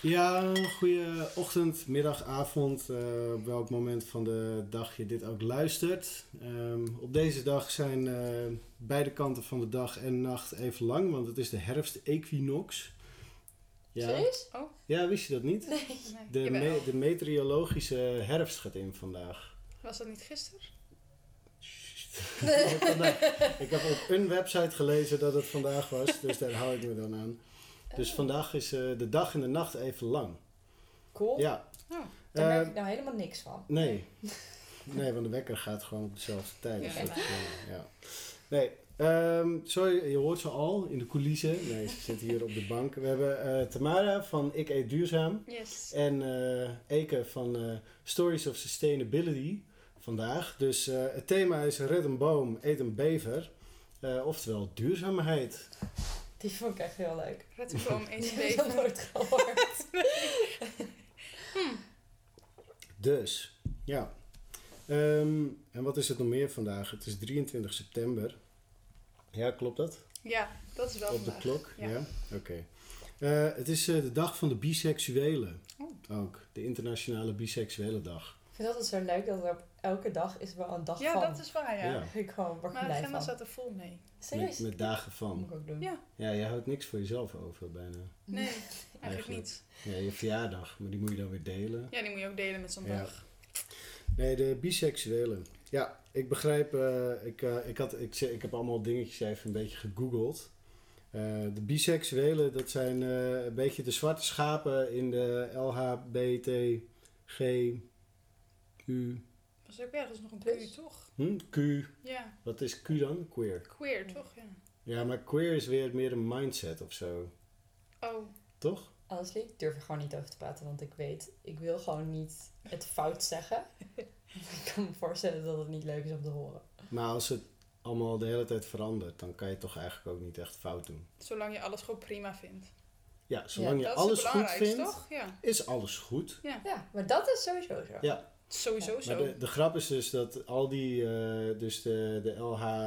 Ja, goede ochtend, middag, avond, op welk moment van de dag je dit ook luistert. Op deze dag zijn beide kanten van de dag en nacht even lang, want het is de herfstequinox. Ja. Serieus? Oh, Ja, wist je dat niet? Nee. nee. De meteorologische herfst gaat in vandaag. Was dat niet gisteren? Ik heb op een website gelezen dat het vandaag was, dus daar hou ik me dan aan. Dus vandaag is de dag en de nacht even lang. Cool. Ja. Oh. Daar merk ik nou helemaal niks van. Nee. Nee, want de wekker gaat gewoon op dezelfde tijd. Dus Ja. dat, ja. Nee, sorry, je hoort ze al in de coulissen. Nee, ze zit hier op de bank. We hebben Tamara van Ik Eet Duurzaam. Yes. En Eke van Stories of Sustainability vandaag. Dus het thema is Red een boom, eet een bever. Oftewel duurzaamheid. Die vond ik echt heel leuk. Red de boom, eet Die een heb ik nog bever. nooit gehoord. Dus, ja. En wat is het nog meer vandaag? Het is 23 september. Ja, klopt dat? Ja, dat is wel Op de vandaag. klok? Ja. Ja? Oké. Het is de dag van de biseksuelen. Ook. De internationale biseksuele dag. Ik vind het altijd zo leuk dat er op elke dag is wel een dag Ja, van. dat is waar, ja. Ja. Daar vind ik gewoon word ik Mijn blij agenda van. staat er vol mee. Serieus? Met dagen Dat van. moet ik ook doen. Ja, Ja, je houdt niks voor jezelf over bijna. nee, eigenlijk Eigenlijk. niet. Ja, je verjaardag, maar die moet je dan weer delen. Ja, die moet je ook delen met zo'n Ja. dag. Nee, de biseksuelen. Ja, ik begrijp, ik heb allemaal dingetjes even een beetje gegoogeld. De biseksuelen, dat zijn een beetje de zwarte schapen in de LHBTGU. Was er ook ergens nog een Plus? Q, toch? Q. Ja, Wat is Q dan? Queer. queer, toch? Ja. Ja, maar queer is weer meer een mindset of zo. Oh, Toch? Honestly, ik durf er gewoon niet over te praten, want ik wil gewoon niet het fout zeggen. Ik kan me voorstellen dat het niet leuk is om te horen. Maar als het allemaal de hele tijd verandert, dan kan je toch eigenlijk ook niet echt fout doen. zolang je alles gewoon prima vindt. Ja, zolang je Dat alles is het goed belangrijkste, vindt, toch? Ja, is alles goed. Ja, maar dat is sowieso zo. Ja, sowieso maar zo. de grap is dus dat al die, dus de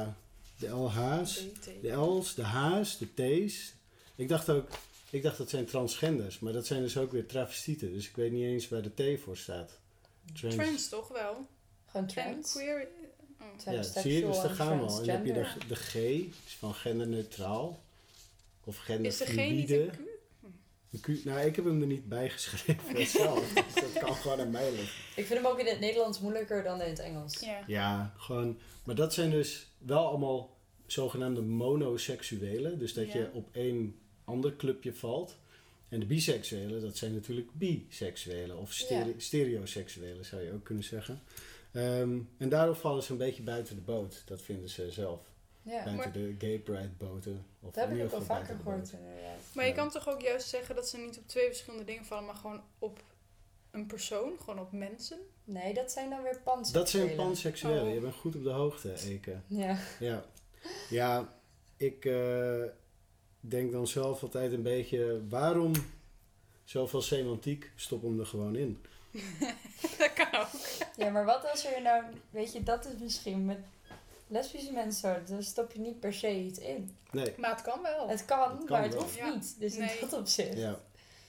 LH's, BT. de L's, de H's, de T's. Ik dacht dat zijn transgenders, maar dat zijn dus ook weer travestieten. Dus ik weet niet eens waar de T voor staat. Trans toch wel? Gewoon En trans. queer... Oh. Ja, Transsexual zie je, dus daar en gaan we al. En dan heb je transgender. de G, is van genderneutraal. Of Is de G niet genderfluïde. een Q? De Q, nou, ik heb hem er niet bij geschreven zelf. Dus dat kan gewoon aan mij liggen. Ik vind hem ook in het Nederlands moeilijker dan in het Engels. Ja. Ja, gewoon. Maar dat zijn dus wel allemaal zogenaamde monoseksuelen. Dus dat Ja. je op één ander clubje valt. En de biseksuelen, dat zijn natuurlijk biseksuelen. Of stereoseksuelen zou je ook kunnen zeggen. En daardoor vallen ze een beetje buiten de boot. Dat vinden ze zelf. Ja, Buiten Maar- de gay pride boten. Of dat heb in ik ieder ook al geval vaker buiten de gehoord inderdaad. Maar je Ja. kan toch ook juist zeggen dat ze niet op twee verschillende dingen vallen, maar gewoon op een persoon, gewoon op mensen? Nee, dat zijn dan weer panseksuelen. Dat zijn panseksuelen. Oh. Je bent goed op de hoogte, Eke. Ja. Ja, ja, ik denk dan zelf altijd een beetje, waarom zoveel semantiek? Stop hem er gewoon in. Dat kan ook. Ja, maar wat als er nou... Weet je, dat is misschien met lesbische mensen zo. Dan stop je niet per se iets in. Nee, Maar het kan wel. Het kan, Het kan maar het wel. hoeft Ja. niet. Dus Nee. in dat opzicht. ja.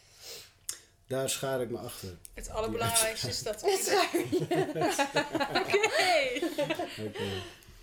Daar schaar ik me achter. Het allerbelangrijkste is dat... Het is raar. Oké. Oké.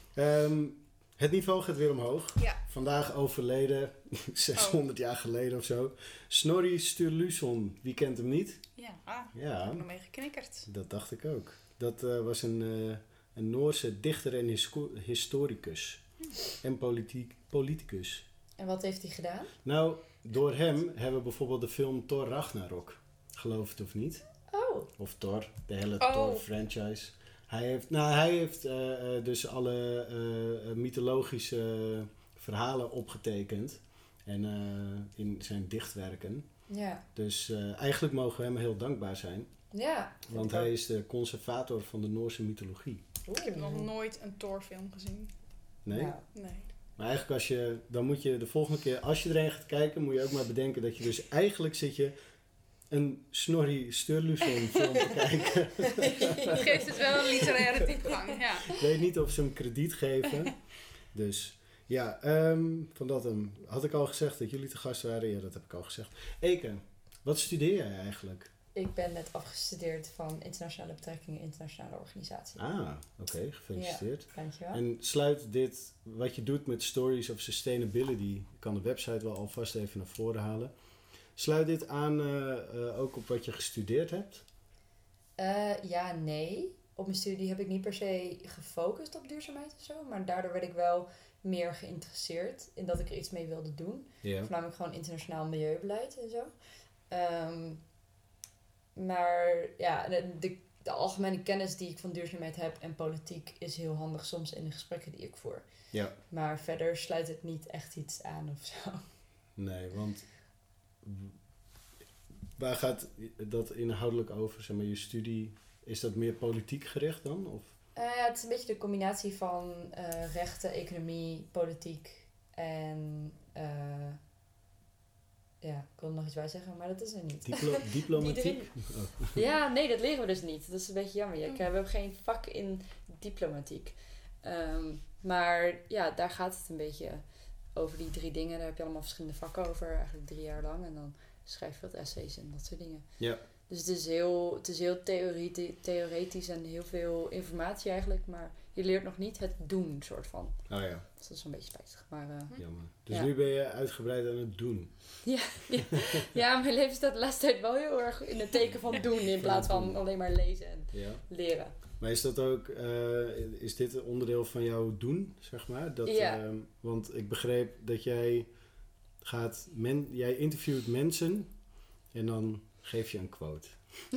Het niveau gaat weer omhoog. Ja. Vandaag overleden, 600 jaar geleden of zo. Snorri Sturluson, wie kent hem niet? Ja, Ja. heb ik nog mee geknikkerd. Dat dacht ik ook. Dat was een Noorse dichter en historicus. En politicus. En wat heeft hij gedaan? Nou, door hem hebben we bijvoorbeeld de film Thor Ragnarok. Geloof het of niet. Oh. Of Thor, de hele Oh. Thor-franchise. Hij heeft dus alle mythologische verhalen opgetekend. En in zijn dichtwerken. Ja. Dus eigenlijk mogen we hem heel dankbaar zijn. Ja. Want hij is de conservator van de Noorse mythologie. Ik heb nog nooit een Thor-film gezien. Nee? Nou, Nee. Maar eigenlijk dan moet je de volgende keer, als je er een gaat kijken, moet je ook maar bedenken dat je dus eigenlijk zit je een Snorri Sturluson film te kijken. Dat geeft het wel een literaire diepgang, ja. Ik weet niet of ze hem krediet geven. Dus ja, van dat hem. Had ik al gezegd dat jullie te gast waren? Ja, dat heb ik al gezegd. Eke, Wat studeer jij eigenlijk? Ik ben net afgestudeerd van internationale betrekkingen, internationale organisatie. Oké, gefeliciteerd. Dankjewel. En sluit dit, wat je doet met Stories of Sustainability, ik kan de website wel alvast even naar voren halen. Sluit dit aan ook op wat je gestudeerd hebt? Ja, nee. Op mijn studie heb ik niet per se gefocust op duurzaamheid of zo. Maar daardoor werd ik wel meer geïnteresseerd in dat ik er iets mee wilde doen. Ja. Voornamelijk gewoon internationaal milieubeleid en zo. Maar ja, de algemene kennis die ik van duurzaamheid heb en politiek is heel handig soms in de gesprekken die ik voer. Ja. Maar verder sluit het niet echt iets aan of zo. Nee, want waar gaat dat inhoudelijk over? Zeg maar, je studie, is dat meer politiek gericht dan? Of? Het is een beetje de combinatie van rechten, economie, politiek en... ja, ik wilde nog iets bij zeggen, maar dat is er niet. Diplomatiek? Ja, nee, dat leren we dus niet. Dat is een beetje jammer. We hebben geen vak in diplomatiek. Maar ja, daar gaat het een beetje over die 3 dingen. Daar heb je allemaal verschillende vakken over, eigenlijk 3 jaar lang. En dan schrijf je wat essays en dat soort dingen. Ja. Dus het is heel theoretisch en heel veel informatie eigenlijk. Maar je leert nog niet het doen, soort van. Oh ja. Dus dat is een beetje spijtig. Maar, jammer. Dus nu ben je uitgebreid aan het doen. Ja, mijn leven staat de laatste tijd wel heel erg in het teken van doen. In plaats van alleen maar lezen en leren. Maar is dat ook, is dit een onderdeel van jouw doen, zeg maar? Dat, want ik begreep dat jij jij interviewt mensen en dan geef je een quote.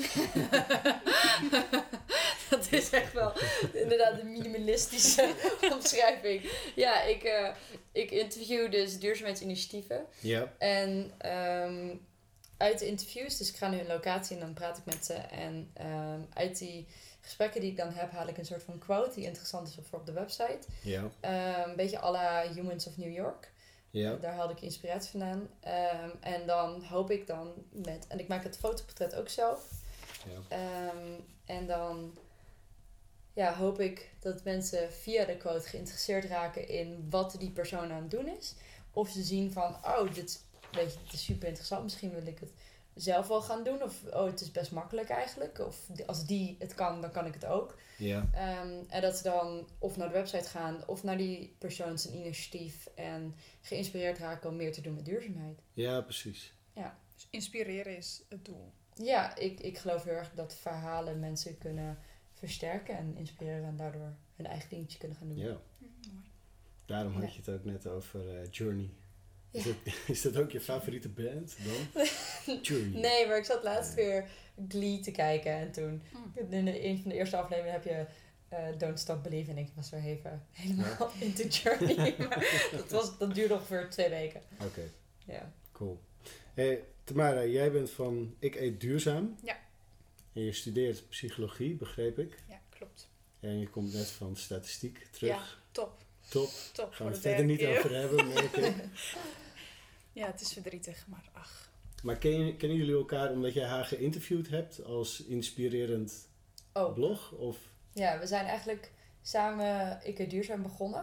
Dat is echt wel inderdaad een minimalistische omschrijving. Ja, ik interview dus duurzaamheidsinitiatieven. Ja. En uit de interviews, dus ik ga nu een locatie en dan praat ik met ze. En uit die gesprekken die ik dan heb, haal ik een soort van quote die interessant is voor op de website. Ja. Een beetje à la Humans of New York. Ja. Daar haalde ik inspiratie vandaan. En dan hoop ik dan en ik maak het fotoportret ook zelf. Ja. En dan hoop ik dat mensen via de quote geïnteresseerd raken in wat die persoon aan het doen is. Of ze zien van, dit is super interessant, misschien wil ik het zelf wel gaan doen. Of, het is best makkelijk eigenlijk. Of als die het kan, dan kan ik het ook. Ja. En dat ze dan of naar de website gaan of naar die persoon zijn initiatief en geïnspireerd raken om meer te doen met duurzaamheid. Ja, precies. Ja. Dus inspireren is het doel. Ja, ik geloof heel erg dat verhalen mensen kunnen versterken en inspireren en daardoor hun eigen dingetje kunnen gaan doen. Ja. Mooi. Daarom had je het ook net over Journey. Ja. Is dat ook je favoriete band dan? Journey. Nee, maar ik zat laatst weer Glee te kijken en toen in een van de eerste afleveringen heb je Don't Stop Believing en ik was weer even helemaal into Journey. Maar dat duurde ongeveer 2 weken. Oké. Ja. Cool. Hey, Tamara, jij bent van Ik Eet Duurzaam. Ja. En je studeert psychologie, begreep ik. Ja, klopt. En je komt net van statistiek terug. Ja, top. Top. Top. Gaan we het verder niet over hebben, merk ik. Ja, het is verdrietig, maar ach. Maar kennen jullie elkaar omdat jij haar geïnterviewd hebt als inspirerend blog? Of? Ja, we zijn eigenlijk samen Ik Eet Duurzaam begonnen.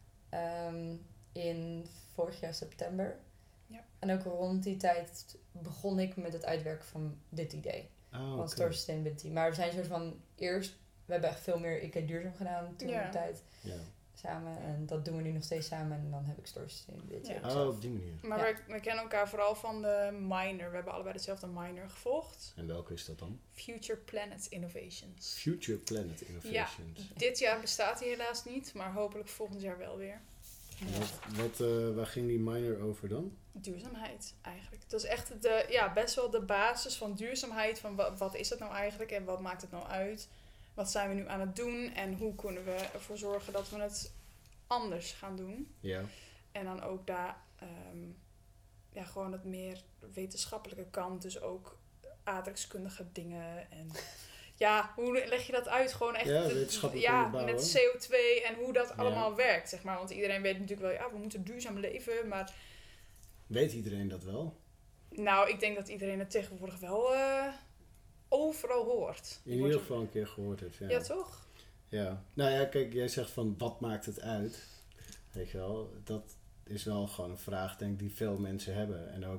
In vorig jaar september. Ja. En ook rond die tijd begon ik met het uitwerken van dit idee. Van Store Sustainability. Maar we zijn soort van we hebben echt veel meer Ik Eet Duurzaam gedaan toen in de tijd. Ja. Samen. En dat doen we nu nog steeds samen. En dan heb ik Store Sustainability. Ja. Op die manier. Maar we kennen elkaar vooral van de minor. We hebben allebei dezelfde minor gevolgd. En welke is dat dan? Future Planet Innovations. Future Planet Innovations. Ja, dit jaar bestaat hij helaas niet, maar hopelijk volgend jaar wel weer. Waar ging die minor over dan? Duurzaamheid eigenlijk. Dat is echt best wel de basis van duurzaamheid. Van wat is het nou eigenlijk en wat maakt het nou uit? Wat zijn we nu aan het doen en hoe kunnen we ervoor zorgen dat we het anders gaan doen? Ja. En dan ook daar gewoon het meer wetenschappelijke kant. Dus ook aardrijkskundige dingen. En ja, hoe leg je dat uit? Gewoon echt wetenschappelijk onderbouwen. met CO2 en hoe dat allemaal werkt, zeg maar. Want iedereen weet natuurlijk wel, we moeten duurzaam leven, maar... Weet iedereen dat wel? Nou, ik denk dat iedereen het tegenwoordig wel overal hoort. In ieder geval een keer gehoord heeft, ja. Ja, toch? Ja. Nou ja, kijk, jij zegt van, wat maakt het uit? Weet je wel, dat is wel gewoon een vraag, denk ik, die veel mensen hebben. En ook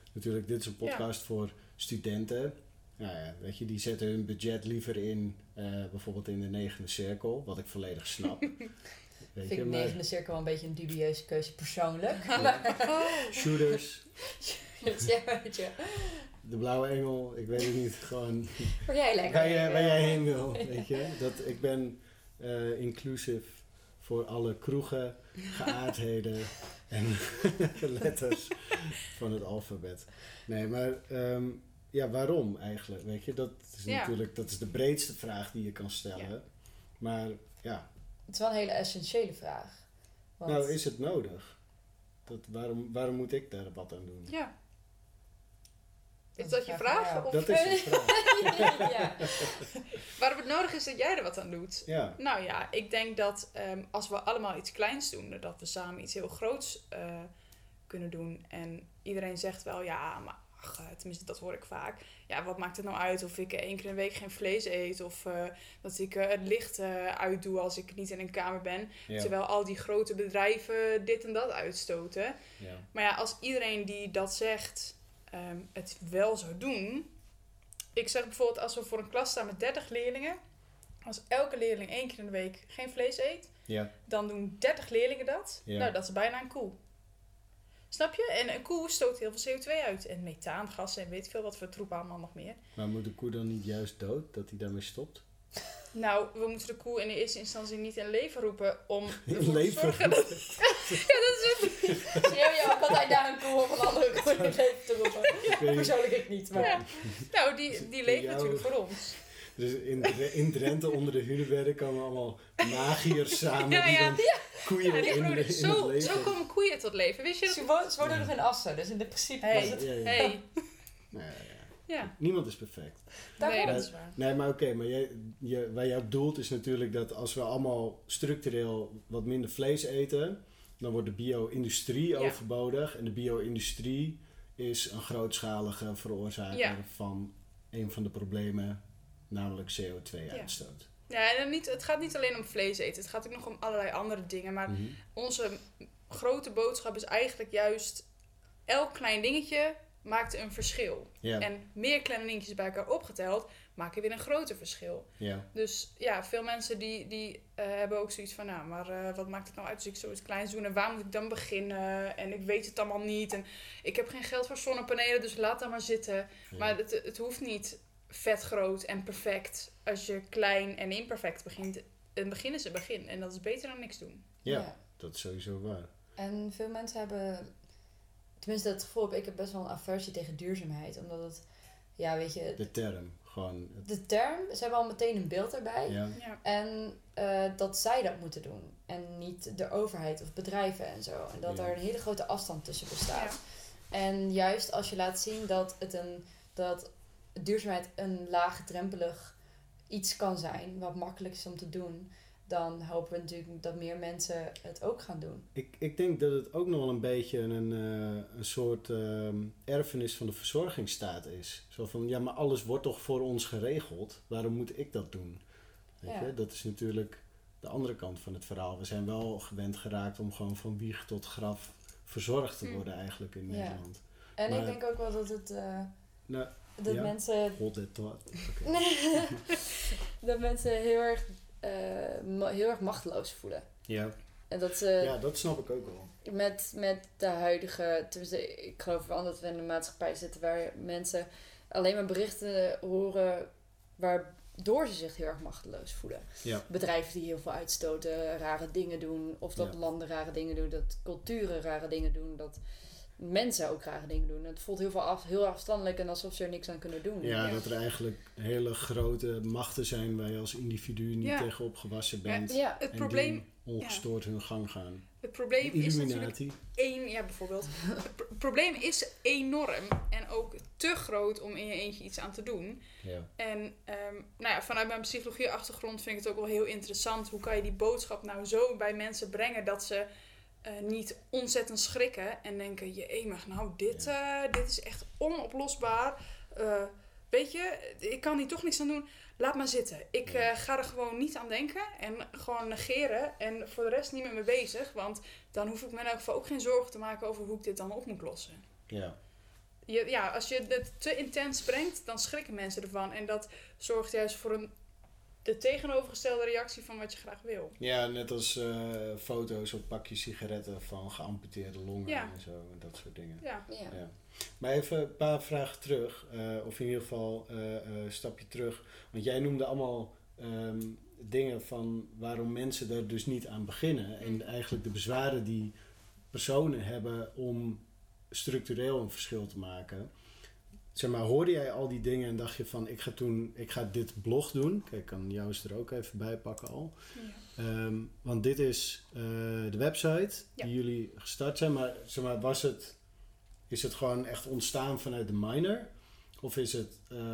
natuurlijk, dit is een podcast voor studenten. Nou ja, weet je, die zetten hun budget liever in, bijvoorbeeld in de negende cirkel, wat ik volledig snap. Weet Vind ik maar- negende cirkel wel een beetje een dubieuze keuze persoonlijk. Shooters, Dus ja, weet je. de Blauwe Engel, ik weet het niet, gewoon Waar jij lekker waar jij heen wil, weet je. Ik ben inclusief voor alle kroegen, geaardheden en letters van het alfabet. Nee, maar waarom eigenlijk, weet je. Dat is natuurlijk, dat is de breedste vraag die je kan stellen. Ja. Maar ja, Het is wel een hele essentiële vraag. Want nou is het nodig. Waarom moet ik daar wat aan doen? Ja. Is is dat een je vraag vraag? voor jou. Of Dat is een vraag. ja. waarom het nodig is dat jij er wat aan doet? Ja, Nou ja, ik denk dat als we allemaal iets kleins doen, dat we samen iets heel groots kunnen doen. En iedereen zegt wel, ja, maar tenminste dat hoor ik vaak. Ja, wat maakt het nou uit of ik 1 keer in de week geen vlees eet? Of dat ik het licht uitdoe als ik niet in een kamer ben. ja, Terwijl al die grote bedrijven dit en dat uitstoten. ja. Maar ja, als iedereen die dat zegt het wel zou doen. Ik zeg bijvoorbeeld, als we voor een klas staan met 30 leerlingen. Als elke leerling 1 keer in de week geen vlees eet. Ja, Dan doen 30 leerlingen dat. Ja. Nou, dat is bijna een koe. Snap je? En een koe stoot heel veel CO2 uit. En methaangassen en weet ik veel wat voor troep allemaal nog meer. maar moet de koe dan niet juist dood, dat hij daarmee stopt? Nou, we moeten de koe in de eerste instantie niet in leven roepen om In ervoor te leven zorgen dat... Ja, dat is het. Schreeuw je ook altijd naar een koe of een andere koe in het leven te roepen? Ik weet niet. Persoonlijk ik niet, maar... Ja. Nou, die leven jou- natuurlijk voor ons. Dus in Drenthe onder de Hunebedden komen allemaal magiërs samen Ja, die ja. dan koeien Ja, die in groeien- het zo leven. komen koeien tot leven. Wist je dat? Ze wonen nog in Assen, dus in de principe Hey. was het... Ja, ja. Hey. Nou ja, Ja. niemand is perfect. Daarom. Nee, dat Maar- is waar. Nee, maar oké, maar waar jij op doelt is natuurlijk dat als we allemaal structureel wat minder vlees eten, dan wordt de bio-industrie Ja. overbodig. En de bio-industrie is een grootschalige veroorzaker Ja. van een van de problemen, namelijk CO2-uitstoot. Ja, en het gaat niet alleen om vlees eten. Het gaat ook nog om allerlei andere dingen. Maar Mhm. onze grote boodschap is eigenlijk juist... elk klein dingetje maakt een verschil. Ja, En meer kleine dingetjes bij elkaar opgeteld... maken weer een groter verschil. ja, Dus ja, veel mensen die hebben ook zoiets van... nou, maar wat maakt het nou uit als ik zoiets kleins doe... en waar moet ik dan beginnen? En ik weet het allemaal niet. En ik heb geen geld voor zonnepanelen, dus laat dat maar zitten. ja. Maar het hoeft niet vet groot en perfect. Als je klein en imperfect begint... een begin is een begin. En dat is beter dan niks doen. Ja, dat is sowieso waar. En veel mensen hebben... Tenminste, dat gevoel heb ik heb best wel een aversie tegen duurzaamheid. Omdat het... Ja, weet je... De term, gewoon. De term, ze hebben al meteen een beeld erbij. Ja, Ja. En dat zij dat moeten doen. En niet de overheid of bedrijven en zo. En dat Ja. er een hele grote afstand tussen bestaat. Ja. En juist als je laat zien dat duurzaamheid een laagdrempelig iets kan zijn, wat makkelijk is om te doen, dan hopen we natuurlijk dat meer mensen het ook gaan doen. ik denk dat het ook nog wel een beetje een soort erfenis van de verzorgingsstaat is. Zo van, ja, maar alles wordt toch voor ons geregeld? Waarom moet ik dat doen? Weet Ja. je? Dat is natuurlijk de andere kant van het verhaal. We zijn wel gewend geraakt om gewoon van wieg tot graf verzorgd te worden eigenlijk in Ja. Nederland. En Maar- ik denk ook wel dat het Nou, dat ja. mensen hold that thought. Oké. dat mensen heel erg machteloos voelen. Ja. En dat ze Ja, dat snap ik ook wel. met de huidige... Tenminste, ik geloof wel dat we in een maatschappij zitten waar mensen alleen maar berichten horen waardoor ze zich heel erg machteloos voelen. Ja. Bedrijven die heel veel uitstoten, rare dingen doen. Of dat Ja. landen rare dingen doen, dat culturen rare dingen doen, dat mensen ook rare dingen doen. Het voelt heel afstandelijk en alsof ze er niks aan kunnen doen. Ja, Ja. dat er eigenlijk hele grote machten zijn waar je als individu niet Ja. tegen opgewassen bent. Ja. Het En probleem, die ongestoord hun gang gaan. het probleem is natuurlijk Illuminati. bijvoorbeeld. Het probleem is enorm en ook te groot om in je eentje iets aan te doen. Ja. En nou ja, vanuit mijn psychologie-achtergrond vind ik het ook wel heel interessant. Hoe kan je die boodschap nou zo bij mensen brengen dat ze niet ontzettend schrikken en denken: jemig, nou dit is echt onoplosbaar. Weet je, ik kan hier toch niks aan doen. Laat maar zitten. Ik Ja. ga er gewoon niet aan denken en gewoon negeren en voor de rest niet met me bezig. Want dan hoef ik me in elk geval ook geen zorgen te maken over hoe ik dit dan op moet lossen. Ja. als je het te intens brengt, dan schrikken mensen ervan. En dat zorgt juist voor de tegenovergestelde reactie van wat je graag wil. Ja, net als foto's op pakjes sigaretten van geamputeerde longen en zo. En dat soort dingen. Ja. Ja. Maar even een paar vragen terug. Of in ieder geval een stapje terug. Want jij noemde allemaal dingen van waarom mensen er dus niet aan beginnen. En eigenlijk de bezwaren die personen hebben om structureel een verschil te maken. Zeg maar, hoorde jij al die dingen en dacht je van ik ga dit blog doen. Kijk, ik kan jou eens er ook even bij pakken al. Ja. Want dit is de website die jullie gestart zijn. Maar zeg maar, is het gewoon echt ontstaan vanuit de minor? Of is het,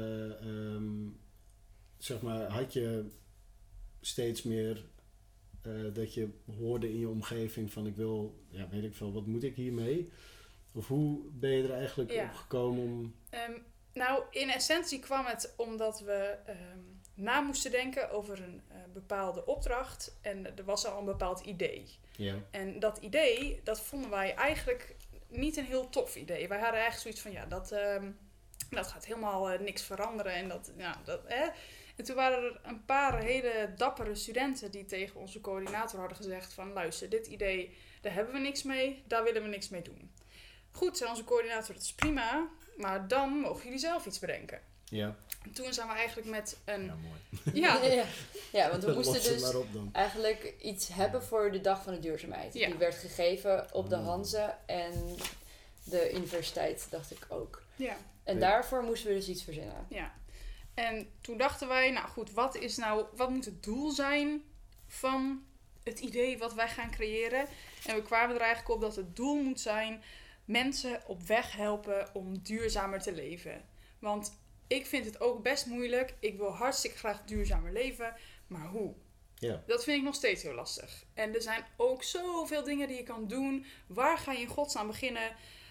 zeg maar, had je steeds meer dat je hoorde in je omgeving van ik wil, weet ik veel, wat moet ik hiermee? Of hoe ben je er eigenlijk op gekomen om... Nou, in essentie kwam het omdat we na moesten denken over een bepaalde opdracht. En er was al een bepaald idee. Ja. En dat idee, dat vonden wij eigenlijk niet een heel tof idee. Wij hadden eigenlijk zoiets van, dat gaat helemaal niks veranderen. En En toen waren er een paar hele dappere studenten die tegen onze coördinator hadden gezegd van, luister, dit idee, daar hebben we niks mee, daar willen we niks mee doen. Goed, zei onze coördinator, dat is prima, maar dan mogen jullie zelf iets bedenken. Ja. En toen zijn we eigenlijk met een... Ja, mooi. Ja, want we moesten dus dan. eigenlijk iets hebben voor de Dag van de Duurzaamheid. Ja. Die werd gegeven op de Hanze en de universiteit, dacht ik ook. Ja. En daarvoor moesten we dus iets verzinnen. Ja. En toen dachten wij, nou goed, wat moet het doel zijn van het idee wat wij gaan creëren? En we kwamen er eigenlijk op dat het doel moet zijn mensen op weg helpen om duurzamer te leven. Want ik vind het ook best moeilijk. Ik wil hartstikke graag duurzamer leven, maar hoe? Ja. Dat vind ik nog steeds heel lastig. En er zijn ook zoveel dingen die je kan doen. Waar ga je in godsnaam beginnen?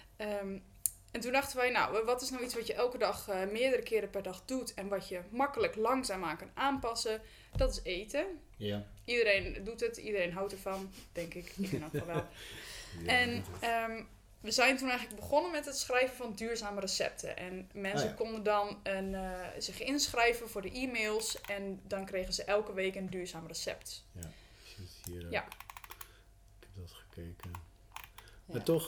En toen dachten wij, nou, wat is nou iets wat je elke dag meerdere keren per dag doet en wat je makkelijk langzaamaan kan aanpassen? Dat is eten. Ja. Iedereen doet het, iedereen houdt ervan, denk ik. Ik in elk geval wel. En we zijn toen eigenlijk begonnen met het schrijven van duurzame recepten. En mensen konden dan zich inschrijven voor de e-mails en dan kregen ze elke week een duurzaam recept. Ja, hier, ja. Ik heb dat gekeken. Ja. Maar toch,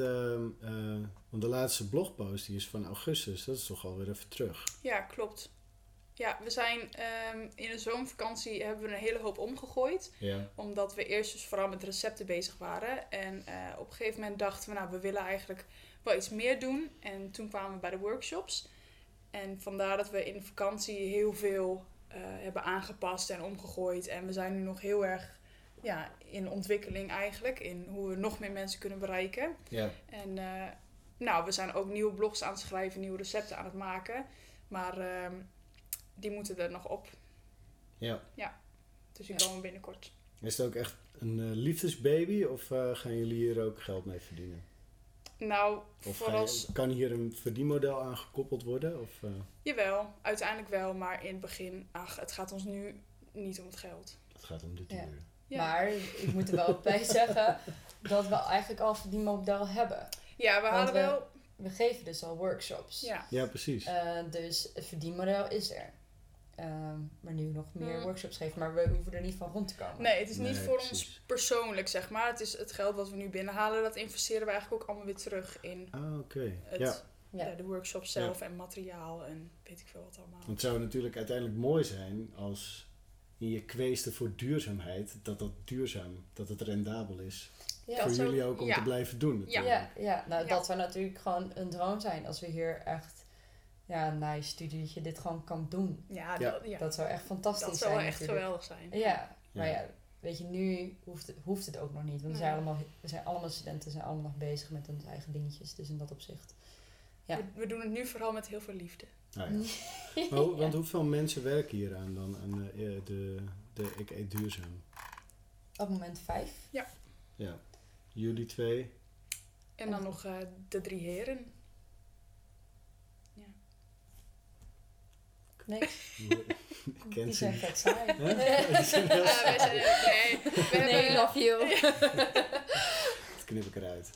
want de laatste blogpost die is van augustus, dat is toch alweer even terug. Ja, klopt. Ja, we zijn in de zomervakantie hebben we een hele hoop omgegooid. Ja. Omdat we eerst dus vooral met recepten bezig waren. En op een gegeven moment dachten we, nou, we willen eigenlijk wel iets meer doen. En toen kwamen we bij de workshops. En vandaar dat we in de vakantie heel veel hebben aangepast en omgegooid. En we zijn nu nog heel erg in ontwikkeling eigenlijk. In hoe we nog meer mensen kunnen bereiken. Ja. En we zijn ook nieuwe blogs aan het schrijven, nieuwe recepten aan het maken. Maar die moeten er nog op. Ja. Ja. Dus die komen binnenkort. Is het ook echt een liefdesbaby of gaan jullie hier ook geld mee verdienen? Nou, of kan hier een verdienmodel aan gekoppeld worden? Of, Jawel, uiteindelijk wel. Maar in het begin, het gaat ons nu niet om het geld. Het gaat om de duur. Ja. Maar ik moet er wel bij zeggen dat we eigenlijk al een verdienmodel hebben. Ja, we hadden wel... We geven dus al workshops. Ja, precies. Dus het verdienmodel is er. Maar nu nog meer workshops geven. Maar we hoeven er niet van rond te komen. Nee, het is niet voor ons persoonlijk, zeg maar. Het is het geld wat we nu binnenhalen, dat investeren we eigenlijk ook allemaal weer terug in de workshop zelf en materiaal en weet ik veel wat allemaal. Het zou natuurlijk uiteindelijk mooi zijn als in je kweesten voor duurzaamheid, dat het rendabel is. Ja, voor jullie ook om te blijven doen natuurlijk. Dat zou natuurlijk gewoon een droom zijn als we hier echt na je studietje dit gewoon kan doen. Dat zou echt fantastisch zijn. Dat zou zijn, echt geweldig zijn. Ja, maar weet je, nu hoeft het ook nog niet. Want we zijn allemaal studenten, zijn allemaal nog bezig met onze eigen dingetjes. Dus in dat opzicht. Ja. We doen het nu vooral met heel veel liefde. Want hoeveel mensen werken hier aan dan? Aan de Ik Eet Duurzaam? Op het moment 5. Ja. Jullie 2. En dan nog de 3 heren. Nee. Die zijn vet saai. We love you. Of knip ik eruit?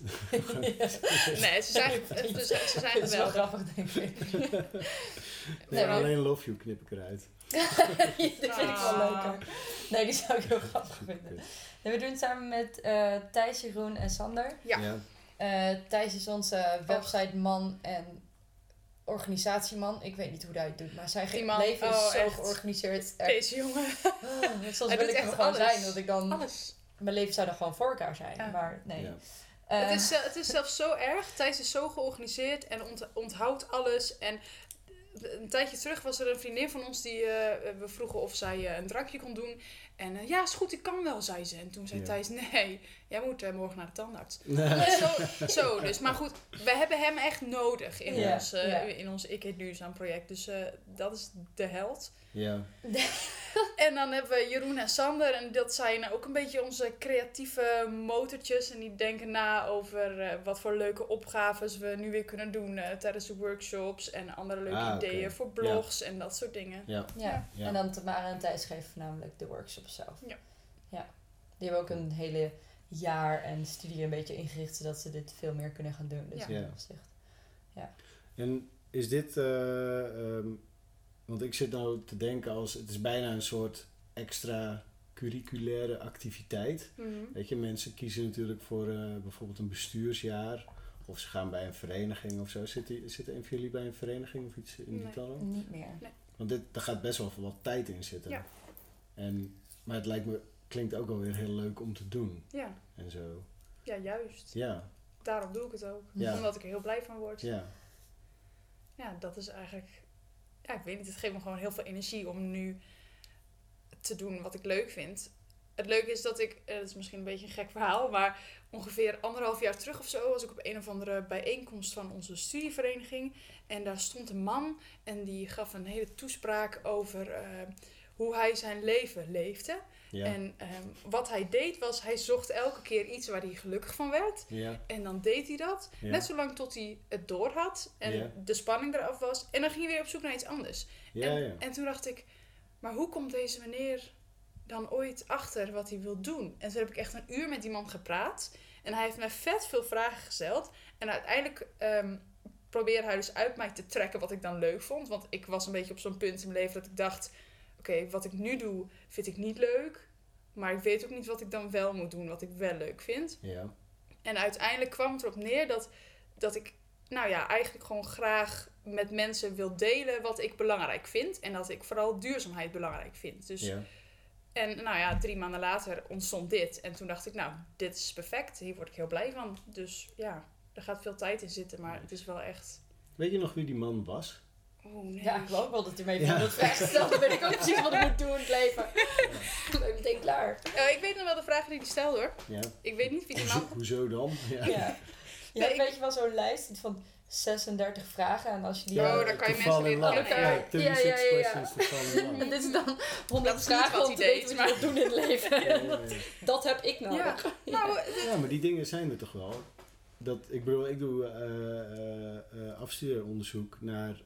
Nee, ze zijn Dat is wel geweldig. grappig, denk ik. Nee, maar- alleen Love You knip ik eruit. Die vind ik wel leuker. Nee, die zou ik heel grappig vinden. Superkut. En we doen het samen met Thijs, Jeroen en Sander. Ja. Thijs is onze websiteman en organisatieman. Ik weet niet hoe hij het doet, maar zijn Die man, leven is zo echt. georganiseerd. Deze jongen. Soms Hij wil doet ik er echt gewoon alles. zijn, dat ik dan... Alles. Mijn leven zou dan gewoon voor elkaar zijn, Ja. maar nee. Ja. Het is zelfs zo erg. Thijs is zo georganiseerd en onthoudt alles. En een tijdje terug was er een vriendin van ons die we vroegen of zij een drankje kon doen. En ja, is goed, ik kan wel, zei ze. En toen zei Ja. Thijs, nee, jij moet morgen naar de tandarts. Nee. Zo dus. Maar goed, we hebben hem echt nodig in, Ja, ons, ja. in ons Ik Heet Duurzaam project. Dus dat is de held. Ja. En dan hebben we Jeroen en Sander. En dat zijn ook een beetje onze creatieve motortjes. En die denken na over wat voor leuke opgaves we nu weer kunnen doen tijdens de workshops. En andere leuke Oké. ideeën voor blogs en dat soort dingen. Ja. Ja. Ja. En dan Tamara en Thijs geven voornamelijk de workshops zelf. Ja. Die hebben ook een hele jaar en studie een beetje ingericht, zodat ze dit veel meer kunnen gaan doen. Dus Ja. in Ja. dat opzicht. En is dit... want ik zit nou te denken als... Het is bijna een soort extra curriculaire activiteit. Mhm. Weet je, mensen kiezen natuurlijk voor bijvoorbeeld een bestuursjaar. Of ze gaan bij een vereniging of zo. Zit een van jullie bij een vereniging of iets in die Nee. trant? Niet meer. Want daar gaat best wel wat tijd in zitten. Ja. Maar het klinkt ook wel weer heel leuk om te doen. Ja. En zo. Ja, juist. Ja, Daarom doe ik het ook. Ja. Omdat ik er heel blij van word. ja. Ja, dat is eigenlijk... Ja, ik weet niet. Het geeft me gewoon heel veel energie om nu te doen wat ik leuk vind. Het leuke is dat ik... Het is misschien een beetje een gek verhaal, maar ongeveer 1,5 jaar terug of zo was ik op een of andere bijeenkomst van onze studievereniging. En daar stond een man en die gaf een hele toespraak over hoe hij zijn leven leefde. Ja. En wat hij deed was, hij zocht elke keer iets waar hij gelukkig van werd. Ja. En dan deed hij dat. Ja. Net zolang tot hij het door had. En Ja. de spanning eraf was. En dan ging hij weer op zoek naar iets anders. Ja, ja. En toen dacht ik, maar hoe komt deze meneer dan ooit achter wat hij wil doen? En toen heb ik echt een uur met die man gepraat. En hij heeft mij vet veel vragen gesteld. En uiteindelijk probeerde hij dus uit mij te trekken wat ik dan leuk vond. Want ik was een beetje op zo'n punt in mijn leven dat ik dacht... Oké, wat ik nu doe vind ik niet leuk. Maar ik weet ook niet wat ik dan wel moet doen, wat ik wel leuk vind. Ja. En uiteindelijk kwam het erop neer dat ik, nou ja, eigenlijk gewoon graag met mensen wil delen wat ik belangrijk vind. En dat ik vooral duurzaamheid belangrijk vind. Dus, Ja. En nou ja, 3 maanden later ontstond dit. En toen dacht ik, nou, dit is perfect. Hier word ik heel blij van. Dus ja, er gaat veel tijd in zitten, maar het is wel echt... Weet je nog wie die man was? Oh nee. Ja, ik wil ook wel dat hij mij Ja. 400 vragen stelt. Dan weet ik ook precies wat ik moet doen in het leven. Ik ben meteen klaar. Ik weet nog wel de vragen die hij stelde hoor. Ja. Ik weet niet wie die man... Hoezo dan? Ja. Ja. Je hebt weet je wel zo'n lijst van 36 vragen. En als je die... Oh, daar kan je to mensen fall weer in love. aan elkaar- Ja, 36 Ja, ja, ja, ja. questions to fall in love. En dit is dan Dat 100 is niet vragen wat om te hij weten deed, wat je wilt doen in het leven. Ja, ja, ja. Dat heb ik Ja, nodig. nou, Ja, maar die dingen zijn er toch wel. Ik bedoel, ik doe afstudeeronderzoek naar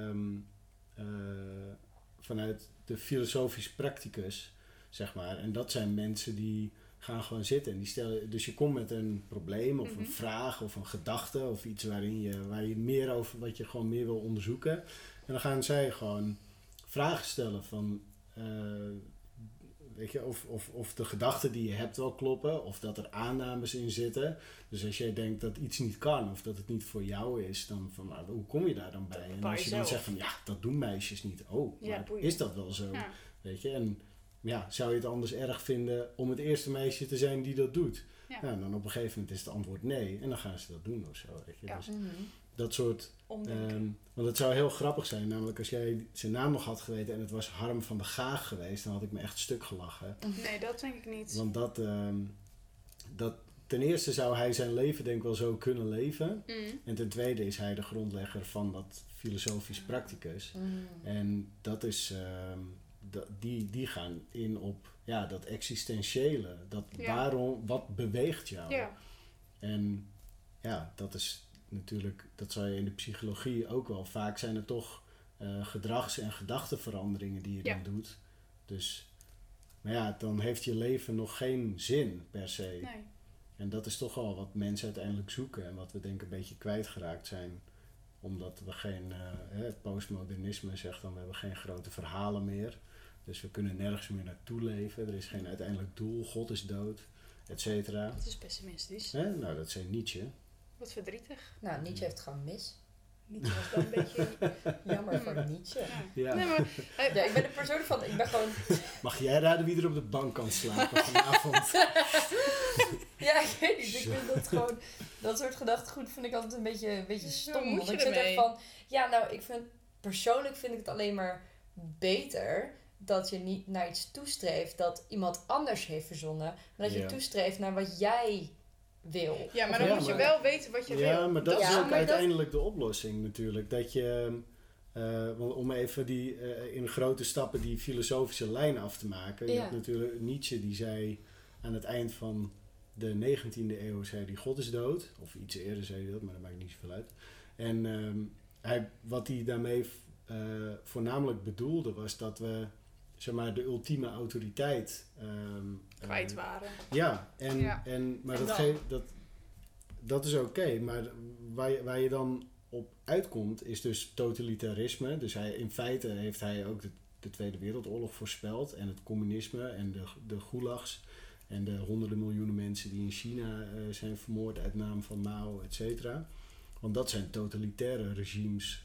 vanuit de filosofisch practicus, zeg maar. En dat zijn mensen die gaan gewoon zitten en die stellen. Dus je komt met een probleem of een vraag of een gedachte of iets waar je meer over, wat je gewoon meer wil onderzoeken. En dan gaan zij gewoon vragen stellen van. Weet je, of de gedachten die je hebt wel kloppen, of dat er aannames in zitten. Dus als jij denkt dat iets niet kan, of dat het niet voor jou is, dan van, maar hoe kom je daar dan bij? En Bij als je dan jezelf. zegt van, ja, dat doen meisjes niet. Oh, Ja, maar boeiend. is dat wel zo? Ja. Weet je, en ja, zou je het anders erg vinden om het eerste meisje te zijn die dat doet? Ja. Ja, en dan op een gegeven moment is het antwoord nee, en dan gaan ze dat doen of zo. Weet je? Ja. Dus Mhm. dat soort. omdenken. Want het zou heel grappig zijn, namelijk als jij zijn naam nog had geweten en het was Harm van der Gaag geweest, dan had ik me echt stuk gelachen. Nee, dat denk ik niet. Want dat ten eerste zou hij zijn leven denk ik wel zo kunnen leven. Mm. En ten tweede is hij de grondlegger van dat filosofisch practicus. Mhm. En dat is, die gaan in op dat existentiële. Dat Ja. waarom, wat beweegt jou? Ja, En ja, dat is natuurlijk, dat zou je in de psychologie ook wel. Vaak zijn er toch gedrags- en gedachtenveranderingen die je Ja. dan doet. Dus, maar ja, dan heeft je leven nog geen zin per se. nee. En dat is toch wel wat mensen uiteindelijk zoeken en wat we denk ik een beetje kwijtgeraakt zijn. Omdat we geen, het postmodernisme zegt dan we hebben geen grote verhalen meer. Dus we kunnen nergens meer naartoe leven. Er is geen uiteindelijk doel, God is dood, et cetera. Dat is pessimistisch. Nou, dat zei Nietzsche. Wat verdrietig. Nou, Nietzsche heeft het gewoon mis. Nietzsche was wel een beetje... Jammer voor Nietzsche. Ja. Nee, maar... Ja, ik ben de persoon van... Ik ben gewoon... Mag jij raden wie er op de bank kan slapen vanavond? Ja, ik weet niet. Ik vind dat gewoon... Dat soort gedachtegoed vind ik altijd een beetje stom. moet Want je ik zit echt ermee? van... Ja, nou, persoonlijk vind ik het alleen maar beter dat je niet naar iets toestreeft dat iemand anders heeft verzonnen. Maar dat je Ja. toestreeft toestreeft naar wat jij wil. Ja, maar Ja, dan moet je maar- wel weten wat je wil. Ja, maar dat Ja, is ook maar uiteindelijk de oplossing natuurlijk. Dat je, om even in grote stappen die filosofische lijn af te maken. Je Ja. had natuurlijk Nietzsche die zei aan het eind van de 19e eeuw, zei hij God is dood. Of iets eerder zei hij dat, maar dat maakt niet zoveel uit. En wat hij daarmee voornamelijk bedoelde was dat we zeg maar de ultieme autoriteit Kwijt waren. ja, Ja. maar En dat, dan? dat is oké. Maar waar je dan op uitkomt is dus totalitarisme. Dus in feite heeft hij ook de Tweede Wereldoorlog voorspeld. En het communisme en de gulags. En de honderden miljoenen mensen die in China zijn vermoord uit naam van Mao, et cetera. Want dat zijn totalitaire regimes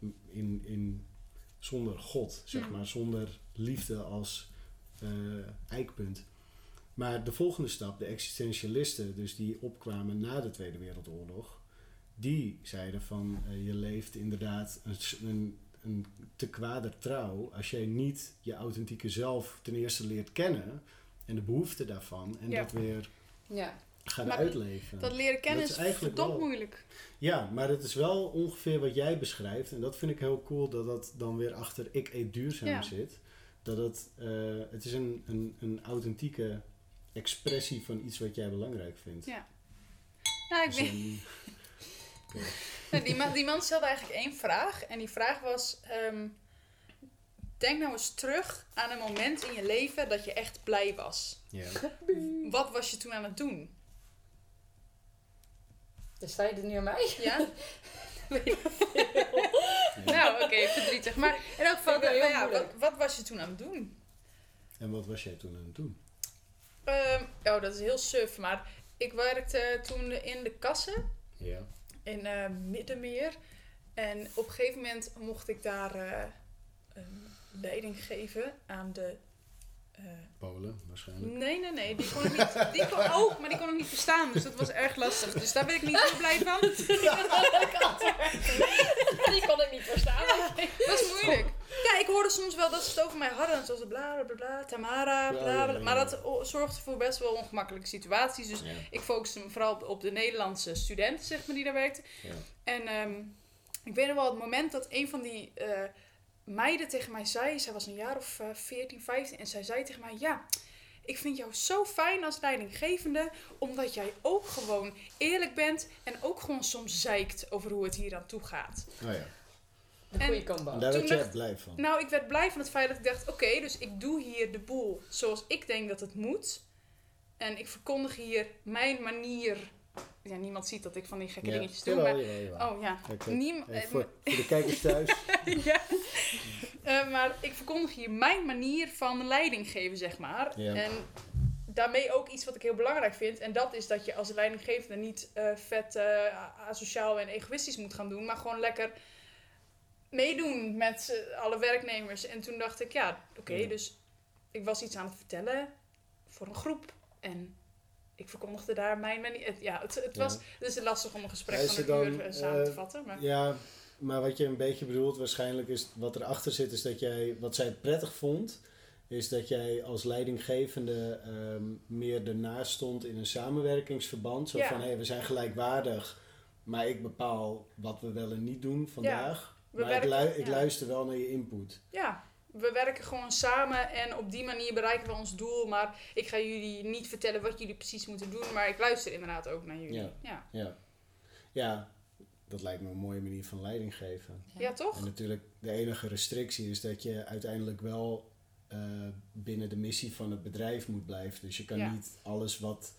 zonder God, zeg maar. Zonder liefde als eikpunt. Maar de volgende stap, de existentialisten, dus die opkwamen na de Tweede Wereldoorlog, die zeiden van je leeft inderdaad een te kwader trouw als jij niet je authentieke zelf ten eerste leert kennen en de behoefte daarvan en Ja. dat weer Ja. gaat Maar uitleven. Dat leren kennen Dat is is eigenlijk verdomd wel- moeilijk. Ja, maar het is wel ongeveer wat jij beschrijft. En dat vind ik heel cool dat dat dan weer achter ik eet duurzaam Ja. zit. Dat het is een authentieke expressie van iets wat jij belangrijk vindt. Ja. Nou, ik Dus, weet... Die man stelde eigenlijk één vraag. En die vraag was... denk nou eens terug aan een moment in je leven dat je echt blij was. ja. Wat was je toen aan het doen? Dus sta je er nu aan mij? Ja? Weet Nou, oké, verdrietig. Maar in elk geval, Vind ik wel heel ja, moeilijk. wat was je toen aan het doen? En wat was jij toen aan het doen? Dat is heel suf, maar ik werkte toen in de kassen Ja. in Middenmeer. En op een gegeven moment mocht ik daar een leiding geven aan de... Polen waarschijnlijk. Nee, die kon ik niet. Maar die kon ik niet verstaan, dus dat was erg lastig. Dus daar ben ik niet zo blij van. Die kon ik niet verstaan. Dat is moeilijk. Ja, ik hoorde soms wel dat ze het over mij hadden. Zoals bla bla bla, Tamara, bla bla. Ja. Maar dat zorgde voor best wel ongemakkelijke situaties. Dus Ja. ik focuste me vooral op de Nederlandse studenten, zeg maar, die daar werkten. Ja. En ik weet nog wel het moment dat een van die meiden tegen mij zei... Zij was een jaar of 14, 15. En zij zei tegen mij... Ja, ik vind jou zo fijn als leidinggevende... omdat jij ook gewoon eerlijk bent... en ook gewoon soms zeikt over hoe het hier aan toe gaat. Oh ja. Een En- goede combo. En daar Toen werd jij dacht- blij van. Nou, ik werd blij van het feit dat ik dacht... Oké, dus ik doe hier de boel zoals ik denk dat het moet. En ik verkondig hier mijn manier... Ja, niemand ziet dat ik van die gekke dingetjes doe. Jawel, Maar, jawel. oh ja, Kijk, voor de kijkers thuis. ja. Maar ik verkondig hier mijn manier van leiding geven, zeg maar. Ja. En daarmee ook iets wat ik heel belangrijk vind. En dat is dat je als leidinggevende niet vet asociaal en egoïstisch moet gaan doen. Maar gewoon lekker meedoen met alle werknemers. En toen dacht ik, ja, oké, Ja. dus ik was iets aan het vertellen voor een groep. En ik verkondigde daar mijn manier. Het was dus lastig om een gesprek Ja, is van het een dan, uur samen te vatten. Maar... Ja, maar wat je een beetje bedoelt waarschijnlijk is... Wat erachter zit is dat jij... Wat zij prettig vond... Is dat jij als leidinggevende meer ernaast stond in een samenwerkingsverband. Zo Ja. van, hé, we zijn gelijkwaardig. Maar ik bepaal wat we wel en niet doen vandaag. we Maar werken- ik ja. luister wel naar je input. Ja, we werken gewoon samen en op die manier bereiken we ons doel. Maar ik ga jullie niet vertellen wat jullie precies moeten doen. Maar ik luister inderdaad ook naar jullie. Ja. Ja, Ja, dat lijkt me een mooie manier van leiding geven. ja toch? En natuurlijk de enige restrictie is dat je uiteindelijk wel binnen de missie van het bedrijf moet blijven. Dus je kan Ja. niet alles wat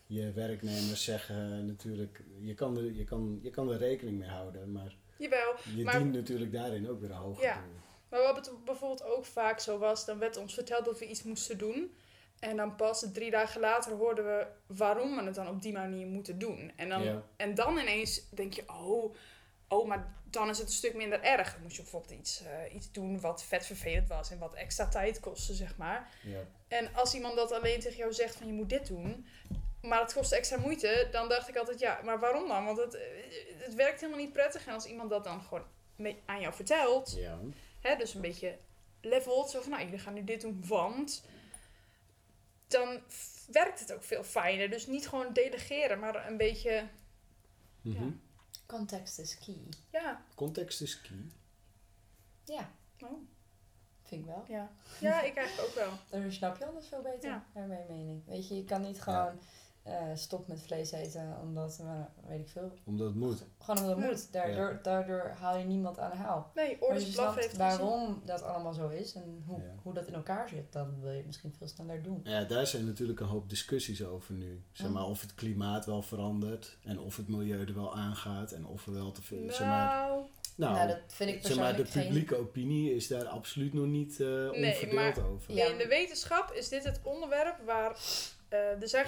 je werknemers zeggen natuurlijk, je kan er rekening mee houden, maar Jawel, je maar- dient natuurlijk daarin ook weer een hoger Ja. doel. Maar wat het bijvoorbeeld ook vaak zo was, dan werd ons verteld dat we iets moesten doen. En dan pas 3 dagen later hoorden we waarom we het dan op die manier moeten doen. En dan ineens denk je, maar dan is het een stuk minder erg. Dan moest je bijvoorbeeld iets doen wat vet vervelend was en wat extra tijd kostte, zeg maar. Ja. En als iemand dat alleen tegen jou zegt van je moet dit doen, maar het kost extra moeite, dan dacht ik altijd, ja, maar waarom dan? Want het werkt helemaal niet prettig. En als iemand dat dan gewoon aan jou vertelt, Ja. dus een beetje levelt, zo van, nou, jullie gaan nu dit doen, want dan werkt het ook veel fijner. Dus niet gewoon delegeren, maar een beetje, Mhm. Context is key. ja, Context is key. Ja, oh, vind ik wel. ja. Ja, ik eigenlijk ook wel. Dan snap je alles veel beter, Ja. naar mijn mening. Weet je, je kan niet gewoon stop met vlees eten omdat, weet ik veel. Omdat het moet. Gewoon omdat het Ja. moet. Daardoor haal je niemand aan de haal. Nee, Maar orders je blaf snapt heeft geen zin. waarom dat allemaal zo is en Ja. hoe dat in elkaar zit, dan wil je het misschien veel sneller doen. Ja, daar zijn natuurlijk een hoop discussies over nu. Zeg maar of het klimaat wel verandert en of het milieu er wel aangaat en of er wel te veel... Zeg maar, Nou, dat vind ik zeg maar, de persoonlijk geen... publieke opinie is daar absoluut nog niet onverdeeld maar- over. Ja. In de wetenschap is dit het onderwerp waar er zijn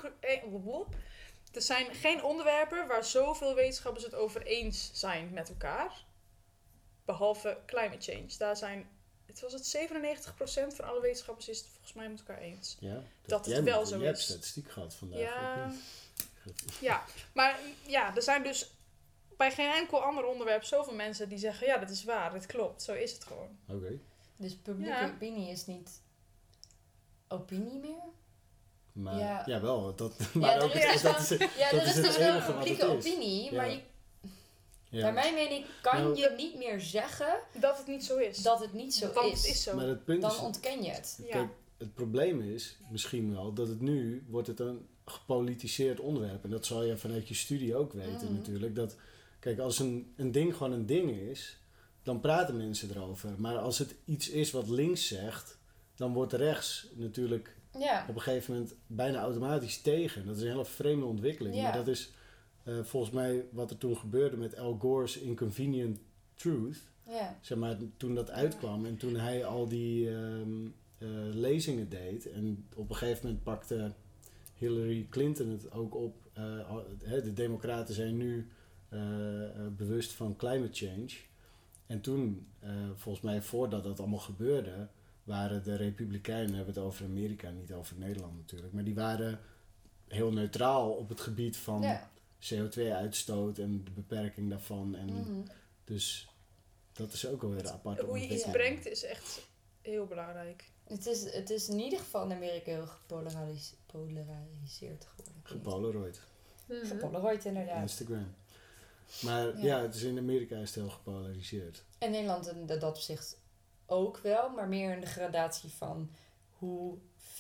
er zijn geen onderwerpen waar zoveel wetenschappers het over eens zijn met elkaar. Behalve climate change. Daar zijn, het 97% van alle wetenschappers is het volgens mij met elkaar eens. Ja, Dat het jij wel moet- zo jij hebt is. statistiek gehad vandaag. Ja, of niet? ja, maar ja, er zijn dus bij geen enkel ander onderwerp zoveel mensen die zeggen, ja, dat is waar, dit klopt, zo is het gewoon. Oké. Dus publieke Ja. opinie is niet opinie meer? Maar Ja. jawel, dat, Ja, maar er ook is dat wel- is het, Ja, dat dat is is het dus wel enige een wat het publieke is. opinie, Ja. maar Ja. naar mijn mening kan Nou, je niet meer zeggen Dat het niet zo is. dat het niet zo Want is. het is zo. Maar het punt Dan is, ontken je het. Ja. kijk, het probleem is misschien wel dat het nu wordt het een gepolitiseerd onderwerp. En dat zal je vanuit je studie ook weten Mhm. natuurlijk. Dat, kijk, als een ding gewoon een ding is, dan praten mensen erover. Maar als het iets is wat links zegt, dan wordt rechts natuurlijk Ja. op een gegeven moment bijna automatisch tegen. Dat is een hele vreemde ontwikkeling. Ja. Maar dat is volgens mij wat er toen gebeurde met Al Gore's Inconvenient Truth. Ja. Zeg maar, toen dat uitkwam en toen hij al die lezingen deed. En op een gegeven moment pakte Hillary Clinton het ook op. De democraten zijn nu bewust van climate change. En toen, volgens mij voordat dat allemaal gebeurde, waren de republikeinen, hebben we het over Amerika, niet over Nederland natuurlijk. Maar die waren heel neutraal op het gebied van Ja. CO2-uitstoot en de beperking daarvan. En Mhm. dus dat is ook alweer een aparte Hoe je iets ontwikkeling. brengt is echt heel belangrijk. Het is in ieder geval in Amerika heel gepolariseerd geworden. Gepolaroid. Gepolaroid inderdaad. Instagram. Maar Ja. ja, het is in Amerika is het heel gepolariseerd. En Nederland in dat opzicht ook wel, maar meer in de gradatie van hoe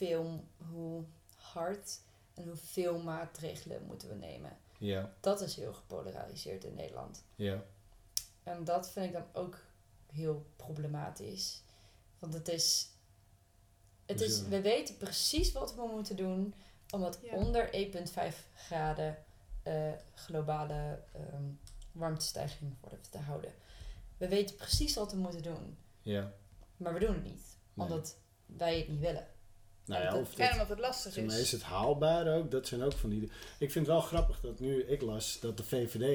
hard en hoeveel maatregelen moeten we nemen. Ja, Dat is heel gepolariseerd in Nederland. ja. En dat vind ik dan ook heel problematisch. Want Hoezo? we weten precies wat we moeten doen om het Ja. onder 1,5 graden globale warmtestijging te houden. We weten precies wat we moeten doen, Ja. maar we doen het niet. Nee. Omdat wij het niet willen. Nou ja, dat- of En dat, omdat het lastig zeg maar, is. is het haalbaar ook? Dat zijn ook van die... Ik vind het wel grappig dat nu ik las dat de VVD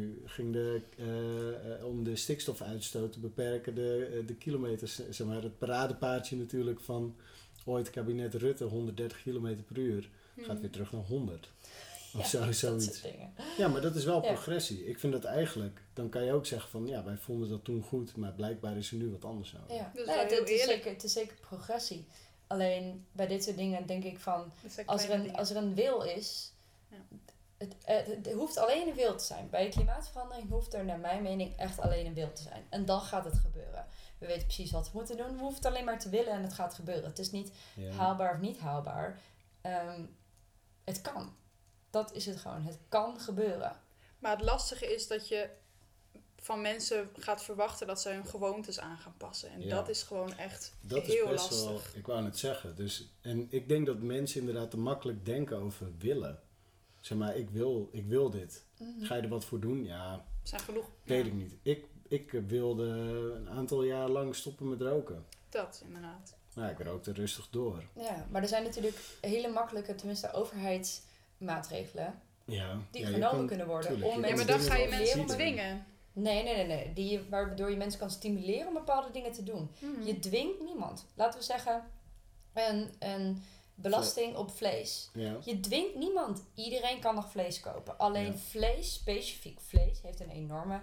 om de stikstofuitstoot te beperken, de kilometers, zeg maar, het paradepaardje natuurlijk van ooit kabinet Rutte, 130 kilometer per uur, gaat weer terug naar 100. Of zo, dat zoiets. soort dingen. Ja, maar dat is wel Ja. progressie. Ik vind dat eigenlijk, dan kan je ook zeggen van ja, wij vonden dat toen goed, maar blijkbaar is er nu wat anders nodig. Ja. Dat is Nee, wel heel het is eerlijk. het is zeker progressie. Alleen bij dit soort dingen denk ik van, Dat zijn als kleine dingen. er een wil is, Ja. het hoeft alleen een wil te zijn. Bij klimaatverandering hoeft er naar mijn mening echt alleen een wil te zijn. En dan gaat het gebeuren. We weten precies wat we moeten doen. We hoeven het alleen maar te willen en het gaat gebeuren. Het is niet Ja. haalbaar of niet haalbaar. Het kan. Dat is het gewoon. Het kan gebeuren. Maar het lastige is dat je van mensen gaat verwachten dat ze hun gewoontes aan gaan passen. En dat is gewoon echt dat heel is best lastig. wel, ik wou net zeggen. Dus, en ik denk dat mensen inderdaad te makkelijk denken over willen. Zeg maar, ik wil dit. Ga je er wat voor doen? Ja, Zijn genoeg. weet ik niet. Ik wilde een aantal jaar lang stoppen met roken. Dat, inderdaad. Nou, ik rookte rustig door. Ja, maar er zijn natuurlijk hele makkelijke, tenminste overheidsmaatregelen, Ja, die ja, je genomen kan- kunnen worden tuurlijk, om je Ja, kan maar mensen dan dingen ga je wel mensen zien. dwingen. Nee. Waardoor je mensen kan stimuleren om bepaalde dingen te doen. Je dwingt niemand. Laten we zeggen, een belasting op vlees. Ja. Je dwingt niemand. Iedereen kan nog vlees kopen. Alleen Ja. vlees, specifiek vlees, heeft een enorme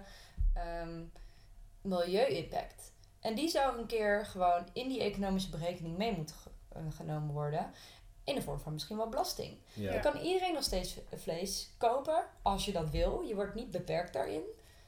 milieu-impact. En die zou een keer gewoon in die economische berekening mee moeten genomen worden. In de vorm van misschien wel belasting. Ja. Dan kan iedereen nog steeds vlees kopen als je dat wil. Je wordt niet beperkt daarin.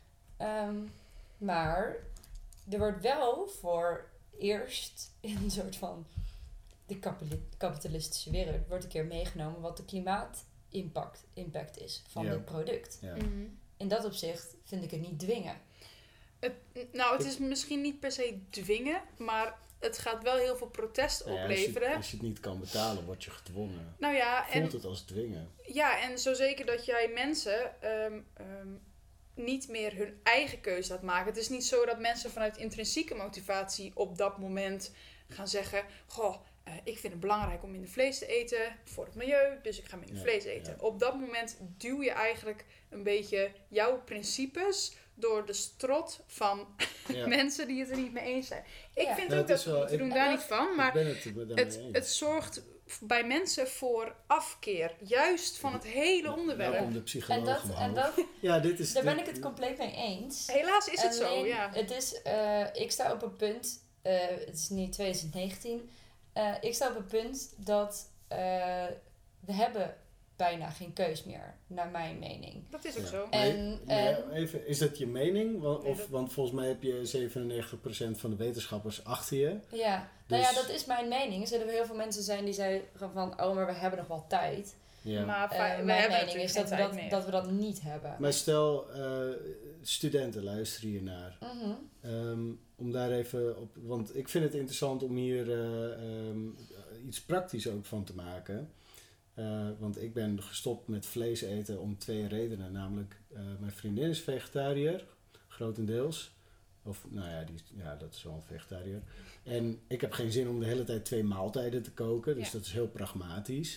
Maar er wordt wel voor eerst in een soort van de kapitalistische wereld wordt een keer meegenomen wat de klimaatimpact is van Ja. dit product. Ja. In dat opzicht vind ik het niet dwingen. Het is misschien niet per se dwingen, maar het gaat wel heel veel protest Nou ja, opleveren. als je het niet kan betalen, word je gedwongen. Nou ja, Voelt het als dwingen. en zo zeker dat jij mensen niet meer hun eigen keuze laat maken. Het is niet zo dat mensen vanuit intrinsieke motivatie op dat moment gaan zeggen: goh, ik vind het belangrijk om minder vlees te eten voor het milieu, dus ik ga minder vlees eten. Ja. Op dat moment duw je eigenlijk een beetje jouw principes door de strot van Ja. mensen die het er niet mee eens zijn. Ik Ja. vind Ja, ook het is dat wel- we doen ik- daar niet van, Ik maar ben het daarmee eens. het zorgt bij mensen voor afkeer. Juist van het hele onderwerp. Welkom de psycholoog En dat, omhoog. Ja, dit is... daar ben dit- ik het compleet mee eens. Helaas is het zo, Alleen, ja. Het is, ik sta op een punt, het is nu 2019, ik sta op een punt dat we hebben bijna geen keus meer, naar mijn mening. Dat is ook Ja. zo. En- Even, is dat je mening? Nee, dat- Want volgens mij heb je 97% van de wetenschappers achter je. Ja, Dus- nou ja, dat is mijn mening. Er zullen heel veel mensen zijn die zeggen van, oh, maar we hebben nog wel tijd. Ja. Maar we Mijn hebben mening natuurlijk is geen dat we tijd dat, meer. dat we dat niet hebben. Maar stel, studenten luisteren hier naar. Mhm. Om daar even op... Want ik vind het interessant om hier iets praktisch ook van te maken. Want ik ben gestopt met vlees eten om 2 redenen. Namelijk, mijn vriendin is vegetariër, grotendeels. Of, nou ja, dat is wel een vegetariër. En ik heb geen zin om de hele tijd 2 maaltijden te koken. Dus Ja. dat is heel pragmatisch.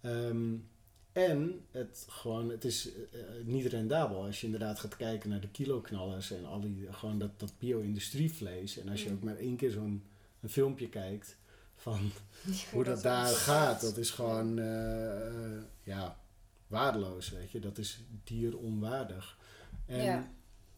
En het is niet rendabel als je inderdaad gaat kijken naar de kiloknallers en al die, gewoon dat bio-industrievlees. En als je ook maar 1 keer een filmpje kijkt van hoe dat daar gaat, dat is gewoon waardeloos, weet je. Dat is dieronwaardig. En Ja.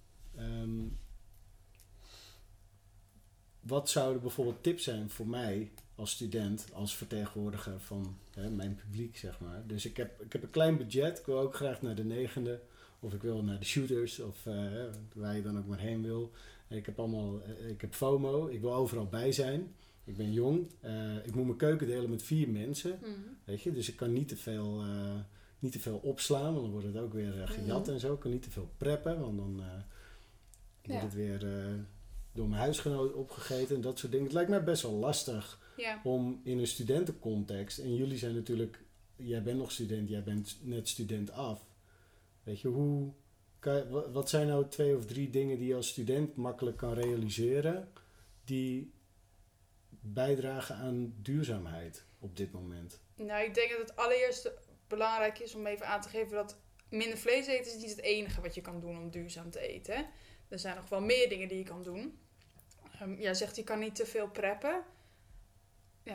wat zouden bijvoorbeeld tips zijn voor mij als student, als vertegenwoordiger van mijn publiek, zeg maar. Dus ik heb een klein budget. Ik wil ook graag naar de 9e. Of ik wil naar de shooters. Of waar je dan ook maar heen wil. Ik heb FOMO. Ik wil overal bij zijn. Ik ben jong. Ik moet mijn keuken delen met 4 mensen. Weet je? Dus ik kan niet te veel opslaan. Want dan wordt het ook weer gejat en zo. Ik kan niet te veel preppen. Want dan wordt het weer door mijn huisgenoot opgegeten. En dat soort dingen. Het lijkt mij best wel lastig Ja. om in een studentencontext, en jullie zijn natuurlijk, jij bent nog student, jij bent net student af. Weet je, wat zijn nou 2 of 3 dingen die je als student makkelijk kan realiseren, die bijdragen aan duurzaamheid op dit moment? Nou, ik denk dat het allereerst belangrijk is om even aan te geven dat minder vlees eten is niet het enige wat je kan doen om duurzaam te eten. Hè. Er zijn nog wel meer dingen die je kan doen. Jij zegt je kan niet te veel preppen. Ja,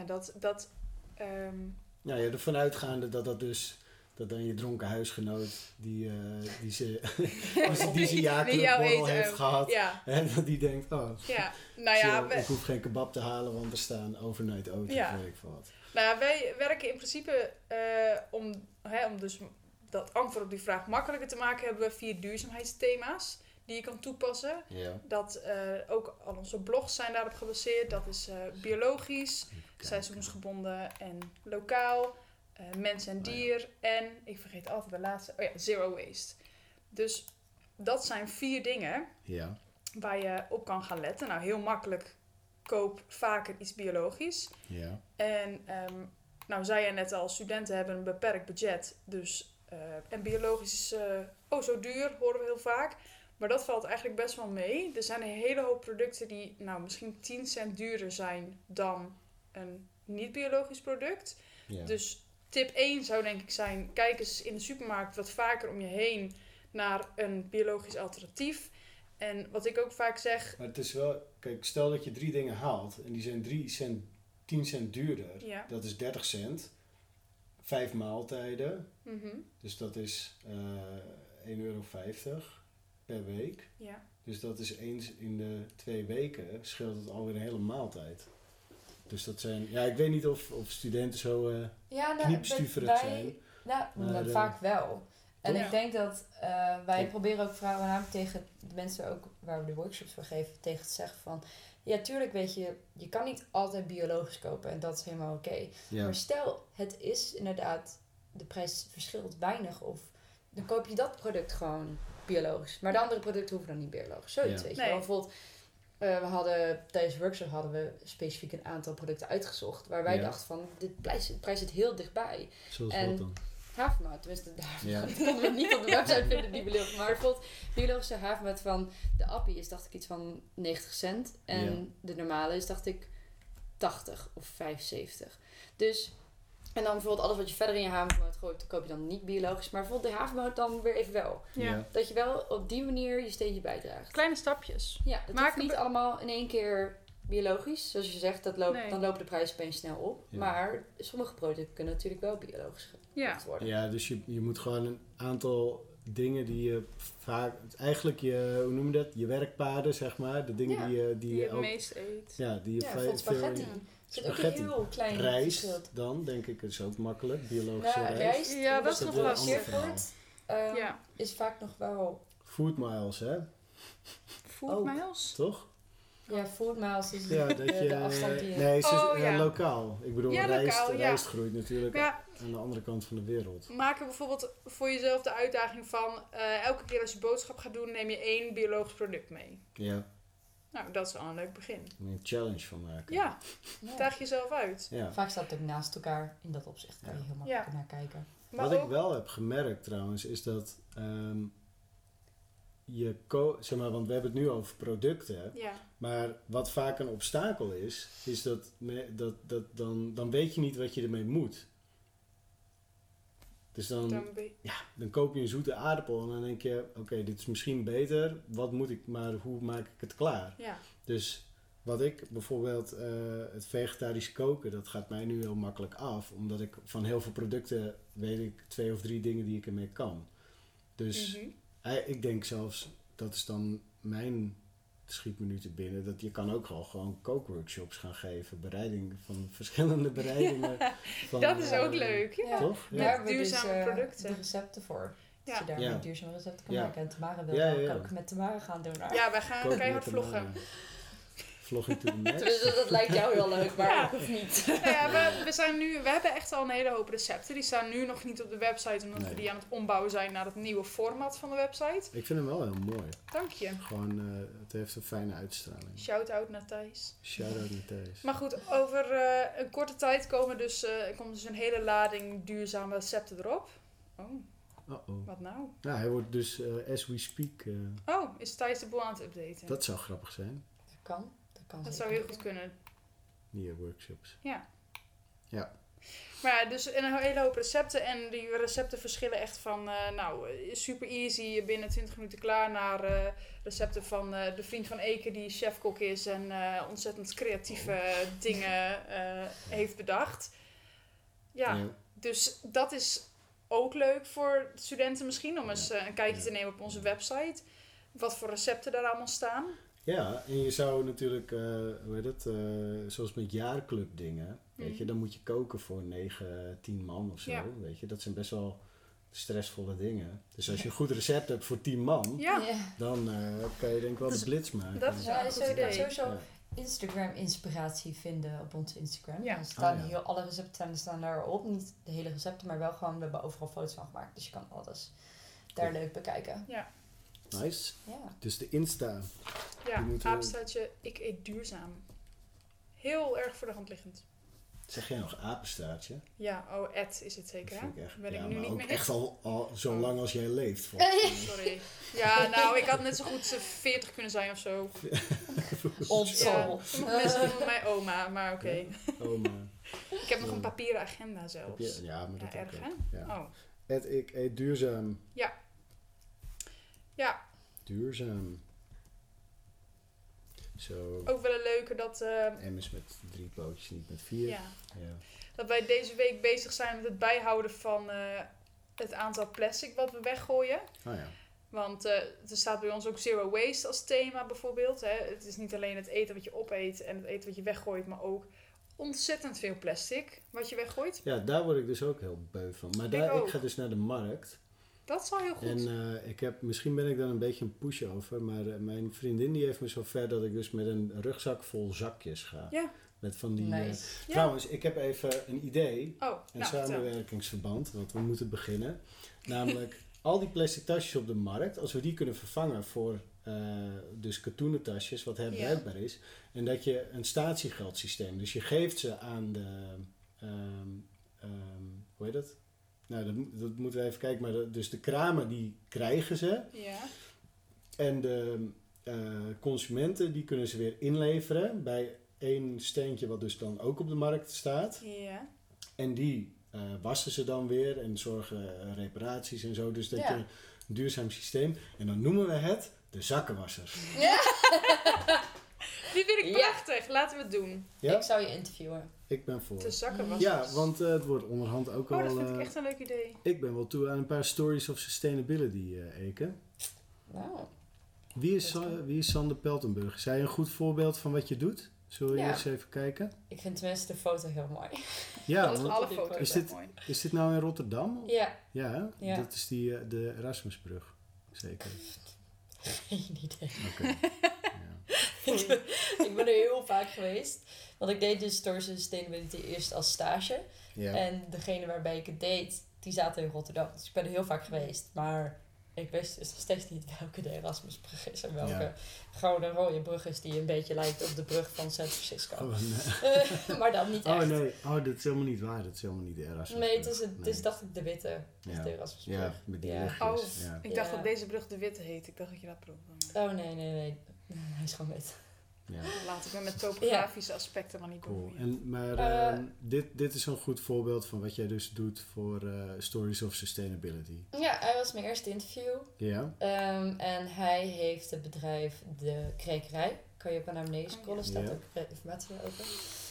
Ja, ervan uitgaande dat dan je dronken huisgenoot die zijn die jouw jaarclubborrel eten, heeft gehad. Ja, En dat die denkt, ja. Nou ja, ik hoef geen kebab te halen, want er staan overnight auto's Ja. of weet ik veel wat. Nou, wij werken in principe om dus dat antwoord op die vraag makkelijker te maken, hebben we 4 duurzaamheidsthema's die je kan toepassen. Ja. Dat ook al onze blogs zijn daarop gebaseerd. Dat is biologisch, seizoensgebonden en lokaal, mens en dier en ik vergeet altijd de laatste, zero waste. Dus dat zijn 4 dingen Ja. waar je op kan gaan letten. Nou, heel makkelijk. Koop vaker iets biologisch. Ja. En nou zei je net al, studenten hebben een beperkt budget. Dus, en biologisch is zo duur, horen we heel vaak. Maar dat valt eigenlijk best wel mee. Er zijn een hele hoop producten die misschien 10 cent duurder zijn dan een niet-biologisch product. Ja. Dus tip 1 zou denk ik zijn, kijk eens in de supermarkt wat vaker om je heen naar een biologisch alternatief. En wat ik ook vaak zeg... Maar het is wel... Kijk, stel dat je 3 dingen haalt en die zijn 10 cent duurder. Ja. Dat is 30 cent. 5 maaltijden. Mhm, Dus dat is €1,50 per week. ja. Dus dat is eens in de 2 weken scheelt het alweer een hele maaltijd. Dus dat zijn... Ja, ik weet niet of studenten zo kniepstuverig zijn. Nou, Maar, vaak wel. En Ja. ik denk dat wij proberen ook voornamelijk tegen de mensen ook waar we de workshops voor geven, tegen te zeggen van, ja, tuurlijk weet je, je kan niet altijd biologisch kopen en dat is helemaal oké. Ja. Maar stel, het is inderdaad, de prijs verschilt weinig of dan koop je dat product gewoon biologisch. Maar de andere producten hoeven dan niet biologisch. Zoiets, Ja. weet je Nee. wel. Bijvoorbeeld, tijdens de workshop hadden we specifiek een aantal producten uitgezocht waar wij Ja. dachten van, de prijs zit heel dichtbij. Zoals En- wat dan? Havermout, tenminste de havermout. Ja. Dat konden we niet op de website vinden, die biologisch. Maar bijvoorbeeld biologische havermout van de appie is dacht ik iets van 90 cent. En Ja. de normale is dacht ik 80 of 75. Dus, en dan bijvoorbeeld alles wat je verder in je havermout gooit, dan koop je dan niet biologisch. Maar bijvoorbeeld de havermout dan weer even wel. Ja. Dat je wel op die manier je steentje bijdraagt. Kleine stapjes. Ja, dat Maak hoeft niet een allemaal in één keer biologisch. Zoals je zegt, Nee. dan lopen de prijzen opeens snel op. Ja. Maar sommige producten kunnen natuurlijk wel biologisch Ja. gemaakt worden. Ja, dus je moet gewoon een aantal dingen die je vaak... Eigenlijk je, hoe noem je dat? Je werkpaden, zeg maar. De dingen Ja, die Die je je het ook... meest eet. Ja, die je Ja, bijvoorbeeld spaghetti. Er zit ook een Spaghetti. heel klein Rijst verschil. dan, denk ik, is ook makkelijk. Biologische Nou, rijst. rijst, Ja, dat is nog wat wel een geproduceerd ander wordt, Ja. is vaak nog wel... Food miles, hè? Food Ook. miles? Toch? Ja, food miles is Ja, dat je... de afstand die je... Nee, ja. lokaal. Ik bedoel, Ja, lokaal, ja. rijst groeit natuurlijk Ja, aan de andere kant van de wereld. maak er bijvoorbeeld voor jezelf de uitdaging van... elke keer als je boodschap gaat doen, neem je 1 biologisch product mee. Ja, Nou, dat is al een leuk begin. er moet je een challenge van maken. Ja, Ja. daag jezelf uit. Ja. Vaak staat het ook naast elkaar. In dat opzicht kan je heel makkelijk Ja. naar kijken. Maar Wat ook, ik wel heb gemerkt trouwens, is dat zeg maar, want we hebben het nu over producten, ja, maar wat vaak een obstakel is dat dan weet je niet wat je ermee moet. Dus dan koop je een zoete aardappel en dan denk je, oké, dit is misschien beter, wat moet ik, maar hoe maak ik het klaar? ja, Dus wat ik bijvoorbeeld, het vegetarisch koken, dat gaat mij nu heel makkelijk af. Omdat ik van heel veel producten weet ik 2 of 3 dingen die ik ermee kan. Dus mhm. ik denk zelfs, dat is dan mijn schietminuten binnen, dat je kan ook gewoon kookworkshops gaan geven. Bereiding van verschillende bereidingen. Van, Dat is ook leuk. Ja. Toch? Daar Ja. hebben we duurzame dus, producten. de recepten voor. Dat Ja. je daar Ja. duurzame recepten kan Ja. maken. En Tamara wil Ja, ook ja. koken met Tamara gaan doen. Ja, wij gaan Koken keihard met de vloggen. mannen. Vlogging to the max. Tenminste, dat lijkt jou heel leuk, maar Ja. ook of niet. Nou ja, we hebben echt al een hele hoop recepten. Die staan nu nog niet op de website, omdat Nee. we die aan het ombouwen zijn naar het nieuwe format van de website. Ik vind hem wel heel mooi. Dank je. Gewoon, het heeft een fijne uitstraling. Shout-out naar Thijs. Shout-out naar Thijs. Maar goed, over een korte tijd komt dus een hele lading duurzame recepten erop. Oh, Uh-oh. wat nou? Nou, hij wordt dus, as we speak, Oh, is Thijs de boel aan het updaten? dat zou grappig zijn. Dat kan. Dat Dat zeker. zou heel goed kunnen. Nieuwe workshops. Ja. Ja. Maar ja, dus een hele hoop recepten. En die recepten verschillen echt van, super easy, binnen 20 minuten klaar, naar recepten van de vriend van Eke die chefkok is en ontzettend creatieve dingen heeft bedacht. Ja, dus dat is ook leuk voor studenten misschien, om eens een kijkje te nemen op onze website. Wat voor recepten daar allemaal staan. Ja, en je zou natuurlijk, hoe heet het, zoals met jaarclub dingen, weet je, dan moet je koken voor 9, 10 man of zo, Ja. weet je. Dat zijn best wel stressvolle dingen. Dus als je een goed recept hebt voor 10 man, Ja, dan kan je denk ik wel Dat de is- blitz maken. dat is wel Ja, een je goed kan idee. sowieso Ja. Instagram-inspiratie vinden op onze Instagram. Ja. Er staan Ah, ja. alle recepten staan daarop. Niet de hele recepten, maar wel gewoon, we hebben overal foto's van gemaakt. Dus je kan alles daar leuk bekijken. Nice. Ja. Dus de Insta. Ja, Die moeten- apenstaartje, ik eet duurzaam. Heel erg voor de hand liggend. Zeg jij nog apenstaartje? Ja, is het zeker, hè? Vind ik echt, Ben ik ja, nu maar niet ook meer echt al zo Oh. lang als jij leeft. Sorry. Ja, nou, ik had net zo goed 40 kunnen zijn of zo. Old Ja, soul. sommige mensen noemen mij oma, maar oké. Oma. Ik heb nog een papieren agenda zelfs. Ja, maar dat Ja, ook. erg, ook. hè? Ja. Oh. Ik eet duurzaam. Ja, Duurzaam. Zo. ook wel een leuke dat, M is met 3 pootjes, niet met 4. ja, Ja. dat wij deze week bezig zijn met het bijhouden van het aantal plastic wat we weggooien. Oh ja. Want er staat bij ons ook zero waste als thema bijvoorbeeld. Hè. Het is niet alleen het eten wat je opeet en het eten wat je weggooit, maar ook ontzettend veel plastic wat je weggooit. Ja, daar word ik dus ook heel beu van. Maar Ik ook. ik ga dus naar de markt. Dat is al heel goed. En misschien ben ik dan een beetje een push over, maar mijn vriendin die heeft me zover dat ik dus met een rugzak vol zakjes ga. Ja. Met van die... Nice. Ja. Trouwens, ik heb even een idee, Oh, een nou, vertel. samenwerkingsverband, want we moeten beginnen. Namelijk, al die plastic tasjes op de markt, als we die kunnen vervangen voor dus katoenen tasjes, wat herbruikbaar is. En dat je een statiegeldsysteem, dus je geeft ze aan de... hoe heet dat? Nou, dat moeten we even kijken. Maar dus de kramen die krijgen ze. Ja. En de consumenten die kunnen ze weer inleveren bij één steentje wat dus dan ook op de markt staat. Ja. En die wassen ze dan weer en zorgen reparaties en zo. Dus dat Ja. je een duurzaam systeem. En dan noemen we het de zakkenwassers. Die vind ik Ja. prachtig. Laten we het doen. Ja? Ik zou je interviewen. Ik ben voor. De zakken was Ja, want het wordt onderhand ook Oh, al... dat vind ik echt een leuk idee. ik ben wel toe aan een paar stories of sustainability, Eke. Nou, Wie is Sander Peltenburg? Is hij een goed voorbeeld van wat je doet? Zullen we Ja. eens even kijken? ik vind tenminste de foto heel mooi. Ja, Dat want alle dit foto's is zijn dit- mooi. is dit nou in Rotterdam? Ja, Ja, hè? Ja. Dat is de Erasmusbrug. Zeker. geen idee. Oké. Ja. Ik ben er heel vaak geweest. Want ik deed dus Stories of Sustainability eerst als stage. Ja. En degene waarbij ik het deed, die zaten in Rotterdam. Dus ik ben er heel vaak geweest. Maar ik wist dus nog steeds niet welke de Erasmusbrug is. En welke Ja. gouden rode brug is die een beetje lijkt op de brug van San Francisco. Oh, nee. Maar dan niet echt. Oh nee, dat is helemaal niet waar. Dat is helemaal niet de Erasmusbrug. Nee, het is dacht ik de witte. Ja. De Erasmusbrug. Ja, met die Ja. lichtjes. Oh, Ja. Ik dacht Ja. dat deze brug de Witte heet. Ik dacht dat je dat bedoelde. Oh nee. Hij is gewoon wit. Ja. Laat ik me met topografische aspecten maar niet Cool. bemoeien. Maar dit is zo'n goed voorbeeld van wat jij dus doet voor Stories of Sustainability. Ja, hij was mijn eerste interview. Ja? En hij heeft het bedrijf De Krekerij. Kan je ook naar beneden scrollen, Ja. staat ook informatie over.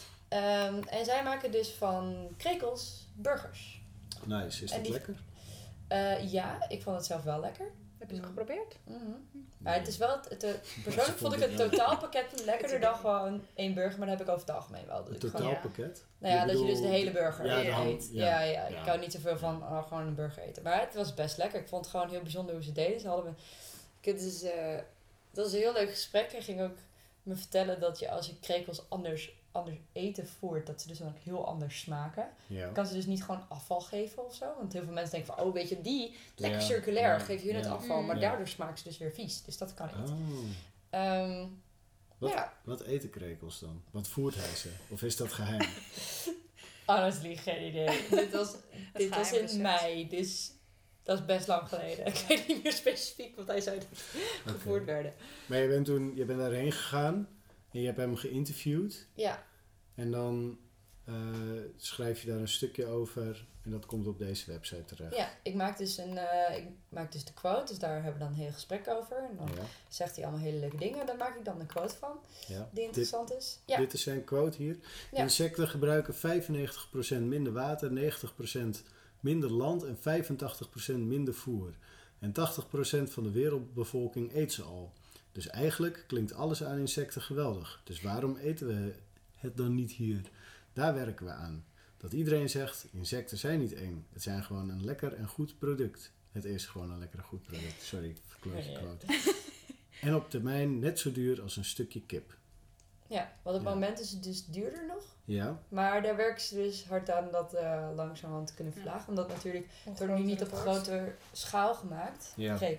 En zij maken dus van krekels burgers. Nice. Is En dat die- lekker? Ja, ik vond het zelf wel lekker. Heb je het geprobeerd? Maar het is wel, persoonlijk vond ik het totaalpakket lekkerder dan gewoon één burger, maar dat heb ik over het algemeen wel. Dat Een ik gewoon, totaalpakket? nou ja, Je dat je dus de bedoelt- hele burger Ja, de ham, eet. ja. Ja, ik Ja. hou niet zoveel van gewoon een burger eten. Maar het was best lekker. Ik vond het gewoon heel bijzonder hoe ze het deden. Ze hadden dat was een heel leuk gesprek. Hij ging ook me vertellen dat je als je krekels anders eten voert, dat ze dus ook heel anders smaken. Ja. Je kan ze dus niet gewoon afval geven of zo. Want heel veel mensen denken van, oh weet je, die lekker Ja, circulair, ja, geef je hun het ja. afval. Maar Ja. daardoor smaken ze dus weer vies. Dus dat kan niet. Oh. Ehm, Wat, ja, wat eten krekels dan? Wat voert hij ze? Of is dat geheim? honestly, geen idee. dit was geheime in recept. mei, dus dat is best lang geleden. Ik weet niet meer specifiek wat hij zei dat gevoerd Oké. werden. Maar je bent daarheen gegaan en je hebt hem geïnterviewd. Ja, En dan schrijf je daar een stukje over en dat komt op deze website terecht. ja, ik maak dus de quote, dus daar hebben we dan een heel gesprek over. En dan Ja, zegt hij allemaal hele leuke dingen. Daar maak ik dan een quote van, ja. die interessant is. Ja, Dit is zijn quote hier. Ja. Insecten gebruiken 95% minder water, 90% minder land en 85% minder voer. En 80% van de wereldbevolking eet ze al. Dus eigenlijk klinkt alles aan insecten geweldig. Dus waarom eten we het dan niet hier? Daar werken we aan. Dat iedereen zegt, insecten zijn niet eng. Het zijn gewoon een lekker en goed product. Het is gewoon een lekker en goed product. Sorry, ik verkloot je Ja. quote. En op termijn net zo duur als een stukje kip. ja, want op het Ja. moment is het dus duurder nog. Ja? Maar daar werken ze dus hard aan dat langzamerhand te kunnen verlagen. Omdat natuurlijk, het wordt nu niet op Grotere grote schaal gemaakt, Ja. krekels.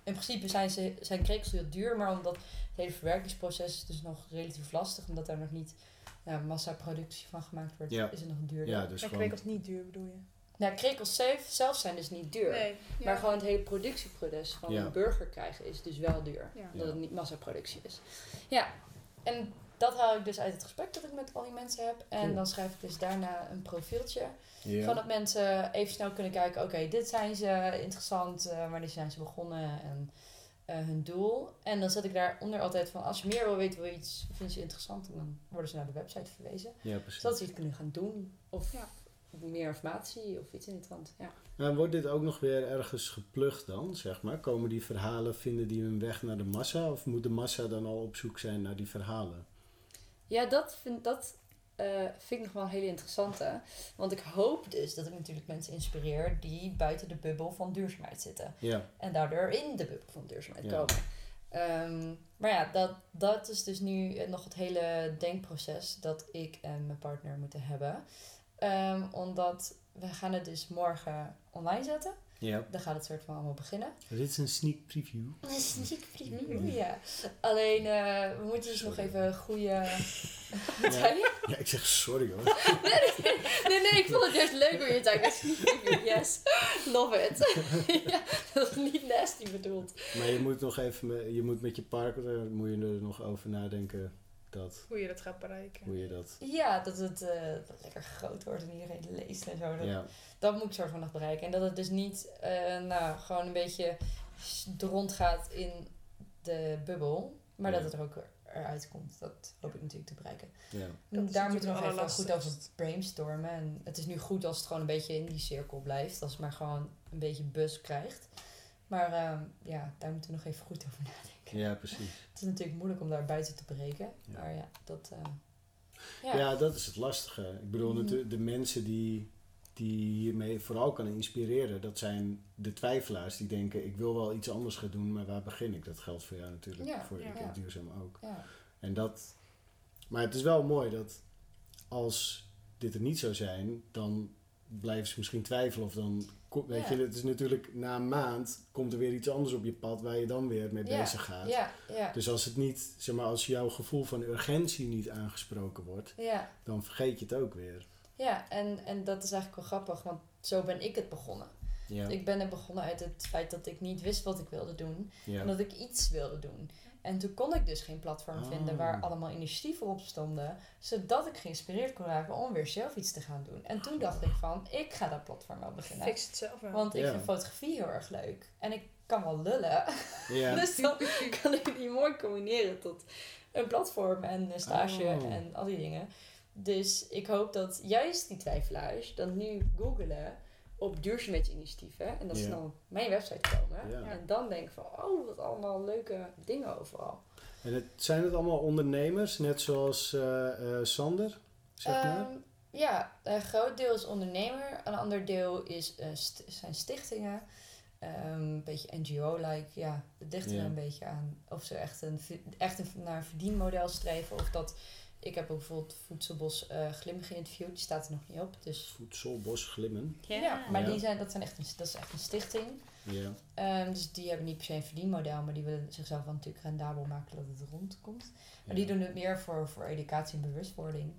in principe zijn krekels heel duur, maar omdat het hele verwerkingsproces is dus nog relatief lastig, omdat daar nog niet massaproductie van gemaakt wordt, is het nog duurder. Ja, dus En gewoon... krekels niet duur bedoel je? Nou, krekels zelf zijn dus niet duur. Nee. Maar gewoon het hele productieproces van een burger krijgen is dus wel duur. Ja. Omdat het niet massaproductie is. Ja, en dat haal ik dus uit het gesprek dat ik met al die mensen heb. En Cool. dan schrijf ik dus daarna een profieltje. Ja. Van dat mensen even snel kunnen kijken. Oké, dit zijn ze, interessant. Wanneer zijn ze begonnen en hun doel. En dan zet ik daaronder altijd van, als je meer wil weten, wil je iets, vind je interessant. En dan worden ze naar de website verwezen. Ja, precies. Zodat ze iets kunnen gaan doen. Of Ja. meer informatie of iets in die trant. Ja. Nou, wordt dit ook nog weer ergens geplukt dan, zeg maar? Komen die verhalen, vinden die hun weg naar de massa? Of moet de massa dan al op zoek zijn naar die verhalen? Ja, dat vind ik nog wel een hele interessante. Want ik hoop dus dat ik natuurlijk mensen inspireer die buiten de bubbel van duurzaamheid zitten. Ja, En daardoor in de bubbel van duurzaamheid Ja. komen. Maar ja, dat is dus nu nog het hele denkproces dat ik en mijn partner moeten hebben. Omdat we gaan het dus morgen online zetten. ja. Dan gaat het soort van allemaal beginnen. Dit is een sneak preview. Een sneak preview, ja. Alleen, we moeten dus nog even goede... Wat zei je? Ja, ik zeg sorry hoor. Nee, ik vond het juist leuk hoe je het zei. Sneak preview, yes. Love it. Ja, dat is niet nasty bedoeld. Maar je moet nog even, je moet met je partner, moet je er nog over nadenken dat, Hoe je dat gaat bereiken. hoe je dat... Ja, dat het dat lekker groot wordt en iedereen leest en zo. Ja, Dat moet ik soort van nog bereiken. En dat het dus niet gewoon een beetje rondgaat in de bubbel. Maar dat het er ook eruit komt. Dat hoop ik natuurlijk te bereiken. ja. Dat is Daar moeten we nog natuurlijk even goed over allerlastigst. brainstormen. En het is nu goed als het gewoon een beetje in die cirkel blijft. Als het maar gewoon een beetje buzz krijgt. Maar daar moeten we nog even goed over nadenken. Ja, precies. Het is natuurlijk moeilijk om daar buiten te breken. Ja. Maar ja, dat... Ja, dat is het lastige. Ik bedoel, natuurlijk de mensen die hiermee vooral kan inspireren, dat zijn de twijfelaars die denken, ik wil wel iets anders gaan doen, maar waar begin ik? Dat geldt voor jou natuurlijk, Ja, voor ja. Ik en Duurzaam ook. Ja. En dat, maar het is wel mooi dat als dit er niet zou zijn, dan blijven ze misschien twijfelen of dan, weet Ja. je, het is natuurlijk na een maand komt er weer iets anders op je pad waar je dan weer mee bezig gaat. Ja. Dus als het niet, zeg maar, als jouw gevoel van urgentie niet aangesproken wordt, Ja. dan vergeet je het ook weer. Ja, en dat is eigenlijk wel grappig, want zo ben ik het begonnen. Ja, Ik ben het begonnen uit het feit dat ik niet wist wat ik wilde doen. ja. En dat ik iets wilde doen. En toen kon ik dus geen platform Oh. vinden waar allemaal initiatieven op stonden. Zodat ik geïnspireerd kon raken om weer zelf iets te gaan doen. En toen dacht ik van, ik ga dat platform wel beginnen. Fix het zelf wel. Want ik Ja. vind fotografie heel erg leuk. En ik kan wel lullen. Ja. Dus dan kan ik die mooi combineren tot een platform en een stage Oh. en al die dingen. Dus ik hoop dat juist die twijfelaars dan nu googelen op duurzaamheidsinitiatieven. En dat ze Ja. dan op mijn website komen. Ja. En dan denken van, oh, wat allemaal leuke dingen overal. En zijn het allemaal ondernemers, net zoals Sander, zeg maar? Ja, een groot deel is ondernemer. Een ander deel zijn stichtingen. Een beetje NGO-like. Ja, het ligt er Ja. een beetje aan. Of ze echt naar een verdienmodel streven. Of dat... Ik heb ook bijvoorbeeld Voedselbos Glim geïnterviewd. Die staat er nog niet op. Dus Voedselbos Glimmen. ja, maar Ja. dat is echt een stichting. Ja. Dus die hebben niet per se een verdienmodel. Maar die willen zichzelf wel natuurlijk rendabel maken dat het rondkomt. Maar Ja. die doen het meer voor educatie en bewustwording.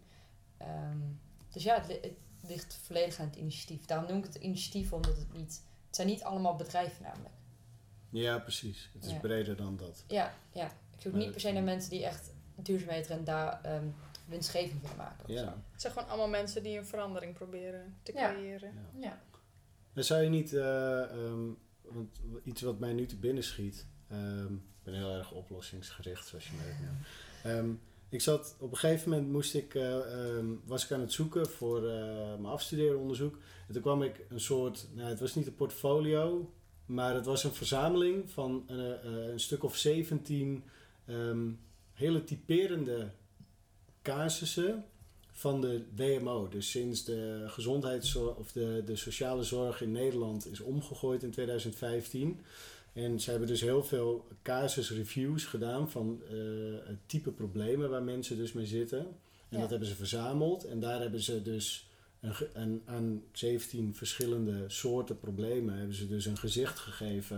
Dus ja, het ligt volledig aan het initiatief. Daarom noem ik het initiatief, omdat het zijn niet allemaal bedrijven namelijk. Ja, precies. Het is Ja. breder dan dat. Ja. Ik zoek Maar niet per se naar mensen die echt duurzaamheid en winstgevend willen maken. Of Ja. zo. Het zijn gewoon allemaal mensen die een verandering proberen te Ja. creëren. Ja. En zou je niet, want iets wat mij nu te binnen schiet, ik ben heel erg oplossingsgericht, zoals je merkt. Ik zat, op een gegeven moment was ik aan het zoeken voor mijn afstudeeronderzoek. En toen kwam ik een soort, het was niet een portfolio, maar het was een verzameling van een stuk of 17 hele typerende casussen van de WMO. Dus sinds de gezondheidszorg of de sociale zorg in Nederland is omgegooid in 2015. En ze hebben dus heel veel casusreviews gedaan van het type problemen waar mensen dus mee zitten. En dat hebben ze verzameld. En daar hebben ze dus aan 17 verschillende soorten problemen hebben ze dus een gezicht gegeven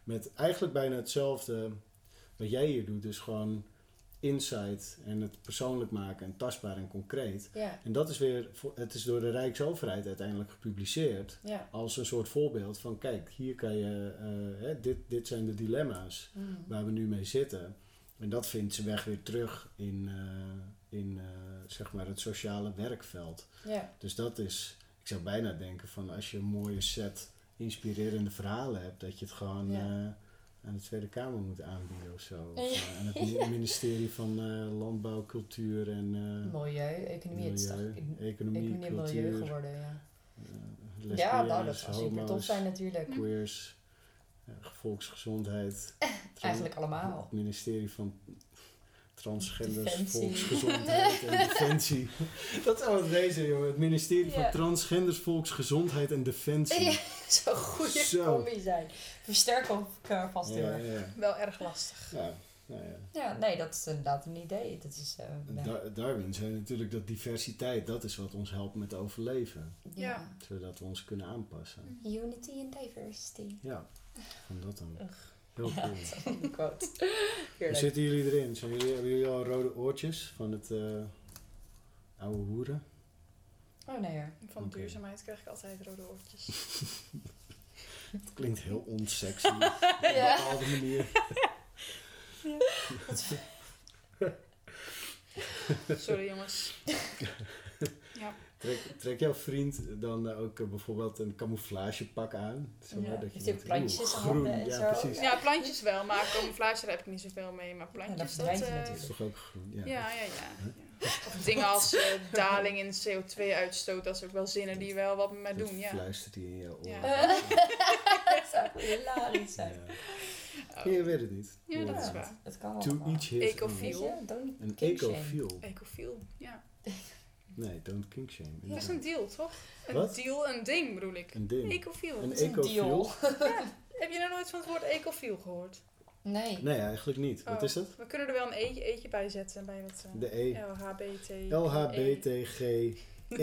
met eigenlijk bijna hetzelfde wat jij hier doet. Dus gewoon insight en het persoonlijk maken en tastbaar en concreet. Ja. En dat is weer, het is door de Rijksoverheid uiteindelijk gepubliceerd Ja. als een soort voorbeeld van kijk, hier kan je, dit zijn de dilemma's waar we nu mee zitten. En dat vindt zijn weg weer terug in zeg maar het sociale werkveld. Ja. Dus dat is, ik zou bijna denken van als je een mooie set inspirerende verhalen hebt, dat je het gewoon aan de Tweede Kamer moet aanbieden of zo. Of aan het ministerie van Landbouw, Cultuur en Milieu, economie. Het is toch economie, economie en cultuur, milieu geworden, ja. lesbiennes, Ja, nou, dat zou super homo's, tof zijn natuurlijk. queers, volksgezondheid. Eigenlijk allemaal. Het ministerie van Transgenders, Defensie. Volksgezondheid en Defensie. Dat zou het wezen, jongen. Het ministerie Ja. van Transgenders, Volksgezondheid en Defensie. Ja, zou een goede Zo. combi zijn. Versterk elkaar vast heel erg. ja. Wel erg lastig. Ja, nou ja. Ja, nee, dat is inderdaad een idee. Dat is, Darwin zei natuurlijk dat diversiteit, dat is wat ons helpt met overleven. Ja. Zodat we ons kunnen aanpassen. Unity and diversity. Ja, van dat dan. Ugh. Heel cool. Een quote. Hoe Heerlijk. zitten jullie erin? Hebben jullie al rode oortjes van het oude hoeren? Oh nee hoor. Van Oké. duurzaamheid krijg ik altijd rode oortjes. Het klinkt heel onsexy. Op Ja. een bepaalde manier. Sorry jongens. Ja. Trek jouw vriend dan ook bijvoorbeeld een camouflagepak aan? Zeg maar, Ja, dat je heeft hij ook denkt, plantjes oeh, aan handen en ja, zo? precies. Ja, plantjes wel, maar camouflage daar heb ik niet zoveel mee. Maar Ja, plantjes, dat verdwijnt hij Dat natuurlijk. is toch ook groen? Ja. Ja. Of dingen als daling in CO2-uitstoot, dat zijn ook wel zinnen die wel wat met mij Dat doen, ja. fluistert hij in je oor. Ja. Dat zou hilarisch zijn. Ja. Je weet het niet. Ja, dat is Ja, waar. Het kan To allemaal. each his Ecofiel. own. Weet je, don't Een kink shame. ecofiel. Ecofiel, ja. Nee, don't kink shame. Dat is een deal, toch? Een Wat? deal, een ding bedoel ik. Een ding. Ecofiel. Een Het is een deal. Heb je nou nooit van het woord ecofiel gehoord? Nee. Nee, eigenlijk niet. Wat Oh, is dat? We kunnen er wel een eetje bij zetten bij dat De E. LHBT. LHBTGE.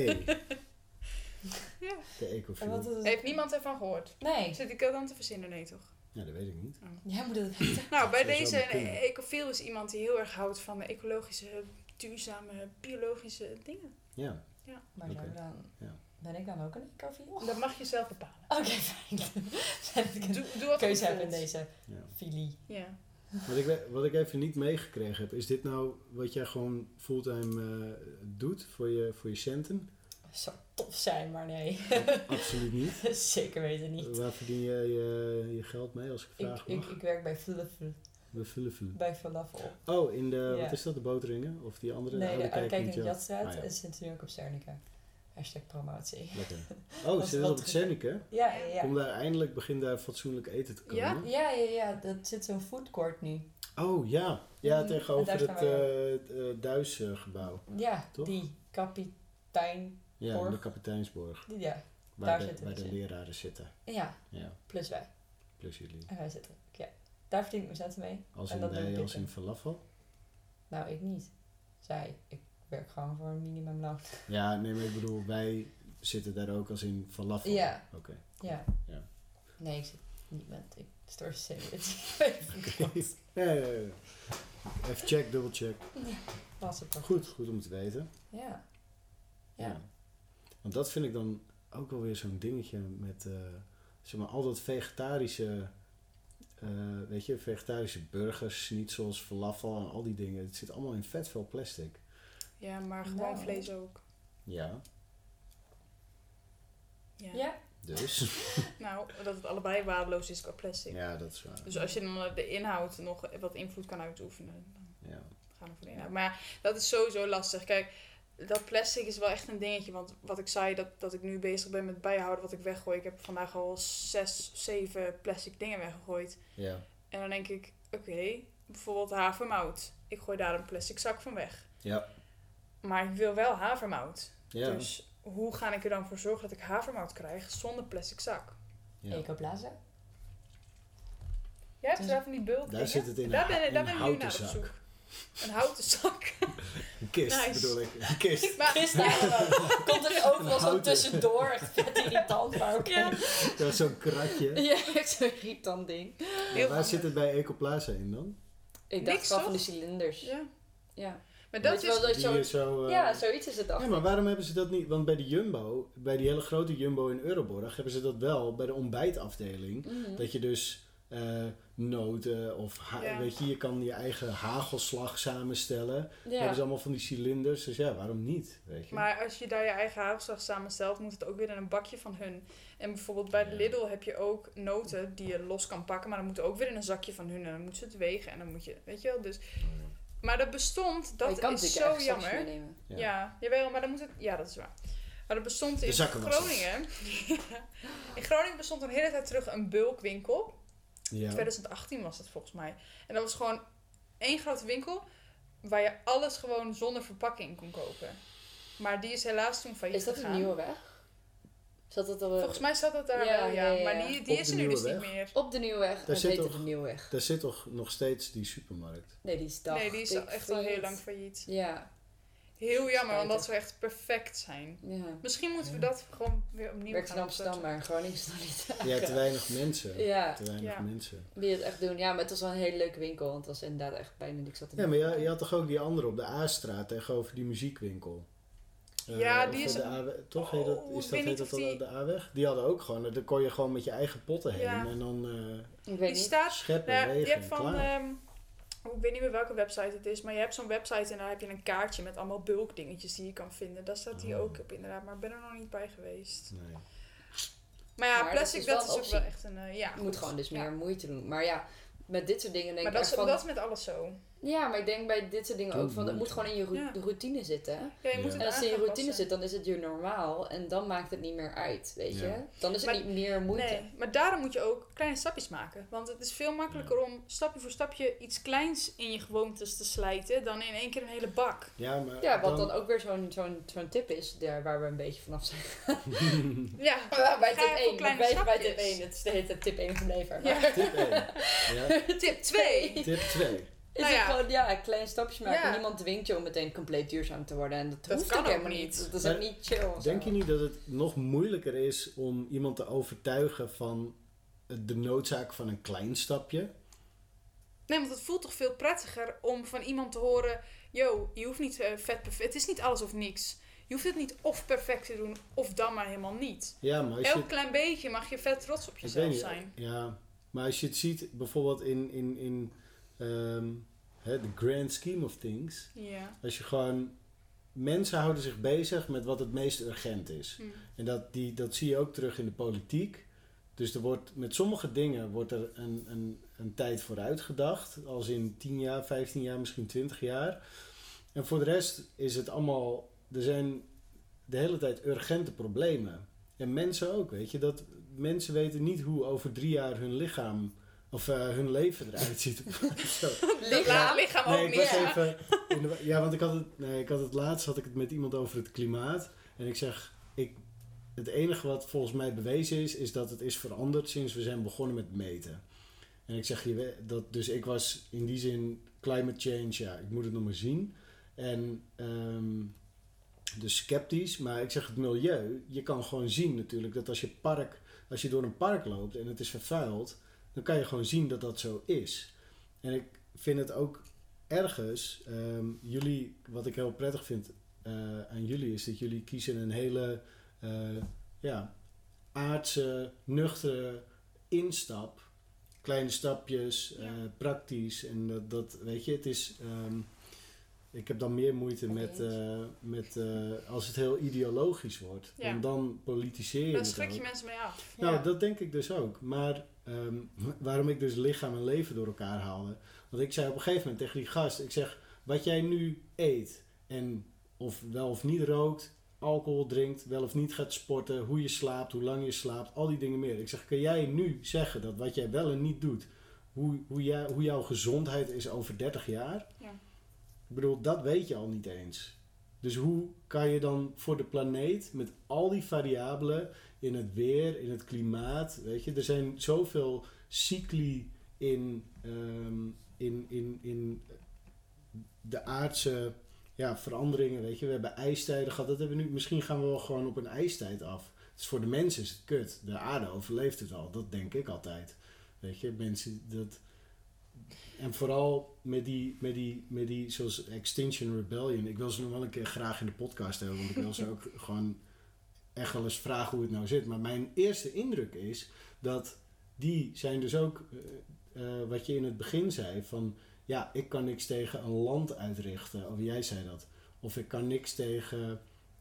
Ja. De En ecofiel. wat is het? Heeft niemand ervan gehoord? Nee. Zit ik dat dan te verzinnen? Nee, toch? Ja, dat weet ik niet. Jij moet het weten. Nou, bij zou deze zomaar kunnen. ecofiel is iemand die heel erg houdt van de ecologische, duurzame, biologische dingen. Ja. Maar Oké. zou dan... Ja. Ben ik dan ook een ecofiel? Dat mag je zelf bepalen. Oké, fijn. Dat ik een Doe wat keuze je heb in voelt. deze Ja. filie. Ja. Wat ik even niet meegekregen heb, is dit nou wat jij gewoon fulltime doet voor je centen? Zou tof zijn, maar nee. Absoluut niet. Zeker weten niet. Waar verdien je je geld mee als ik vraag mag? Ik werk bij Falafel. We vullen. Bij Falafel. Oh, in de, Ja. wat is dat, de Boterringen? Of die andere? Nee, de Kijk kijk in niet, de ja. Jatstraat Ah, ja. en zit nu ook op Cernica. Hashtag promotie. Lekker. Oh, Wat- zit het op wat- het Zenneke? Ja, Kom daar eindelijk, begin daar fatsoenlijk eten te komen. Ja? Ja, dat zit zo'n foodcourt nu. Oh, ja. Ja, En tegenover daar het staan Duisgebouw. Ja, Toch? die kapitein. Ja, Borg. in de Kapiteinsborg. Ja, Waar Daar de, zitten waar we de dus in. leraren zitten. ja, Ja, plus wij. plus jullie. En wij zitten. Ja. Daar verdien ik mijn centen mee. Als En in dat doe wij, ik als dit in falafel? Nou, ik niet. Zij, ik werk gewoon voor een minimumloon. Ja, nee, maar ik bedoel, wij zitten daar ook als in falafel. Ja. Oké. Ja. Ja. Nee, ik zit niet met. Ik stoor ze Ja. Even check, double check. Was het toch? Goed om te weten. Ja. Ja. Ja. Want dat vind ik dan ook wel weer zo'n dingetje met, zeg maar, al dat vegetarische, weet je, vegetarische burgers, niet zoals falafel en al die dingen. Het zit allemaal in vet veel plastic. Ja, maar gewoon Nou. vlees ook. Ja, Ja. dus. Nou, dat het allebei waardeloos is qua plastic. Ja, dat is waar. Dus als je dan de inhoud nog wat invloed kan uitoefenen, dan Ja. gaan we voor de inhoud. Maar ja, dat is sowieso lastig. Kijk, dat plastic is wel echt een dingetje. Want wat ik zei, dat ik nu bezig ben met bijhouden wat ik weggooi. Ik heb vandaag al 6, 7 plastic dingen weggegooid. Ja. En dan denk ik, oké, bijvoorbeeld havermout. Ik gooi daar een plastic zak van weg. Ja. Maar ik wil wel havermout. Ja. Dus hoe ga ik er dan voor zorgen dat ik havermout krijg zonder plastic zak? Ja. Ecoblazen. Jij hebt Dus daar van die bulk Daar zit het in Daar ben een ik nu naar op houten zak. zoek. Een houten zak. Een kist Nice. bedoel ik. Een kist. Maar, Komt er overal zo Houten. tussendoor. Echt vet irritant, maar oké. Ja. Dat is zo'n kratje. Ja, echt zo'n irritant ding. Heel Waar handig. zit het bij Ecoplaza in dan? Ik dacht Niks, wel van toch? die cilinders. Ja. Ja. Maar Weet dat je wel is... dat Die je zo... zo, Ja, zoiets is het ja, dan. maar waarom hebben ze dat niet? Want bij de Jumbo, bij die hele grote Jumbo in Euroborg, hebben ze dat wel bij de ontbijtafdeling. Mhm. Dat je dus noten of Ja. weet je kan je eigen hagelslag samenstellen. Ja. Hebben ze allemaal van die cilinders. Dus ja, waarom niet? Weet je? Maar als je daar je eigen hagelslag samenstelt, moet het ook weer in een bakje van hun. En bijvoorbeeld bij de Ja. Lidl heb je ook noten die je los kan pakken, maar dan moet ook weer in een zakje van hun. En dan moeten ze het wegen en dan moet je, weet je wel. Dus, maar dat bestond, Maar je dat kan is natuurlijk zo ergens zakjes jammer. meenemen. Ja, jawel, maar dan moet het, ja, dat is waar. Maar dat bestond De in zakkenwassers. Groningen. In Groningen bestond een hele tijd terug een bulkwinkel. Ja. 2018 was dat volgens mij. En dat was gewoon één grote winkel waar je alles gewoon zonder verpakking kon kopen. Maar die is helaas toen failliet Is dat gegaan. een nieuwe weg? Zat dat al Volgens mij zat dat daar Ja, wel, ja. ja, ja. Maar die Op is de er nu dus Nieuwe niet meer. op de nieuwe weg? Dat zit heette toch- de nieuwe weg. Daar zit toch nog steeds die supermarkt? Nee, die is dag. Nee, die is al echt al heel lang failliet. Ja. Heel jammer, want dat Spijtig. zou echt perfect zijn. Ja. Misschien moeten we dat gewoon weer opnieuw Werkt in gaan Amsterdam, opzetten. maar in Groningen is het nog niet. Ja, te weinig mensen. Ja, Te weinig Ja. mensen. die het echt doen. Ja, maar het was wel een hele leuke winkel. Want het was inderdaad echt bijna niks wat Ja, maar je had toch ook die andere op de A-straat tegenover die muziekwinkel? Ja, of die is- de toch heet dat, Oh, is ik dat, weet heet niet dat of al die- de A-weg? Die hadden ook gewoon, daar kon je gewoon met je eigen potten heen Ja. en dan Ik weet Die niet. staat... scheppen, Nou ja, je wegen, hebt van... klaar. ik weet niet meer welke website het is, maar je hebt zo'n website en daar heb je een kaartje met allemaal bulkdingetjes die je kan vinden. Daar staat die Oh. ook op inderdaad, maar ik ben er nog niet bij geweest. Nee. Maar ja, Maar plastic, dat dat is is, wel ook een wel echt een... ja, Je moet goed. gewoon dus Ja. meer moeite doen. Maar ja, met dit soort dingen denk Maar ik dat is, echt van... dat is met alles zo. Ja, maar ik denk bij dit soort dingen Doe ook van... Het moet moeite. gewoon in je Ja. de routine zitten. Ja, je Ja. moet het En als het in je aan gaan routine passen. zit, dan is het je normaal. En dan maakt het niet meer uit, weet je. Ja. Dan is het Maar- niet meer moeite. Nee, maar daarom moet je ook kleine stapjes maken. Want het is veel makkelijker om stapje voor stapje iets kleins in je gewoontes te slijten dan in één keer een hele bak. Ja, maar Ja, wat dan ook weer zo'n tip is, daar waar we een beetje vanaf zijn. Ja, Bij ga tip voor 1, kleine bij tip stapjes. 1. Het is de hele tijd tip 1 gebleven. Ja. Tip 1. Ja. Tip 2. Tip 2. Is Nou het ja. gewoon, ja, kleine stapjes maken. Ja. Niemand dwingt je om meteen compleet duurzaam te worden. En dat, Dat hoeft kan ook ook helemaal niet. niet. Dat is Maar ook niet chill. of Denk zo. je niet dat het nog moeilijker is om iemand te overtuigen van de noodzaak van een klein stapje? Nee, want het voelt toch veel prettiger om van iemand te horen... Yo, je hoeft niet vet perfect... Het is niet alles of niks. Je hoeft het niet of perfect te doen of dan maar helemaal niet. Ja, maar als Elk je... klein beetje mag je vet trots op Ik weet jezelf niet, zijn. ja, maar als je het ziet bijvoorbeeld in the grand scheme of things. Ja. Als je gewoon... Mensen houden zich bezig met wat het meest urgent is. Hm. En dat zie je ook terug in de politiek. Dus er wordt, met sommige dingen wordt er een tijd vooruit gedacht. Als in 10 jaar, 15 jaar, misschien 20 jaar. En voor de rest is het allemaal... Er zijn de hele tijd urgente problemen. En mensen ook, weet je. Dat mensen weten niet hoe over 3 jaar hun lichaam... Of hun leven eruit ziet. Zo. Lichaam Nee, ook ik niet. was Ja. even... ja, want ik had het laatst had ik het met iemand over het klimaat. En ik zeg... Het enige wat volgens mij bewezen is dat het is veranderd sinds we zijn begonnen met meten. En ik zeg, dus ik was in die zin climate change, ja, ik moet het nog maar zien. En dus sceptisch, maar ik zeg het milieu, je kan gewoon zien natuurlijk dat als je door een park loopt en het is vervuild, dan kan je gewoon zien dat dat zo is. En ik vind het ook ergens, jullie, wat ik heel prettig vind aan jullie, is dat jullie kiezen een hele aardse, nuchtere instap. Kleine stapjes, praktisch. En dat weet je, het is... ik heb dan meer moeite met als het heel ideologisch wordt. Ja. Want dan politiseer je Dan het schrik je ook. mensen mee af. Nou, Ja. dat denk ik dus ook. Maar waarom ik dus lichaam en leven door elkaar haalde. Want ik zei op een gegeven moment tegen die gast, ik zeg, wat jij nu eet en of wel of niet rookt, alcohol drinkt, wel of niet gaat sporten, hoe je slaapt, hoe lang je slaapt, al die dingen meer. Ik zeg, kan jij nu zeggen dat wat jij wel en niet doet, hoe jouw gezondheid is over 30 jaar? Ja. Ik bedoel, dat weet je al niet eens. Dus hoe kan je dan voor de planeet met al die variabelen in het weer, in het klimaat, weet je, er zijn zoveel cycli in de aardse veranderingen, weet je. We hebben ijstijden gehad, dat hebben we nu. Misschien gaan we wel gewoon op een ijstijd af. Dus voor de mensen is het kut. De aarde overleeft het al, dat denk ik altijd. Weet je, mensen dat... En vooral met die zoals Extinction Rebellion. Ik wil ze nog wel een keer graag in de podcast hebben, want ik wil ze ook gewoon echt wel eens vragen hoe het nou zit. Maar mijn eerste indruk is dat die zijn dus ook, wat je in het begin zei, van ja, ik kan niks tegen een land uitrichten. Of jij zei dat. Of ik kan niks tegen...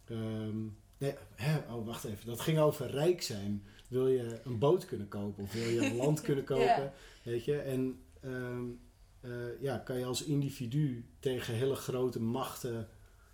wacht even. Dat ging over rijk zijn. Wil je een boot kunnen kopen? Of wil je een land kunnen kopen? Ja. Weet je? En kan je als individu tegen hele grote machten...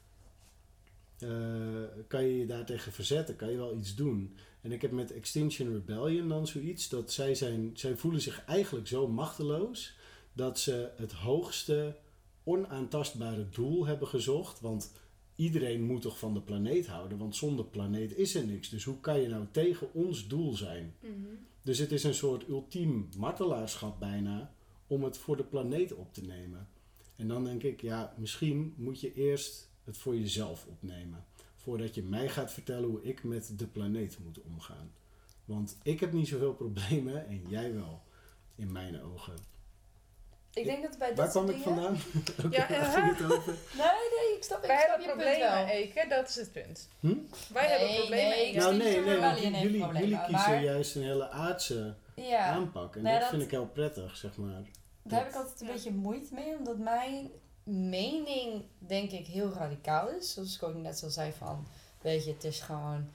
kan je daartegen verzetten? Kan je wel iets doen? En ik heb met Extinction Rebellion dan zoiets... dat zij voelen zich eigenlijk zo machteloos... dat ze het hoogste onaantastbare doel hebben gezocht. Want iedereen moet toch van de planeet houden. Want zonder planeet is er niks. Dus hoe kan je nou tegen ons doel zijn? Mhm. Dus het is een soort ultiem martelaarschap bijna... om het voor de planeet op te nemen. En dan denk ik, ja, misschien moet je eerst het voor jezelf opnemen. Voordat je mij gaat vertellen hoe ik met de planeet moet omgaan. Want ik heb niet zoveel problemen en jij wel. In mijn ogen. Ik denk dat bij dat Waar soort kwam ik dingen... vandaan? Ja, Waar ging het over? Nee, ik snap Wij hebben je punt problemen, wel. Eke, dat is het punt. Hm? Wij hebben problemen. nee, Eke. Nou Extinction nee, want Rebellion heeft jullie problemen, kiezen maar- juist een hele aardse Ja, aanpak. En Nee, dat dat- vind ik heel prettig, zeg maar. daar heb ik altijd een beetje moeite mee, omdat mijn mening denk ik heel radicaal is. Zoals ik ook net zo zei van, weet je, het is gewoon,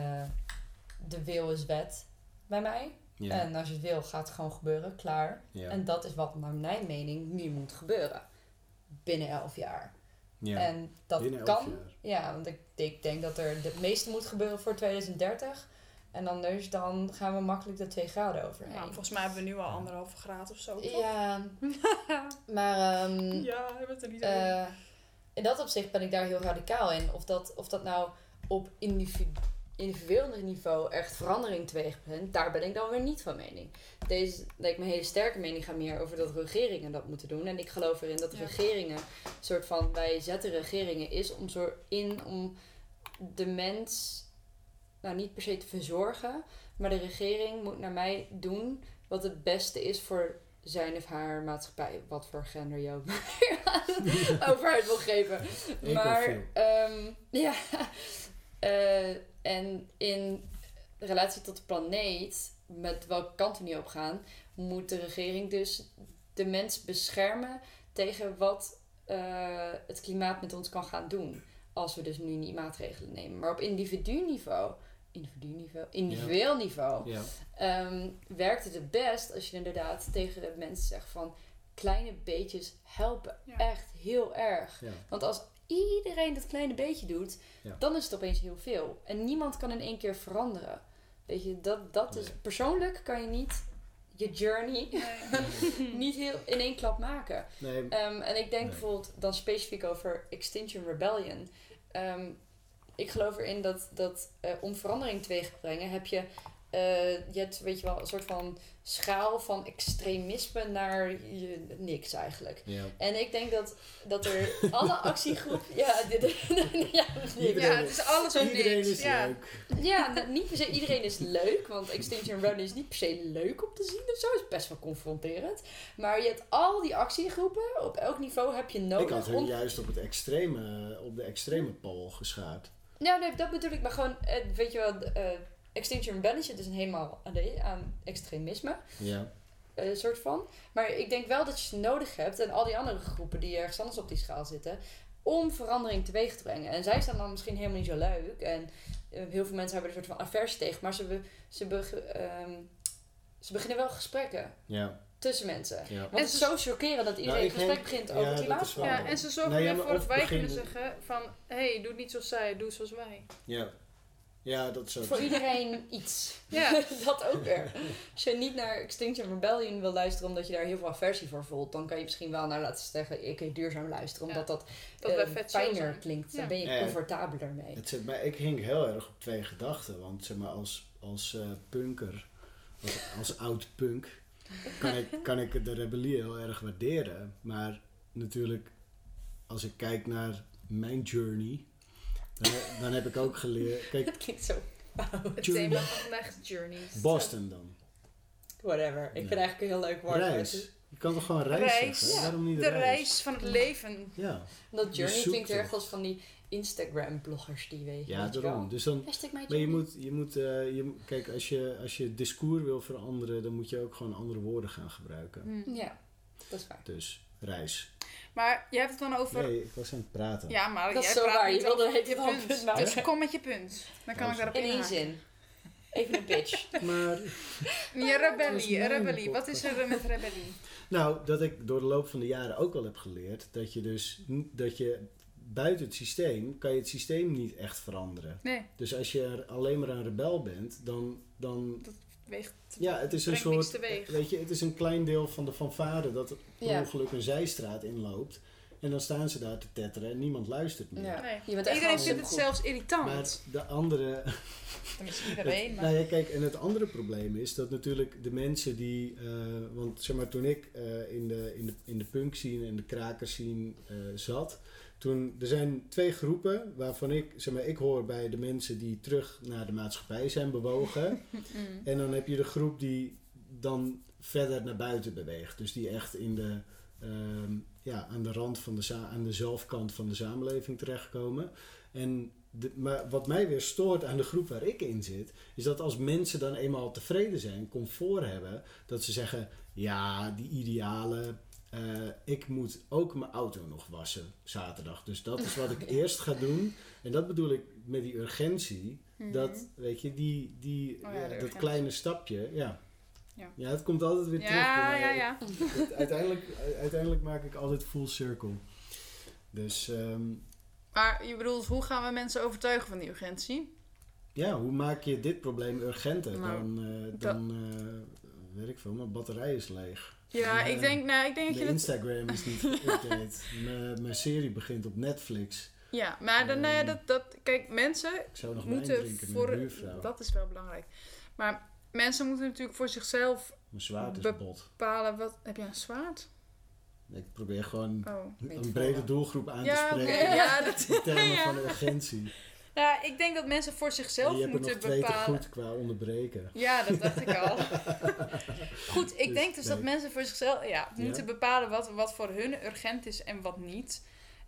de wil is wet bij mij. Ja, En als je het wil, gaat het gewoon gebeuren, klaar. ja, En dat is wat naar mijn mening nu moet gebeuren. Binnen 11 jaar. ja. En dat Binnen 11 kan. jaar. Ja, want ik denk dat er het meeste moet gebeuren voor 2030. En anders dan gaan we makkelijk de 2 graden overheen. Nou, volgens mij hebben we nu al 1,5 graad of zo. toch? Ja, maar Ja, hebben we het er niet over. in dat opzicht ben ik daar heel radicaal in. Of dat nou op individueel niveau echt verandering teweeg brengt, daar ben ik dan weer niet van mening. Deze, denk ik, mijn hele sterke mening gaat meer over dat regeringen dat moeten doen. En ik geloof erin dat de Ja. regeringen, soort van, wij zetten regeringen is om de mens, nou niet per se te verzorgen, maar de regering moet naar mij doen wat het beste is voor zijn of haar maatschappij. Wat voor gender je ook overheid wil geven. Ik Maar wel ja, en in relatie tot de planeet, met welke kant we nu op gaan, moet de regering dus de mens beschermen tegen wat het klimaat met ons kan gaan doen. Als we dus nu niet maatregelen nemen. Maar op individueel niveau Ja. werkt het best als je inderdaad tegen de mensen zegt van kleine beetjes helpen. Ja. Echt heel erg. Ja. Want als iedereen dat kleine beetje doet, Ja. dan is het opeens heel veel. En niemand kan in één keer veranderen. Weet je, dat is Nee. persoonlijk kan je niet je journey niet heel in één klap maken. Nee, En ik denk Nee. bijvoorbeeld dan specifiek over Extinction Rebellion. Ik geloof erin dat om verandering teweeg te brengen heb je hebt, weet je wel, een soort van schaal van extremisme naar niks eigenlijk. ja. En ik denk dat er alle actiegroepen... Ja, ja, Ja, het is alles of Iedereen niks. is Ja. leuk. ja, niet per se iedereen is leuk, want Extinction Rebellion is niet per se leuk om te zien of zo. Het is best wel confronterend. Maar je hebt al die actiegroepen, op elk niveau heb je Ik nodig had hun om... juist op de extreme pol geschaard. Ja, nee, dat bedoel ik, maar gewoon, weet je wel, Extinction Rebellion zit dus helemaal aan extremisme. Ja. Soort van. Maar ik denk wel dat je ze nodig hebt en al die andere groepen die ergens anders op die schaal zitten, om verandering teweeg te brengen. En zij staan dan misschien helemaal niet zo leuk. En heel veel mensen hebben er een soort van aversie tegen, maar ze beginnen wel gesprekken Ja. tussen mensen. Ja. Want het is zo chockerend dat iedereen ik een gesprek denk- begint ja, over dat is klimaatverandering. waar. Ja, en ze zorgen Nou ja, ervoor maar dat wij of kunnen beginnen- zeggen van... Hé, doe het niet zoals zij, doe het zoals wij. Ja. Ja, dat is ook Voor zo. iedereen iets. Ja. Dat ook weer. Als je niet naar Extinction Rebellion wil luisteren omdat je daar heel veel aversie voor voelt, dan kan je misschien wel naar laten zeggen, ik kan duurzaam luisteren, omdat dat Dat wij vet chill fijner zijn. klinkt. Ja. Dan ben je Ja. comfortabeler mee. Het zit mij, ik hing heel erg op 2 gedachten. Want zeg maar, als punker, als oud punk, kan ik de rebellie heel erg waarderen. Maar natuurlijk, als ik kijk naar mijn journey, dan heb ik ook geleerd. Kijk, Dat klinkt zo fout. Het Journey. thema van vandaag is journeys. Boston dan. Whatever. Ik vind het eigenlijk een heel leuk woord. Reis. Je kan toch gewoon reis zeggen? Ja. Waarom niet De reis van het leven. Ja, Dat journey zoekt klinkt toch. erg als van die Instagram-bloggers die weet je. ja, weet je wel. daarom. Dus dan, Hashtag my maar journey. kijk, als je het discours wil veranderen, dan moet je ook gewoon andere woorden gaan gebruiken. Ja, dat is waar. Dus, reis. Maar je hebt het dan over... Nee, ik was aan het praten. Ja, maar Dat is jij zo praat waar. Je niet wilde over het je wel een punt. punt maken. Dus kom met je punt. Dan kan ik daarop In één inhaken. zin. Even een pitch. Maar, Je Dat is rebellie, mijn rebellie. Wat is podcast. er met rebellie? nou, dat ik door de loop van de jaren ook wel heb geleerd dat je dus, dat je buiten het systeem, kan je het systeem niet echt veranderen. Nee, Dus als je er alleen maar een rebel bent, dan weegt. ja, het is een Brengt niks soort, teweeg. weet je, het is een klein deel van de fanfare dat per Ja. ongeluk een zijstraat inloopt. En dan staan ze daar te tetteren en niemand luistert meer. Ja. Nee. Je bent echt Iedereen wel vindt het goed. zelfs Maar irritant. de andere, Tenminste, iedereen. Maar... nou ja, kijk, en het andere probleem is dat natuurlijk de mensen die, want zeg maar toen ik in de punk scene en de kraker scene zat, er zijn 2 groepen waarvan ik hoor bij de mensen die terug naar de maatschappij zijn bewogen. En dan heb je de groep die dan verder naar buiten beweegt. Dus die echt in de, aan de rand van aan de zelfkant van de samenleving terechtkomen. Maar wat mij weer stoort aan de groep waar ik in zit, is dat als mensen dan eenmaal tevreden zijn, comfort hebben, dat ze zeggen, ja, die idealen, ik moet ook mijn auto nog wassen zaterdag. Dus dat is wat ik eerst ga doen. En dat bedoel ik met die urgentie, dat, weet je, de dat urgentie. kleine stapje, ja. Ja. Ja, het komt altijd weer terug. Ja, bij mij. ja. Uiteindelijk maak ik altijd full circle. Dus Maar je bedoelt, hoe gaan we mensen overtuigen van die urgentie? ja, hoe maak je dit probleem urgenter Nou, dan weet ik veel, mijn batterij is leeg. Ja, ik denk dat Mijn je dat... Instagram is niet geüpdate. Mijn serie begint op Netflix. Ja, maar dan, kijk, mensen Ik zou nog wijn moeten drinken met voor... mijn buurvrouw. Dat is wel belangrijk. Maar mensen moeten natuurlijk voor zichzelf Mijn zwaard is Be- bot. bepalen wat... Heb je een zwaard? Ik probeer gewoon Oh. een brede doelgroep aan te Ja, oké. spreken. Ja, dat... In termen Ja. van urgentie. Ja, ik denk dat mensen voor En zichzelf je hebt er moeten nog 2 te bepalen... goed qua onderbreken. Ja, dat dacht ik al. Goed, ik Dus, denk dus dat nee. mensen voor zichzelf moeten bepalen wat voor hun urgent is en wat niet.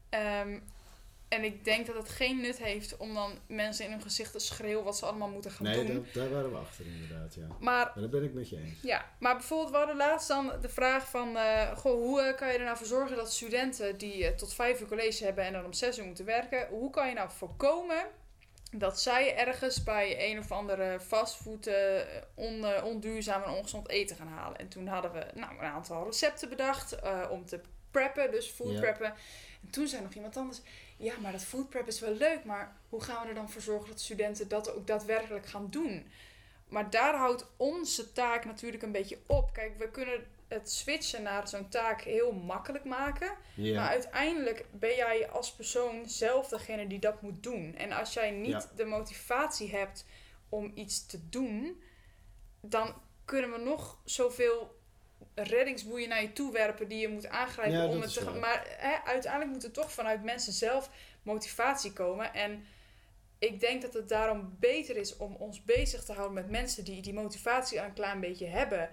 En ik denk dat het geen nut heeft om dan mensen in hun gezicht te schreeuwen wat ze allemaal moeten gaan Nee, doen. daar waren we achter inderdaad, ja. Maar, Maar daar ben ik met je eens. ja, maar bijvoorbeeld, we hadden laatst dan de vraag van... hoe kan je er nou voor zorgen dat studenten die tot 5 uur college hebben en dan om 6 uur moeten werken... Hoe kan je nou voorkomen dat zij ergens bij een of andere fastfood onduurzaam en ongezond eten gaan halen? En toen hadden we een aantal recepten bedacht om te preppen, dus food Ja. preppen. En toen zei nog iemand anders... Ja, maar dat food prep is wel leuk, maar hoe gaan we er dan voor zorgen dat studenten dat ook daadwerkelijk gaan doen? Maar daar houdt onze taak natuurlijk een beetje op. Kijk, we kunnen het switchen naar zo'n taak heel makkelijk maken. Ja. Maar uiteindelijk ben jij als persoon zelf degene die dat moet doen. En als jij niet Ja. de motivatie hebt om iets te doen, dan kunnen we nog zoveel reddingsboeien naar je toe werpen die je moet aangrijpen Ja, om dat het is te gaan. waar. Maar uiteindelijk moet er toch vanuit mensen zelf motivatie komen. En ik denk dat het daarom beter is om ons bezig te houden met mensen die die motivatie al een klein beetje hebben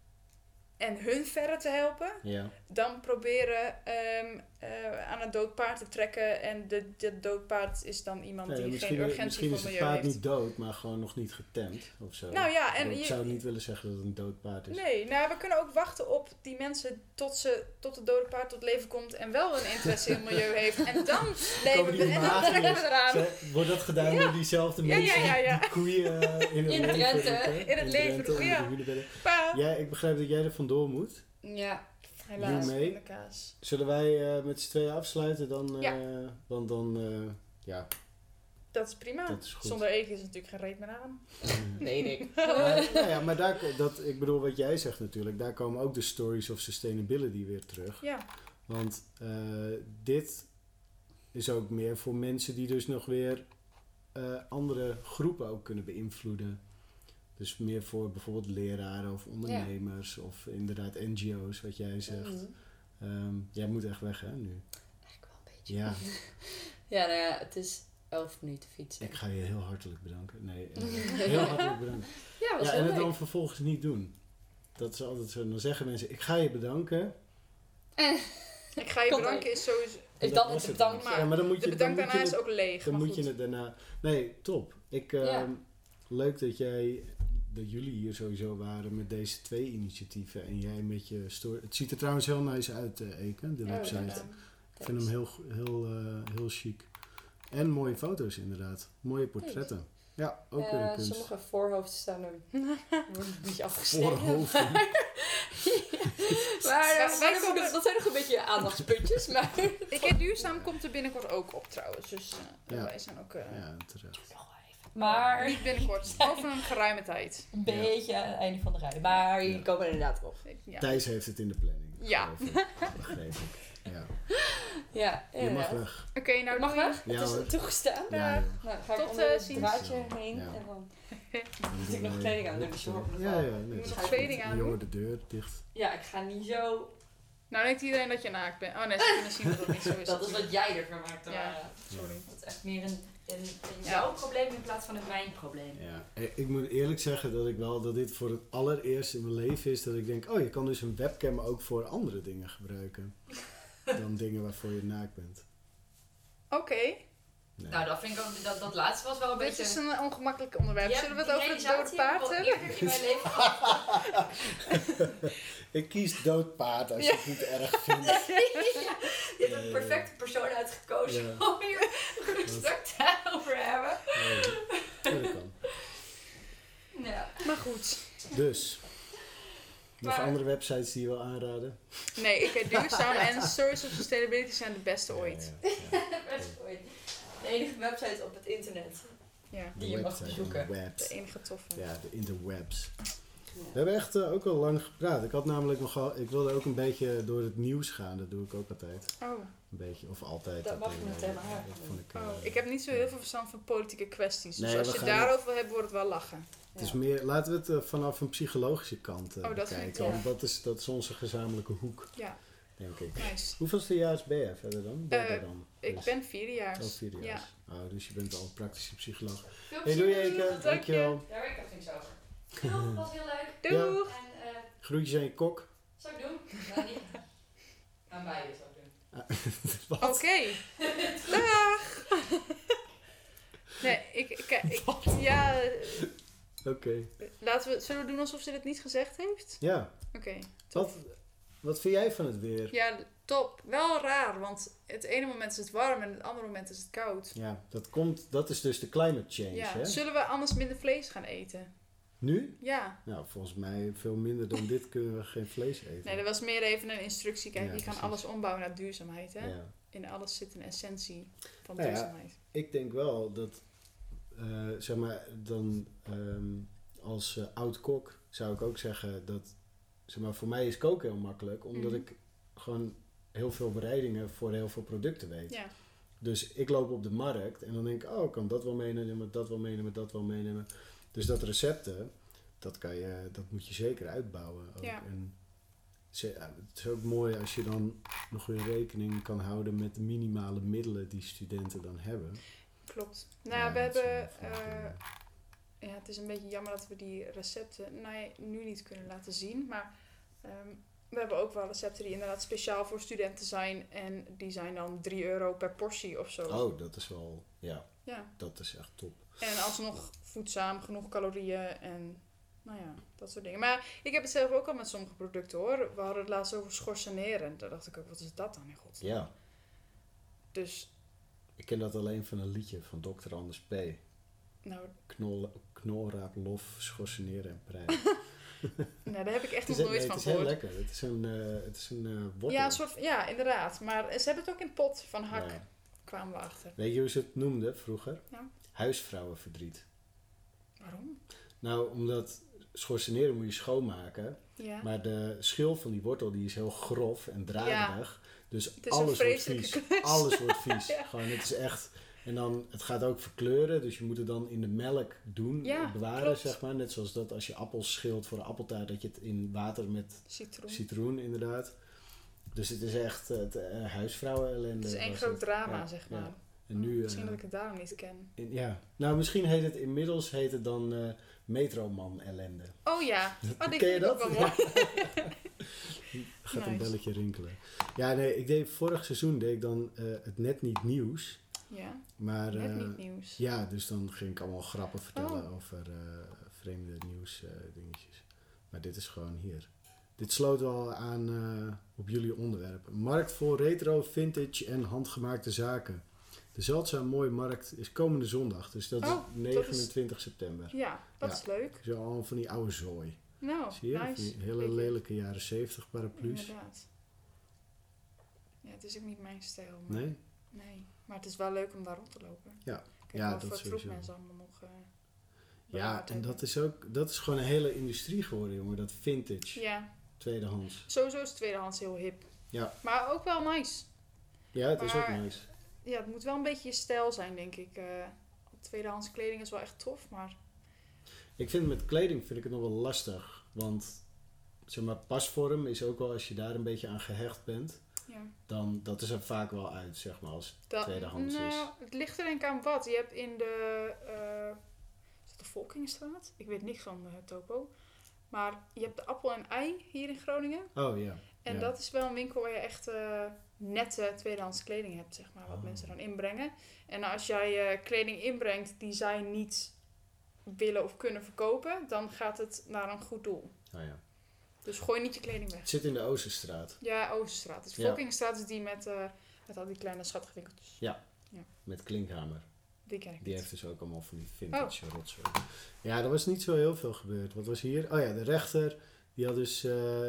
en hun verder te helpen, Ja. dan proberen aan een dood paard te trekken. En de dood paard is dan iemand Nee, die geen urgentie misschien voor is het milieu paard heeft. niet dood, maar gewoon nog niet getemd of zo. Nou ja, en Ik zou niet willen zeggen dat het een dood paard is. Nee, nou we kunnen ook wachten op die mensen tot het dode paard tot leven komt en wel een interesse in het milieu heeft. En dan leven Komen we die en dan magiërs? trekken we eraan. Wordt dat gedaan door diezelfde Ja, mensen ja. die koeien in het In leven Drenthe. roepen? In het leven Drenthe, roepen, in de ja. hunebedden. Pa. Ja, ik begrijp dat jij er vandoor moet. Ja. Helaas, Doe mee. in de kaas. Zullen wij met z'n tweeën afsluiten dan? Ja. Want dan, ja, Dat is prima. dat is goed. Zonder eten is natuurlijk geen reet meer aan. Nee, ik. Nou ja, maar ik bedoel wat jij zegt natuurlijk, daar komen ook de stories of sustainability weer terug. Ja, Want dit is ook meer voor mensen die dus nog weer andere groepen ook kunnen beïnvloeden. Dus meer voor bijvoorbeeld leraren of ondernemers of inderdaad NGO's, wat jij zegt. Mhm. Jij moet echt weg hè nu. Eigenlijk wel een Ja, Ja, nou ja, het is 11 minuten fietsen. ik ga je heel hartelijk bedanken. Nee, heel hartelijk bedanken. Ja, was Ja, heel en het leuk. dan vervolgens niet doen. Dat is altijd zo. Dan zeggen mensen, ik ga je bedanken. Ik ga je Komt bedanken is sowieso... Is Dat dan was het het bedankt. maar Ja, maar dan moet De je, bedankt dan moet daarna je is het, ook leeg. dan maar moet je goed. het daarna... Nee, top. Ja. Leuk dat jullie hier sowieso waren met deze 2 initiatieven. En jij met je story. Het ziet er trouwens heel nice uit, Eken, de Oh, website. dank je. Ik vind hem heel chic. En mooie foto's inderdaad. Mooie portretten. Ja, ook weer een kunst. Sommige voorhoofden staan er worden een beetje afgesneden. Voorhoofden. Maar Wij komen- dat zijn nog een beetje aandachtspuntjes. Maar Ik Eet Duurzaam komt er binnenkort ook op trouwens. Dus Ja. wij zijn ook... Ja, terecht. maar Niet binnenkort. Over een geruime tijd. een beetje aan het einde van de rij. Maar die Ja. komen er inderdaad op. Ja. Thijs heeft het in de planning. Ja. geloof ik. Begreep ik. Ja. Ja, Je mag inderdaad. weg. Oké, nou Mag doei. weg? Ja, Het hoor. is toegestaan. Ja, joh. Nou, ga ik Tot, onder het ziens. draadje heen Ja. en dan Dan moet doen ik nog we- kleding aan doen, dus je hoort me nog Ja, wel. ja. Nee, moet dat nog is kleding goed. aan Je doen? hoort de deur dicht. Ja, ik ga niet zo... Nou denkt iedereen dat je naakt bent. Oh nee, ze kunnen zien dat dat niet zo is. Dat is wat jij ervan maakt. Ja, sorry. Dat is echt meer een jouw probleem in plaats van een mijn probleem. Ja. Ik moet eerlijk zeggen dat dit voor het allereerst in mijn leven is dat ik denk, oh, je kan dus een webcam ook voor andere dingen gebruiken. Dan dingen waarvoor je naakt bent. Oké, Nee. Nou, dat vind ik ook, dat laatste was wel een dit beetje... is een ongemakkelijk onderwerp. Ja, Zullen we het die over het realisatie dode heb ik paard al hebben? eerder in mijn leven gehad. Ik kies doodpaard als je het niet erg vindt. Ja, je hebt een perfecte persoon uitgekozen Ja. om hier een goed stuk te over hebben. Nee, dat kan. Ja. Maar goed. Dus, nog Maar- andere websites die je wil aanraden? Nee, Ik Eet Duurzaam en Stories of Sustainability zijn de beste ooit. Ja, Best ooit. De enige website op het internet. Ja, Die je mag website, bezoeken. de de webs. enige toffe. Ja, de interwebs. We hebben echt ook al lang gepraat. Ik had namelijk ik wilde ook een beetje door het nieuws gaan. Dat doe ik ook altijd. Oh. Een beetje, of altijd. Dat mag je weet meteen maar ik. hebben. Dat vond ik, Oh, ik heb niet zo heel veel verstand van politieke kwesties. Dus Nee, als we je gaan daarover wil hebben, wordt het wel lachen. Het is meer, laten we het vanaf een psychologische kant Oh, dat vind ik bekijken. tof. Want dat is onze gezamenlijke hoek, Ja, denk ik. nice. Hoeveelste jaars ben je verder dan? Derde dan? Ik Dus- ben 4-jaars. Oh, 4 jaar. Ja. Oh, dus je bent al een praktische psycholoog. Veel Hey, doei plezier. Eke. Dankjewel. Daar werk ik niks over. Doei, dat was heel leuk. Doeg! En Groetjes aan je kok. zou ik doen? Ja, niet. Aan beide zou ik doen. Wat? Oké. Dag! Nee, ja, Oké. zullen we doen alsof ze dit niet gezegd heeft? Ja. Oké. Wat vind jij van het weer? Ja, top. Wel raar, want het ene moment is het warm en het andere moment is het koud. Ja, dat is dus de climate change, Ja. hè? Zullen we anders minder vlees gaan eten? Nu? Ja. Nou, volgens mij veel minder dan dit kunnen we geen vlees eten. Nee, dat was meer even een instructie. Kijk, Ja, je kan precies. alles ombouwen naar duurzaamheid, hè? Ja. In alles zit een essentie van Nou ja, duurzaamheid. Ik denk wel dat, zeg maar, dan als oud-kok zou ik ook zeggen dat, zeg maar, voor mij is koken heel makkelijk, omdat Mhm. ik gewoon heel veel bereidingen voor heel veel producten weet. Ja. Dus ik loop op de markt en dan denk ik, oh, ik kan dat wel meenemen, dat wel meenemen, dat wel meenemen. Dus dat recepten, dat moet je zeker uitbouwen. Ook. Ja. En het is ook mooi als je dan nog weer rekening kan houden met de minimale middelen die studenten dan hebben. Klopt. Nou, we dat is hebben... wel veel, ja, het is een beetje jammer dat we die recepten nu niet kunnen laten zien. Maar we hebben ook wel recepten die inderdaad speciaal voor studenten zijn. En die zijn dan €3 per portie of zo. Oh, dat is wel, ja, Ja. dat is echt top. En alsnog voedzaam, genoeg calorieën en nou ja, dat soort dingen. Maar ik heb het zelf ook al met sommige producten hoor. We hadden het laatst over schorseneren. Daar dacht ik ook, wat is dat dan in godsnaam? Ja, Dus, ik ken dat alleen van een liedje van Dr. Anders P. nou, Knolraap, lof, schorseneren en prei. daar heb ik echt nog Het nooit is van heel gehoord. lekker. Het is een wortel. Ja, een soort, ja, inderdaad. Maar ze hebben het ook in pot van hak, Ja. kwamen we achter. Weet je hoe ze het noemden vroeger? Ja. Huisvrouwenverdriet. Waarom? Nou, omdat schorseneren moet je schoonmaken. Ja. Maar de schil van die wortel die is heel grof en draderig. Dus Het is een alles wordt vreselijke vies. klus. Alles wordt vies. Ja. Gewoon, het is echt... En dan, het gaat ook verkleuren. Dus je moet het dan in de melk doen. Ja, bewaren, klopt. zeg maar. Net zoals dat als je appels schilt voor de appeltaart. Dat je het in water met Citroen. citroen, inderdaad. Dus het is echt huisvrouwen ellende. Het is één was groot het. drama, Ja, zeg maar. ja. En nu, Misschien dat ik het daarom niet ken. Nou misschien inmiddels heet het dan Metroman ellende. Oh ja, die Ken je vind ik dat? ook wel mooi. Gaat een Nice. belletje rinkelen. Ja, nee, vorig seizoen deed ik dan het net niet nieuws. Ja, Maar, net niet nieuws. Ja, dus dan ging ik allemaal grappen vertellen Oh. over vreemde nieuws dingetjes. Maar dit is gewoon hier. Dit sloot wel aan op jullie onderwerp. Een markt vol retro, vintage en handgemaakte zaken. De Zeldzaam Mooie Markt is komende zondag. Dus dat is 29 september. Ja, dat Ja. is leuk. Zo allemaal van die oude zooi. Nou, Zie je? Van nice. die hele Weet je. lelijke jaren 70 paraplu's. Inderdaad. Ja, het is ook niet mijn stijl. Maar Nee? nee. Maar het is wel leuk om daar rond te lopen. Ja. Kijk Ja, wel dat voor troep sowieso. mensen allemaal nog... Ja, bewaard en hebben. dat is gewoon een hele industrie geworden, jongen. Dat vintage, Ja, tweedehands. sowieso is tweedehands heel hip. Ja. Maar ook wel nice. Ja, het is ook Maar- nice. Ja, het moet wel een beetje je stijl zijn, denk ik. Tweedehands kleding is wel echt tof, maar... Ik vind met kleding vind ik het nog wel lastig. Want zeg maar, pasvorm is ook wel, als je daar een beetje aan gehecht bent, Ja. dan dat is er vaak wel uit, zeg maar, als Dat, tweedehands is. nou, het ligt er denk ik aan wat. Je hebt in de... is dat de Volkingstraat? Ik weet niks van topo. Maar je hebt de Appel en Ei hier in Groningen. Oh ja. En ja. dat is wel een winkel waar je echt nette tweedehands kleding hebt, zeg maar. Wat Oh. mensen dan inbrengen. En als jij kleding inbrengt die zij niet willen of kunnen verkopen, dan gaat het naar een goed doel. Oh, ja. Dus gooi niet je kleding weg. Het zit in de Oosterstraat. Ja, Oosterstraat. Dus Ja. Volkingstraat is die met al die kleine schattige winkeltjes. Met Klinkhamer. Die ken ik Die niet. heeft dus ook allemaal van die vintage rotzooi. Ja, er was niet zo heel veel gebeurd. Wat was hier? Oh ja, de rechter. Die had dus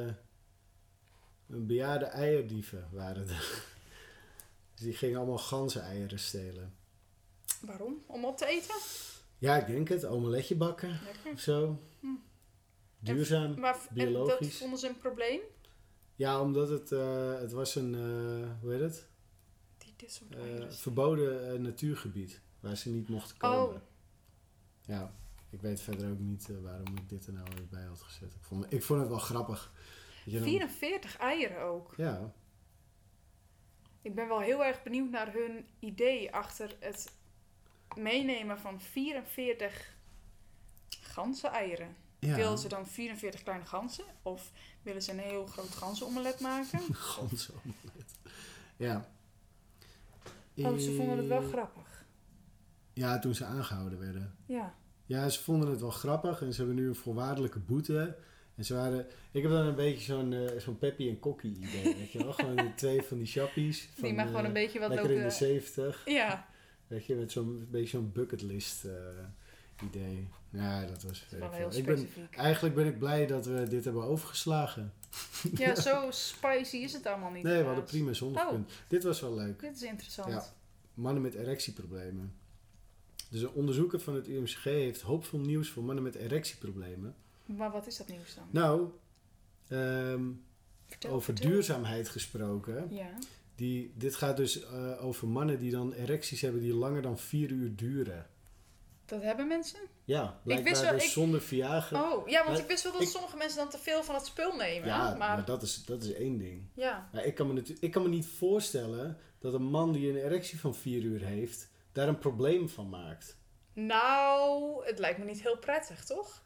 een bejaarde eierdieven waren er. Dus die gingen allemaal ganzeneieren stelen. Waarom? Om op te eten? Ja, ik denk het. Omeletje bakken Lekker. of zo. Hm. Duurzaam. Maar en dat biologisch. vonden ze een probleem? Ja, omdat het was een, hoe heet het? Dit soort eieren. Verboden natuurgebied. Waar ze niet mochten komen. Oh. Ja, ik weet verder ook niet waarom ik dit er nou weer bij had gezet. Ik vond het wel grappig. Dat je dan- 44 eieren ook. Ja, Ik ben wel heel erg benieuwd naar hun idee achter het meenemen van 44 ganzen-eieren. ja. Willen ze dan 44 kleine ganzen? Of willen ze een heel groot ganzenomelet maken? Gansomelet. Ja. Oh, ze vonden het wel grappig. Ja, toen ze aangehouden werden. Ja. Ja, ze vonden het wel grappig en ze hebben nu een voorwaardelijke boete. En ze waren... Ik heb dan een beetje zo'n Peppy en Kokkie idee, weet je wel? Gewoon twee van die chappies. Die mag gewoon een beetje wat lekker lopen. in de 70. Ja, Weet je, met zo'n beetje zo'n bucketlist idee. Ja, dat was... dat is weet wel ik heel veel. specifiek. Eigenlijk ben ik blij dat we dit hebben overgeslagen. Ja, zo spicy is het allemaal niet. Nee, we hadden inderdaad. prima zonnepunt. Dit was wel leuk. Dit is interessant. Ja. Mannen met erectieproblemen. Dus een onderzoeker van het UMCG heeft hoopvol nieuws voor mannen met erectieproblemen. Maar wat is dat nieuws dan? Nou, Vertel, over vertel. duurzaamheid gesproken. Ja. Dit gaat dus over mannen die dan erecties hebben die langer dan 4 uur duren. Dat hebben mensen? Ja, wist blijkbaar wel- dus zonder Viagra. Oh, ja, want Maar ik wist wel dat sommige mensen dan te veel van het spul nemen. Ja, maar maar dat is één ding. ja. Maar ik kan me niet voorstellen dat een man die een erectie van 4 uur heeft, daar een probleem van maakt. Nou, het lijkt me niet heel prettig, toch?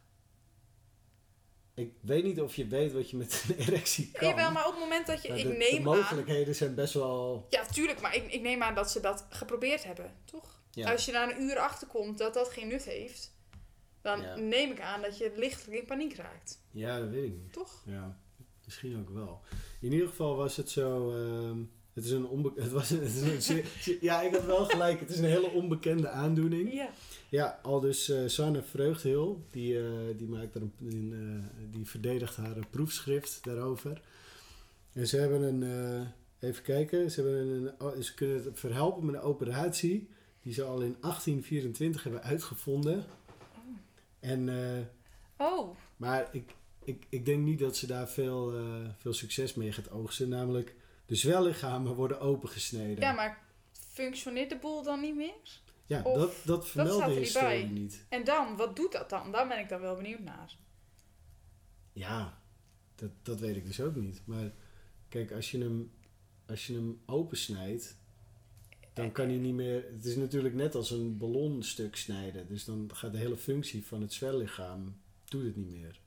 Ik weet niet of je weet wat je met een erectie kan. Jawel, maar op het moment dat je... Maar Ik de neem aan... mogelijkheden zijn best wel... Ja, tuurlijk, maar ik neem aan dat ze dat geprobeerd hebben, toch? Ja. Als je na een uur achterkomt dat dat geen nut heeft, dan Ja. neem ik aan dat je lichtelijk in paniek raakt. Ja, dat weet ik niet. Toch? Ja, misschien ook wel. In ieder geval was het zo... het is ja, ik had wel gelijk. Het is een hele onbekende aandoening. Ja. Ja, al dus Sanne Vreugdehil, die maakt er die verdedigt haar proefschrift daarover. En ze hebben even kijken, ze kunnen het verhelpen met een operatie die ze al in 1824 hebben uitgevonden. En, Oh, maar ik denk niet dat ze daar veel succes mee gaat oogsten. Namelijk, de zwellichamen worden opengesneden. ja, maar functioneert de boel dan niet meer? Ja, of- dat vermeldt staat de er niet historie bij. niet. En dan, wat doet dat dan? Daar ben ik dan wel benieuwd naar. Ja, dat weet ik dus ook niet. Maar kijk, als je hem opensnijdt, dan kan hij niet meer... Het is natuurlijk net als een ballonstuk snijden. Dus dan gaat de hele functie van het zwellichaam... doet het niet meer.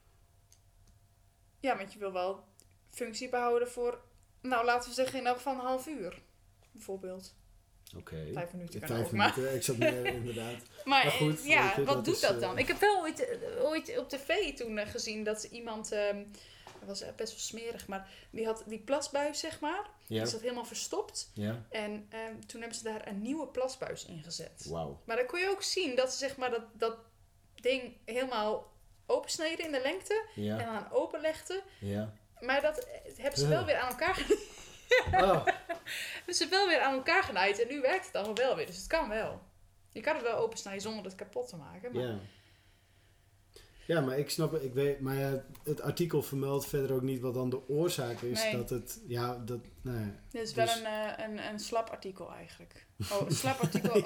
Ja, want je wil wel functie behouden voor... Nou, laten we zeggen in elk geval een half uur. Bijvoorbeeld. Oké. 5 minuten kan 5 ook, maar... minuten, ik zat meer inderdaad. Maar goed, weet ja, je, wat dat doet is, dat dan? Ik heb wel ooit op tv toen gezien dat iemand... dat was best wel smerig, maar die had die plasbuis, zeg maar. Ja. Die zat helemaal verstopt. Ja, En toen hebben ze daar een nieuwe plasbuis in gezet. wauw. Maar dan kon je ook zien dat ze zeg maar dat ding helemaal opensneden in de lengte. En Ja, dan openlegden. ja. Maar dat hebben ze wel weer aan elkaar genaaid. Oh, Dus ze wel weer aan elkaar genaaid. En nu werkt het allemaal wel weer. Dus het kan wel. Je kan het wel opensnijden zonder het kapot te maken. Maar... ja. Ja, maar ik snap het. Ik weet, maar ja, het artikel vermeldt verder ook niet wat dan de oorzaak is. Nee. Dat het... Ja, dat... Nee. Dit is Dus- wel een slap artikel eigenlijk. Oh, een slap artikel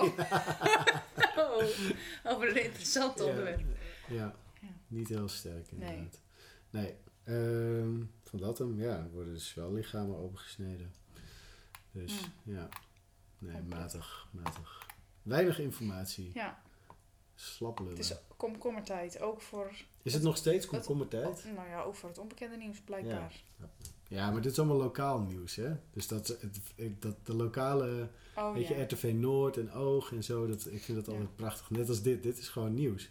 over een interessant Ja. onderwerp. Ja, Ja. niet heel sterk inderdaad. Nee. Nee. Van dat hem, ja, er worden dus wel lichamen opengesneden. Dus, ja. Nee, Opletten. matig. Weinig informatie. Ja, Slap lullen. het is komkommertijd. Ook voor... Is het nog steeds komkommertijd? Nou ja, ook voor het onbekende nieuws blijkbaar. Ja, maar dit is allemaal lokaal nieuws, hè? Dus dat de lokale, Oh weet ja. je, RTV Noord en Oog en zo, ik vind dat Ja. altijd prachtig. Net als dit is gewoon nieuws.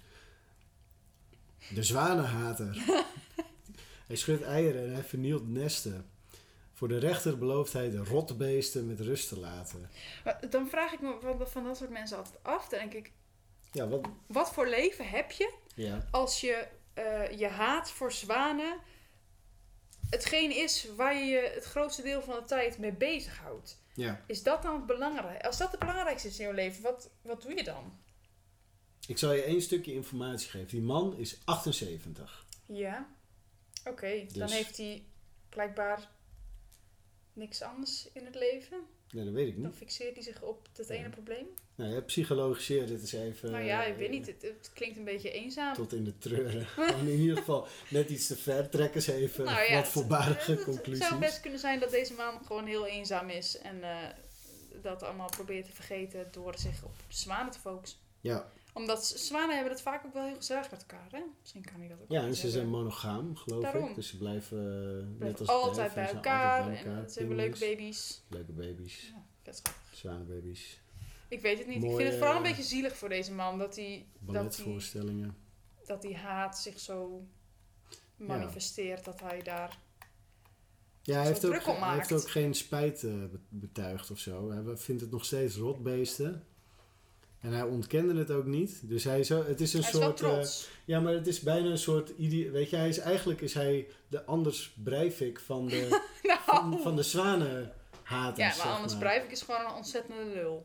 De zwanenhater. Hij schudt eieren en hij vernielt nesten. Voor de rechter belooft hij de rotbeesten met rust te laten. Maar dan vraag ik me van dat soort mensen altijd af. Dan denk ik, Ja, wat? wat voor leven heb je Ja. als je je haat voor zwanen hetgeen is waar je je het grootste deel van de tijd mee bezighoudt? Ja. Is dat dan belangrijk? Als dat het belangrijkste is in je leven, wat doe je dan? Ik zal je 1 stukje informatie geven. Die man is 78. Ja, oké. Dan Dus- heeft hij blijkbaar niks anders in het leven. Nee, dat weet ik Dan niet. fixeert hij zich op dat Ja. ene probleem. Nou ja, psychologiseer dit eens even. Nou ja, ik weet niet. Het klinkt een beetje eenzaam. Tot in de treuren. Gewoon in ieder geval net iets te ver. Trek eens even Nou ja, wat voorbarige het conclusies. zou best kunnen zijn dat deze man gewoon heel eenzaam is. En dat allemaal probeert te vergeten door zich op zwanen te focussen. Ja. Omdat zwanen hebben het vaak ook wel heel gezellig met elkaar. Hè? Misschien kan hij dat ook Ja, wel en ze zeggen. zijn monogaam, geloof Daarom. ik. Dus ze blijven net als altijd het bij duif, elkaar. altijd bij En ze hebben leuke pinguïns. baby's. Leuke baby's. Ja, vet schattig. Zwanenbaby's. Ik weet het niet. Ik Mooie, vind het vooral een beetje zielig voor deze man. Dat Balletvoorstellingen. die haat zich zo manifesteert. Dat hij daar... Ja, hij zo heeft, ook, druk op hij heeft maakt. ook geen spijt betuigd of zo. Hij vindt het nog steeds rotbeesten. En hij ontkende het ook niet. Dus het is een Hij is wel soort... trots. ja, maar het is bijna een soort... weet je, eigenlijk is hij de Anders Breivik van de, Nou. van de zwanenhaters. Ja, maar zeg Anders Breivik is gewoon een ontzettende lul.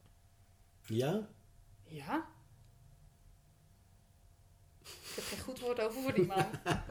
Ja? Ja? Ik heb geen goed woord over voor die man.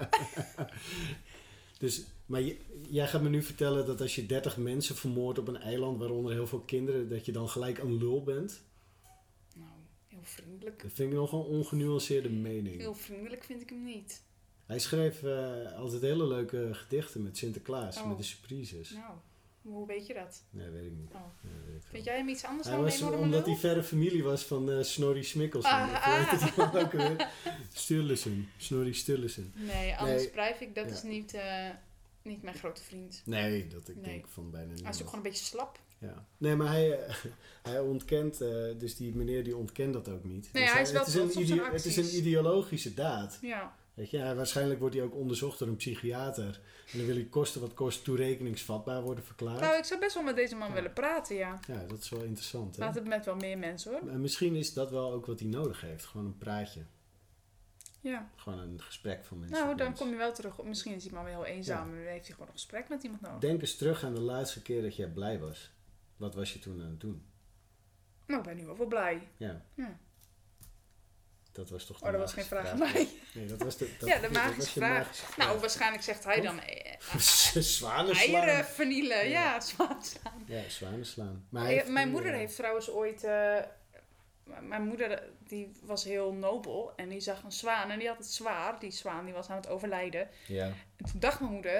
Dus, maar jij gaat me nu vertellen dat als je 30 mensen vermoordt op een eiland, waaronder heel veel kinderen, dat je dan gelijk een lul bent? Nou, heel vriendelijk. Dat vind ik nog een ongenuanceerde mening. Heel vriendelijk vind ik hem niet. Hij schreef altijd hele leuke gedichten met Sinterklaas, Oh. met de surprises. Nou, hoe weet je dat? Nee, weet ik niet. Oh. Nee, weet ik veel. Vind jij hem iets anders Hij dan een was, enorme omdat lul? hij verre familie was van Snorri Smikkelsen. Ah, Of hoe heet het dan ook weer? Sturlussen. Snorri Sturlussen. Nee, Anders Nee. Breivik, dat Ja. is niet mijn grote vriend. Nee, dat ik Nee. denk van bijna Hij is niemand. ook gewoon een beetje slap. Ja. Nee, maar hij ontkent, dus die meneer die ontkent dat ook niet. Nee, Dus hij is wel het trots op zijn het is acties. een ideologische daad. Ja. Weet je, waarschijnlijk wordt hij ook onderzocht door een psychiater. En dan wil hij kosten wat kost toerekeningsvatbaar worden verklaard. Nou, ik zou best wel met deze man Ja. willen praten, ja. Ja, dat is wel interessant. Hè? Laat het met wel meer mensen, hoor. En misschien is dat wel ook wat hij nodig heeft. Gewoon een praatje. Ja. Gewoon een gesprek van mensen. Nou, tot dan mensen. kom je wel terug op... Misschien is die man wel heel eenzaam. En dan heeft hij gewoon een gesprek met iemand nodig. Denk eens terug aan de laatste keer dat jij blij was. Wat was je toen aan het doen? Nou, ik ben nu wel wel blij. Ja. Ja. Dat was toch de Oh, dat was magische geen vraag aan vraag. mij. Nee, dat was de, Ja, de dat magische was je vraag. magische Nou, waarschijnlijk zegt hij dan... Zwanen eieren slaan. vernielen. Ja, zwanen slaan. Ja, zwanen slaan. Maar hij heeft Mijn nu, moeder heeft trouwens ooit... mijn moeder die was heel nobel. En die zag een zwaan. En die had het zwaar. Die zwaan die was aan het overlijden. Ja. En toen dacht mijn moeder...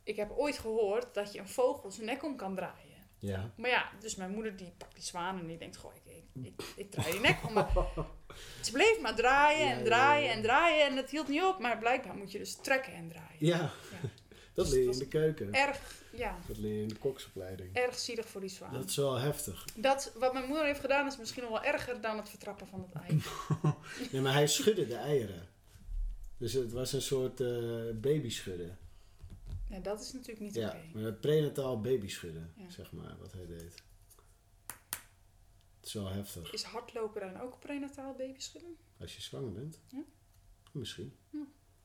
ik heb ooit gehoord dat je een vogel zijn nek om kan draaien. Ja. Maar ja, dus mijn moeder die pakt die zwaan en die denkt, goh, ik draai die nek om. Maar ze bleef maar draaien en draaien en draaien en het hield niet op. Maar blijkbaar moet je dus trekken en draaien. Ja, dat Dus leer je het in de was keuken. Erg, Dat leer je in de koksopleiding. erg zielig voor die zwaan. Dat is wel heftig. Dat, wat mijn moeder heeft gedaan is misschien nog wel erger dan het vertrappen van het ei. Nee, maar hij schudde de eieren. Dus het was een soort babyschudden. Ja, dat is natuurlijk niet Ja, oké. maar het prenataal babyschudden, Ja. zeg maar, wat hij deed. Het is wel heftig. Is hardlopen dan ook prenataal babyschudden? Als je zwanger bent? Ja. Misschien. Hm.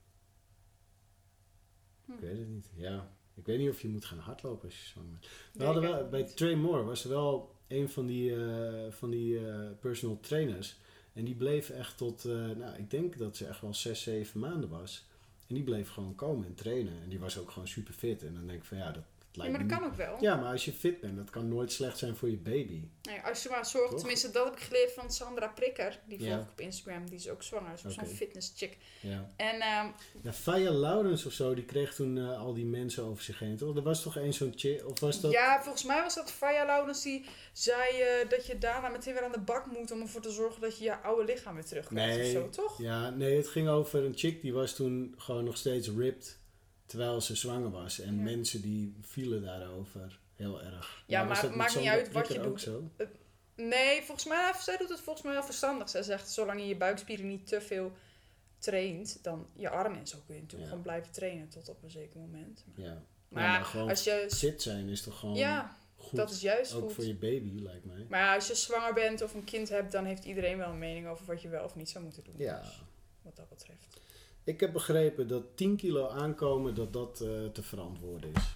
Ik weet het niet. Ja, ik weet niet of je moet gaan hardlopen als je zwanger bent. We Nee, hadden ik wel, ook bij niet. Trey Moore was er wel een van die personal trainers. En die bleef echt tot, ik denk dat ze echt wel 6, 7 maanden was. En die bleef gewoon komen en trainen. En die was ook gewoon super fit. En dan denk ik van ja, dat Ja, lijkt maar me dat niet- kan ook wel. Ja, maar als je fit bent, dat kan nooit slecht zijn voor je baby. Nee, als je maar zorgt, Toch? tenminste dat heb ik geleerd van Sandra Prikker. Die volg Ja. ik op Instagram, die is ook zwanger. Is ook Oké. zo'n fitness chick. Ja. En Ja, Faya Laurens of zo, die kreeg toen al die mensen over zich heen, toch? Er was toch één zo'n chick, of was dat... ja, volgens mij was dat Faya Laurens die zei dat je daarna meteen weer aan de bak moet om ervoor te zorgen dat je je oude lichaam weer terugkrijgt Nee. of zo, toch? Ja, nee, het ging over een chick die was toen gewoon nog steeds ripped, terwijl ze zwanger was. En Ja. mensen die vielen daarover heel erg. Ja, was maar dat het met maakt niet Sandra uit wat je Prikker ook doet. Zo? Nee, volgens mij, zij doet het volgens mij wel verstandig. Zij zegt, zolang je je buikspieren niet te veel traint, dan je armen en zo kun je natuurlijk Ja. gewoon blijven trainen tot op een zeker moment. Ja. Maar, Ja, ja, maar gewoon als je... fit zijn is toch gewoon Ja, goed? dat is juist ook goed. voor je baby, lijkt mij. Maar ja, als je zwanger bent of een kind hebt, dan heeft iedereen wel een mening over wat je wel of niet zou moeten doen. Ja. Dus wat dat betreft. Ik heb begrepen dat 10 kilo aankomen, dat te verantwoorden is.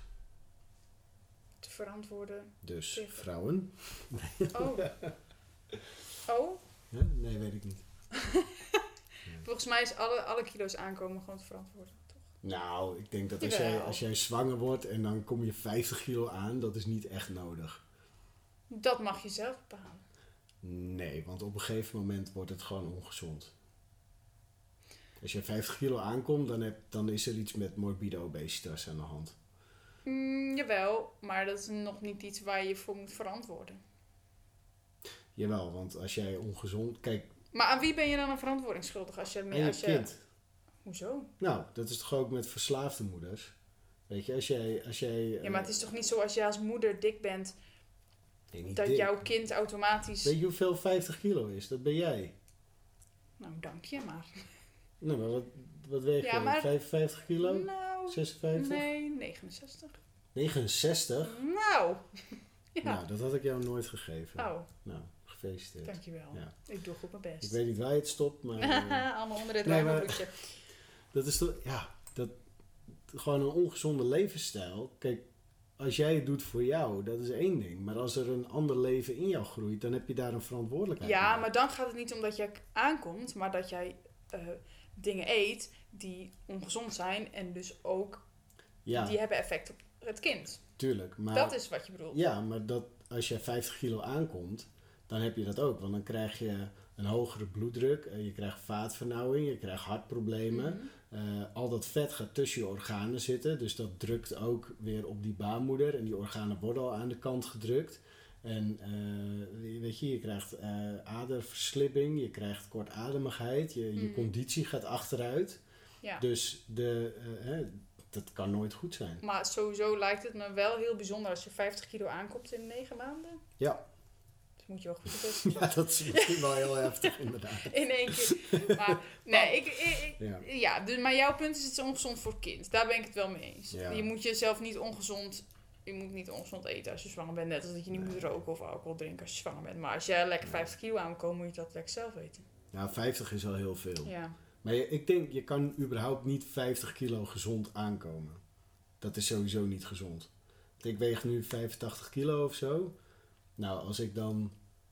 Te verantwoorden. Dus Tegen. vrouwen. Oh. Oh? Ja? Nee, weet ik niet. Volgens mij is alle kilo's aankomen gewoon te verantwoorden. Toch? Nou, ik denk dat Jawel. als jij zwanger wordt en dan kom je 50 kilo aan, dat is niet echt nodig. Dat mag je zelf bepalen. Nee, want op een gegeven moment wordt het gewoon ongezond. Als je 50 kilo aankomt, dan is er iets met morbide obesitas aan de hand. Jawel, maar dat is nog niet iets waar je je voor moet verantwoorden. Jawel, want als jij ongezond... Kijk, Maar aan wie ben je dan een verantwoording schuldig als je en je kind. Hoezo? Nou, dat is toch ook met verslaafde moeders? Weet je, als jij Ja, maar het is toch niet zo als jij als moeder dik bent, nee, niet dat dik. jouw kind automatisch... Weet je hoeveel 50 kilo is? Dat ben jij. Nou, dank je maar. Nou, maar wat weeg Ja, je? maar- 55 kilo? Nou, 56? nee, 69. 69? Nou, ja. Nou, dat had ik jou nooit gegeven. Oh, Nou, gefeliciteerd. dankjewel. Ja. Ik doe goed mijn best. Ik weet niet waar je het stopt, maar Allemaal onder dit Nee, ruime maar- broekje. dat is toch, ja, gewoon een ongezonde levensstijl. Kijk, als jij het doet voor jou, dat is één ding. Maar als er een ander leven in jou groeit, dan heb je daar een verantwoordelijkheid Ja, mee. maar dan gaat het niet om dat jij aankomt, maar dat jij dingen eet die ongezond zijn en dus ook Ja, die hebben effect op het kind. tuurlijk. Maar, Dat is wat je bedoelt. Ja, maar als je 50 kilo aankomt, dan heb je dat ook. Want dan krijg je een hogere bloeddruk, je krijgt vaatvernauwing, je krijgt hartproblemen. Mhm. Al dat vet gaat tussen je organen zitten, dus dat drukt ook weer op die baarmoeder. En die organen worden al aan de kant gedrukt. En weet je krijgt aderverslipping, je krijgt kortademigheid, je conditie gaat achteruit. Ja. Dus dat kan nooit goed zijn. Maar sowieso lijkt het me wel heel bijzonder als je 50 kilo aankomt in 9 maanden. Ja, Dus moet je wel goed je best doen. ja dat is misschien wel heel heftig inderdaad. In 1 keer. Maar nee, Ja. ja, dus, maar jouw punt is het is ongezond voor het kind. Daar ben ik het wel mee eens. Ja. Je moet jezelf niet ongezond... Je moet niet ongezond eten als je zwanger bent. Net als dat je niet moet roken of alcohol drinken als je zwanger bent. Maar als jij lekker 50 kilo aankomt, moet je dat lekker zelf eten. Nou, 50 is al heel veel. Ja. Maar ik denk, je kan überhaupt niet 50 kilo gezond aankomen. Dat is sowieso niet gezond. Ik weeg nu 85 kilo of zo. Nou, als ik dan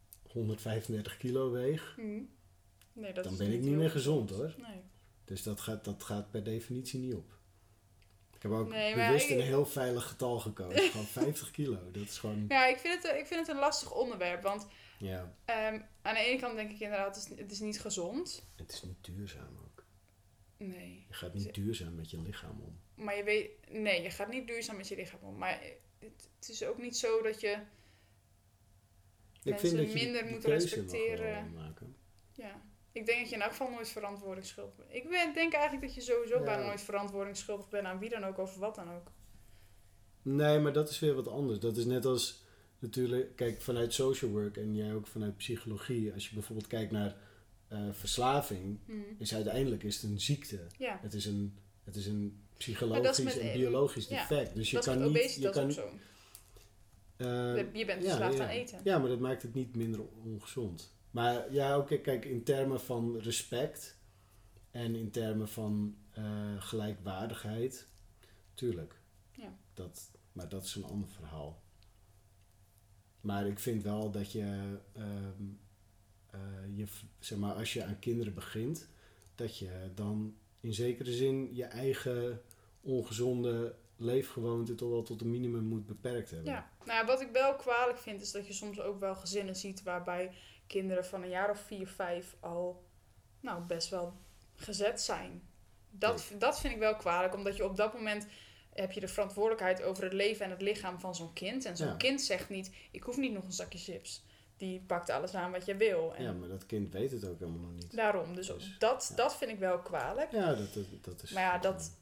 135 kilo weeg, Nee, dat dan is ben ik niet heel meer gezond hoor. Nee. Dus dat gaat per definitie niet op. Ik heb ook Nee, maar bewust ik- een heel veilig getal gekozen. Gewoon 50 kilo. Dat is gewoon... Ja, ik vind het een lastig onderwerp. Want Ja, aan de ene kant denk ik inderdaad, het is niet gezond. het is niet duurzaam ook. Nee. Je gaat niet duurzaam met je lichaam om. Maar je weet... Nee, je gaat niet duurzaam met je lichaam om. Maar het is ook niet zo dat je Ik vind dat je minder die moeten keuze mag respecteren. wel maken. Ja. Ik denk dat je in elk geval nooit verantwoordingsschuldig bent. Ik denk eigenlijk dat je sowieso bijna nooit verantwoordingsschuldig bent aan wie dan ook, over wat dan ook. Nee, maar dat is weer wat anders. Dat is net als natuurlijk, kijk, vanuit social work en jij ook vanuit psychologie. Als je bijvoorbeeld kijkt naar verslaving, is uiteindelijk is het een ziekte. Ja. Het is een psychologisch en biologisch defect. Dus je dat kan is met niet... obesitas ook zo. Je bent verslaafd aan eten. Ja, maar dat maakt het niet minder ongezond. Maar ja, oké, kijk, in termen van respect en in termen van gelijkwaardigheid, tuurlijk. Ja. Maar dat is een ander verhaal. Maar ik vind wel dat zeg maar, als je aan kinderen begint, dat je dan in zekere zin je eigen ongezonde leefgewoonte toch wel tot een minimum moet beperkt hebben. Ja, nou ja, wat ik wel kwalijk vind is dat je soms ook wel gezinnen ziet waarbij kinderen van een jaar of 4, 5 al best wel gezet zijn. Dat vind ik wel kwalijk, omdat je op dat moment heb je de verantwoordelijkheid over het leven en het lichaam van zo'n kind. En zo'n kind zegt niet, ik hoef niet nog een zakje chips. Die pakt alles aan wat je wil. En ja, maar dat kind weet het ook helemaal nog niet. daarom, dus dat vind ik wel kwalijk. Ja, dat is... Maar ja,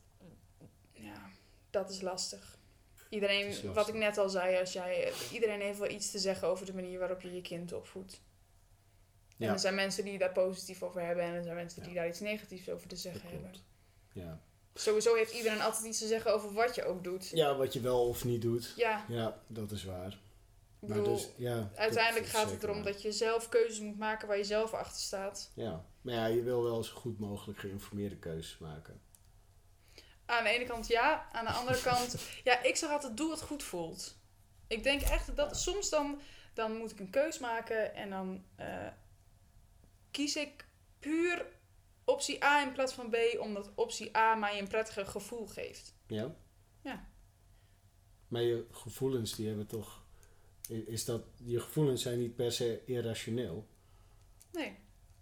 dat is lastig. Iedereen, wat ik net al zei, iedereen heeft wel iets te zeggen over de manier waarop je je kind opvoedt. En er zijn mensen die daar positief over hebben en er zijn mensen die daar iets negatiefs over te zeggen hebben. Ja. Sowieso heeft iedereen altijd iets te zeggen over wat je ook doet. Ja, wat je wel of niet doet. Ja. Ja, dat is waar. Ik bedoel, uiteindelijk gaat het erom dat je zelf keuzes moet maken waar je zelf achter staat. Ja, maar ja, je wil wel zo goed mogelijk geïnformeerde keuzes maken. Aan de ene kant ja, aan de andere kant... Ja, ik zeg altijd, doe wat goed voelt. Ik denk echt dat soms dan moet ik een keus maken en dan kies ik puur optie A in plaats van B, omdat optie A mij een prettiger gevoel geeft. Ja? Ja. Maar je gevoelens, die hebben toch... Je gevoelens zijn niet per se irrationeel. Nee.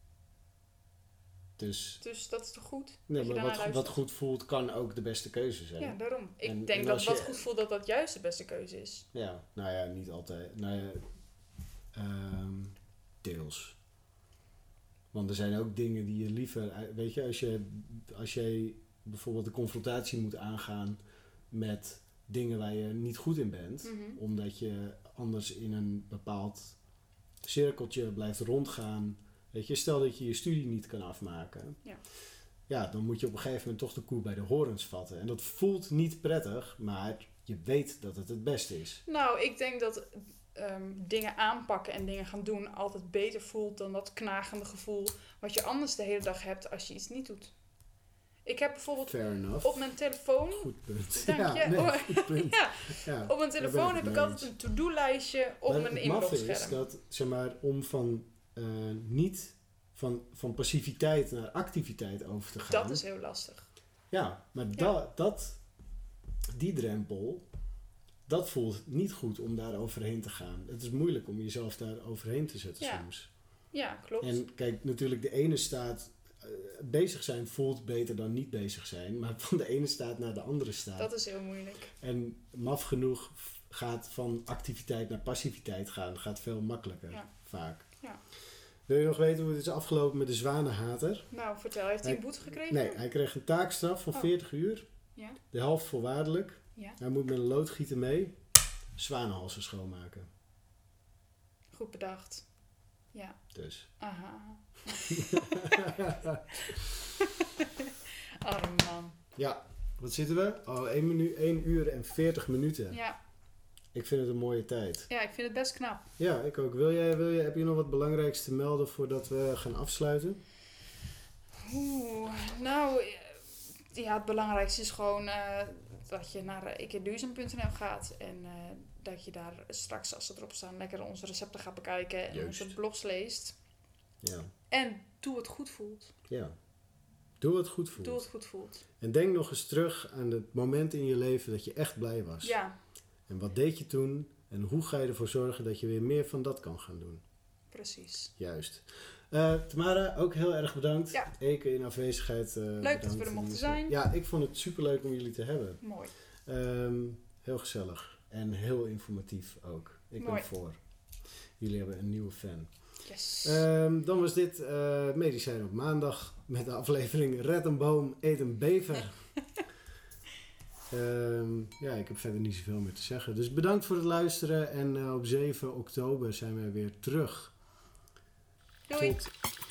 Dus dat is toch goed? Nee, maar wat goed voelt kan ook de beste keuze zijn. Ja, daarom. Ik denk dat wat goed voelt dat juist de beste keuze is. Ja, nou ja, niet altijd. Nou ja, deels. Want er zijn ook dingen die je liever... Weet je, als jij bijvoorbeeld de confrontatie moet aangaan met dingen waar je niet goed in bent, omdat je anders in een bepaald cirkeltje blijft rondgaan. Weet je, stel dat je je studie niet kan afmaken. Ja, dan moet je op een gegeven moment toch de koe bij de horens vatten. En dat voelt niet prettig, maar je weet dat het het beste is. Nou, ik denk dat dingen aanpakken en dingen gaan doen altijd beter voelt dan dat knagende gevoel wat je anders de hele dag hebt als je iets niet doet. Ik heb bijvoorbeeld op mijn telefoon... Goed punt. Dank je. Goed punt. Ja. Op mijn telefoon heb ik altijd een to-do-lijstje op mijn inbeeldscherm. Het is dat, zeg maar, om niet van passiviteit naar activiteit over te gaan. Dat is heel lastig. Ja, maar die drempel, dat voelt niet goed om daar overheen te gaan. Het is moeilijk om jezelf daar overheen te zetten soms. Ja, klopt. En kijk, natuurlijk de ene staat... bezig zijn voelt beter dan niet bezig zijn. Maar van de ene staat naar de andere staat. Dat is heel moeilijk. En maf genoeg gaat van activiteit naar passiviteit gaan. Gaat veel makkelijker, vaak. Ja. Wil je nog weten hoe het is afgelopen met de zwanenhater? Nou, vertel. Heeft hij een boete gekregen? Nee, hij kreeg een taakstraf van 40 uur. Ja. De helft voorwaardelijk. Ja. Hij moet met een loodgieter mee zwanenhalsen schoonmaken. Goed bedacht. Ja. Dus. Aha. Arme man. Ja, wat zitten we? 1 uur en 40 minuten. Ja. Ik vind het een mooie tijd. Ja, ik vind het best knap. Ja, ik ook. Heb je nog wat belangrijks te melden voordat we gaan afsluiten? Nou, ja, het belangrijkste is gewoon dat je naar ikkeduurzaam.nl gaat en dat je daar straks, als ze erop staan, lekker onze recepten gaat bekijken en onze blogs leest. Ja. En doe het goed voelt. Ja. Doe het goed voelt. Doe het goed voelt. En denk nog eens terug aan het moment in je leven dat je echt blij was. Ja. En wat deed je toen? En hoe ga je ervoor zorgen dat je weer meer van dat kan gaan doen? Precies. Juist. Tamara, ook heel erg bedankt. Ja. Eke in afwezigheid. Leuk dat we er mochten zijn. Ja, ik vond het superleuk om jullie te hebben. Mooi. Heel gezellig. En heel informatief ook. Ik Mooi. ben voor. Jullie hebben een nieuwe fan. Yes. Dan was dit Medicijn op maandag met de aflevering Red een boom, eet een bever. Ja, ik heb verder niet zoveel meer te zeggen. Dus bedankt voor het luisteren en op 7 oktober zijn we weer terug. Doei. Tot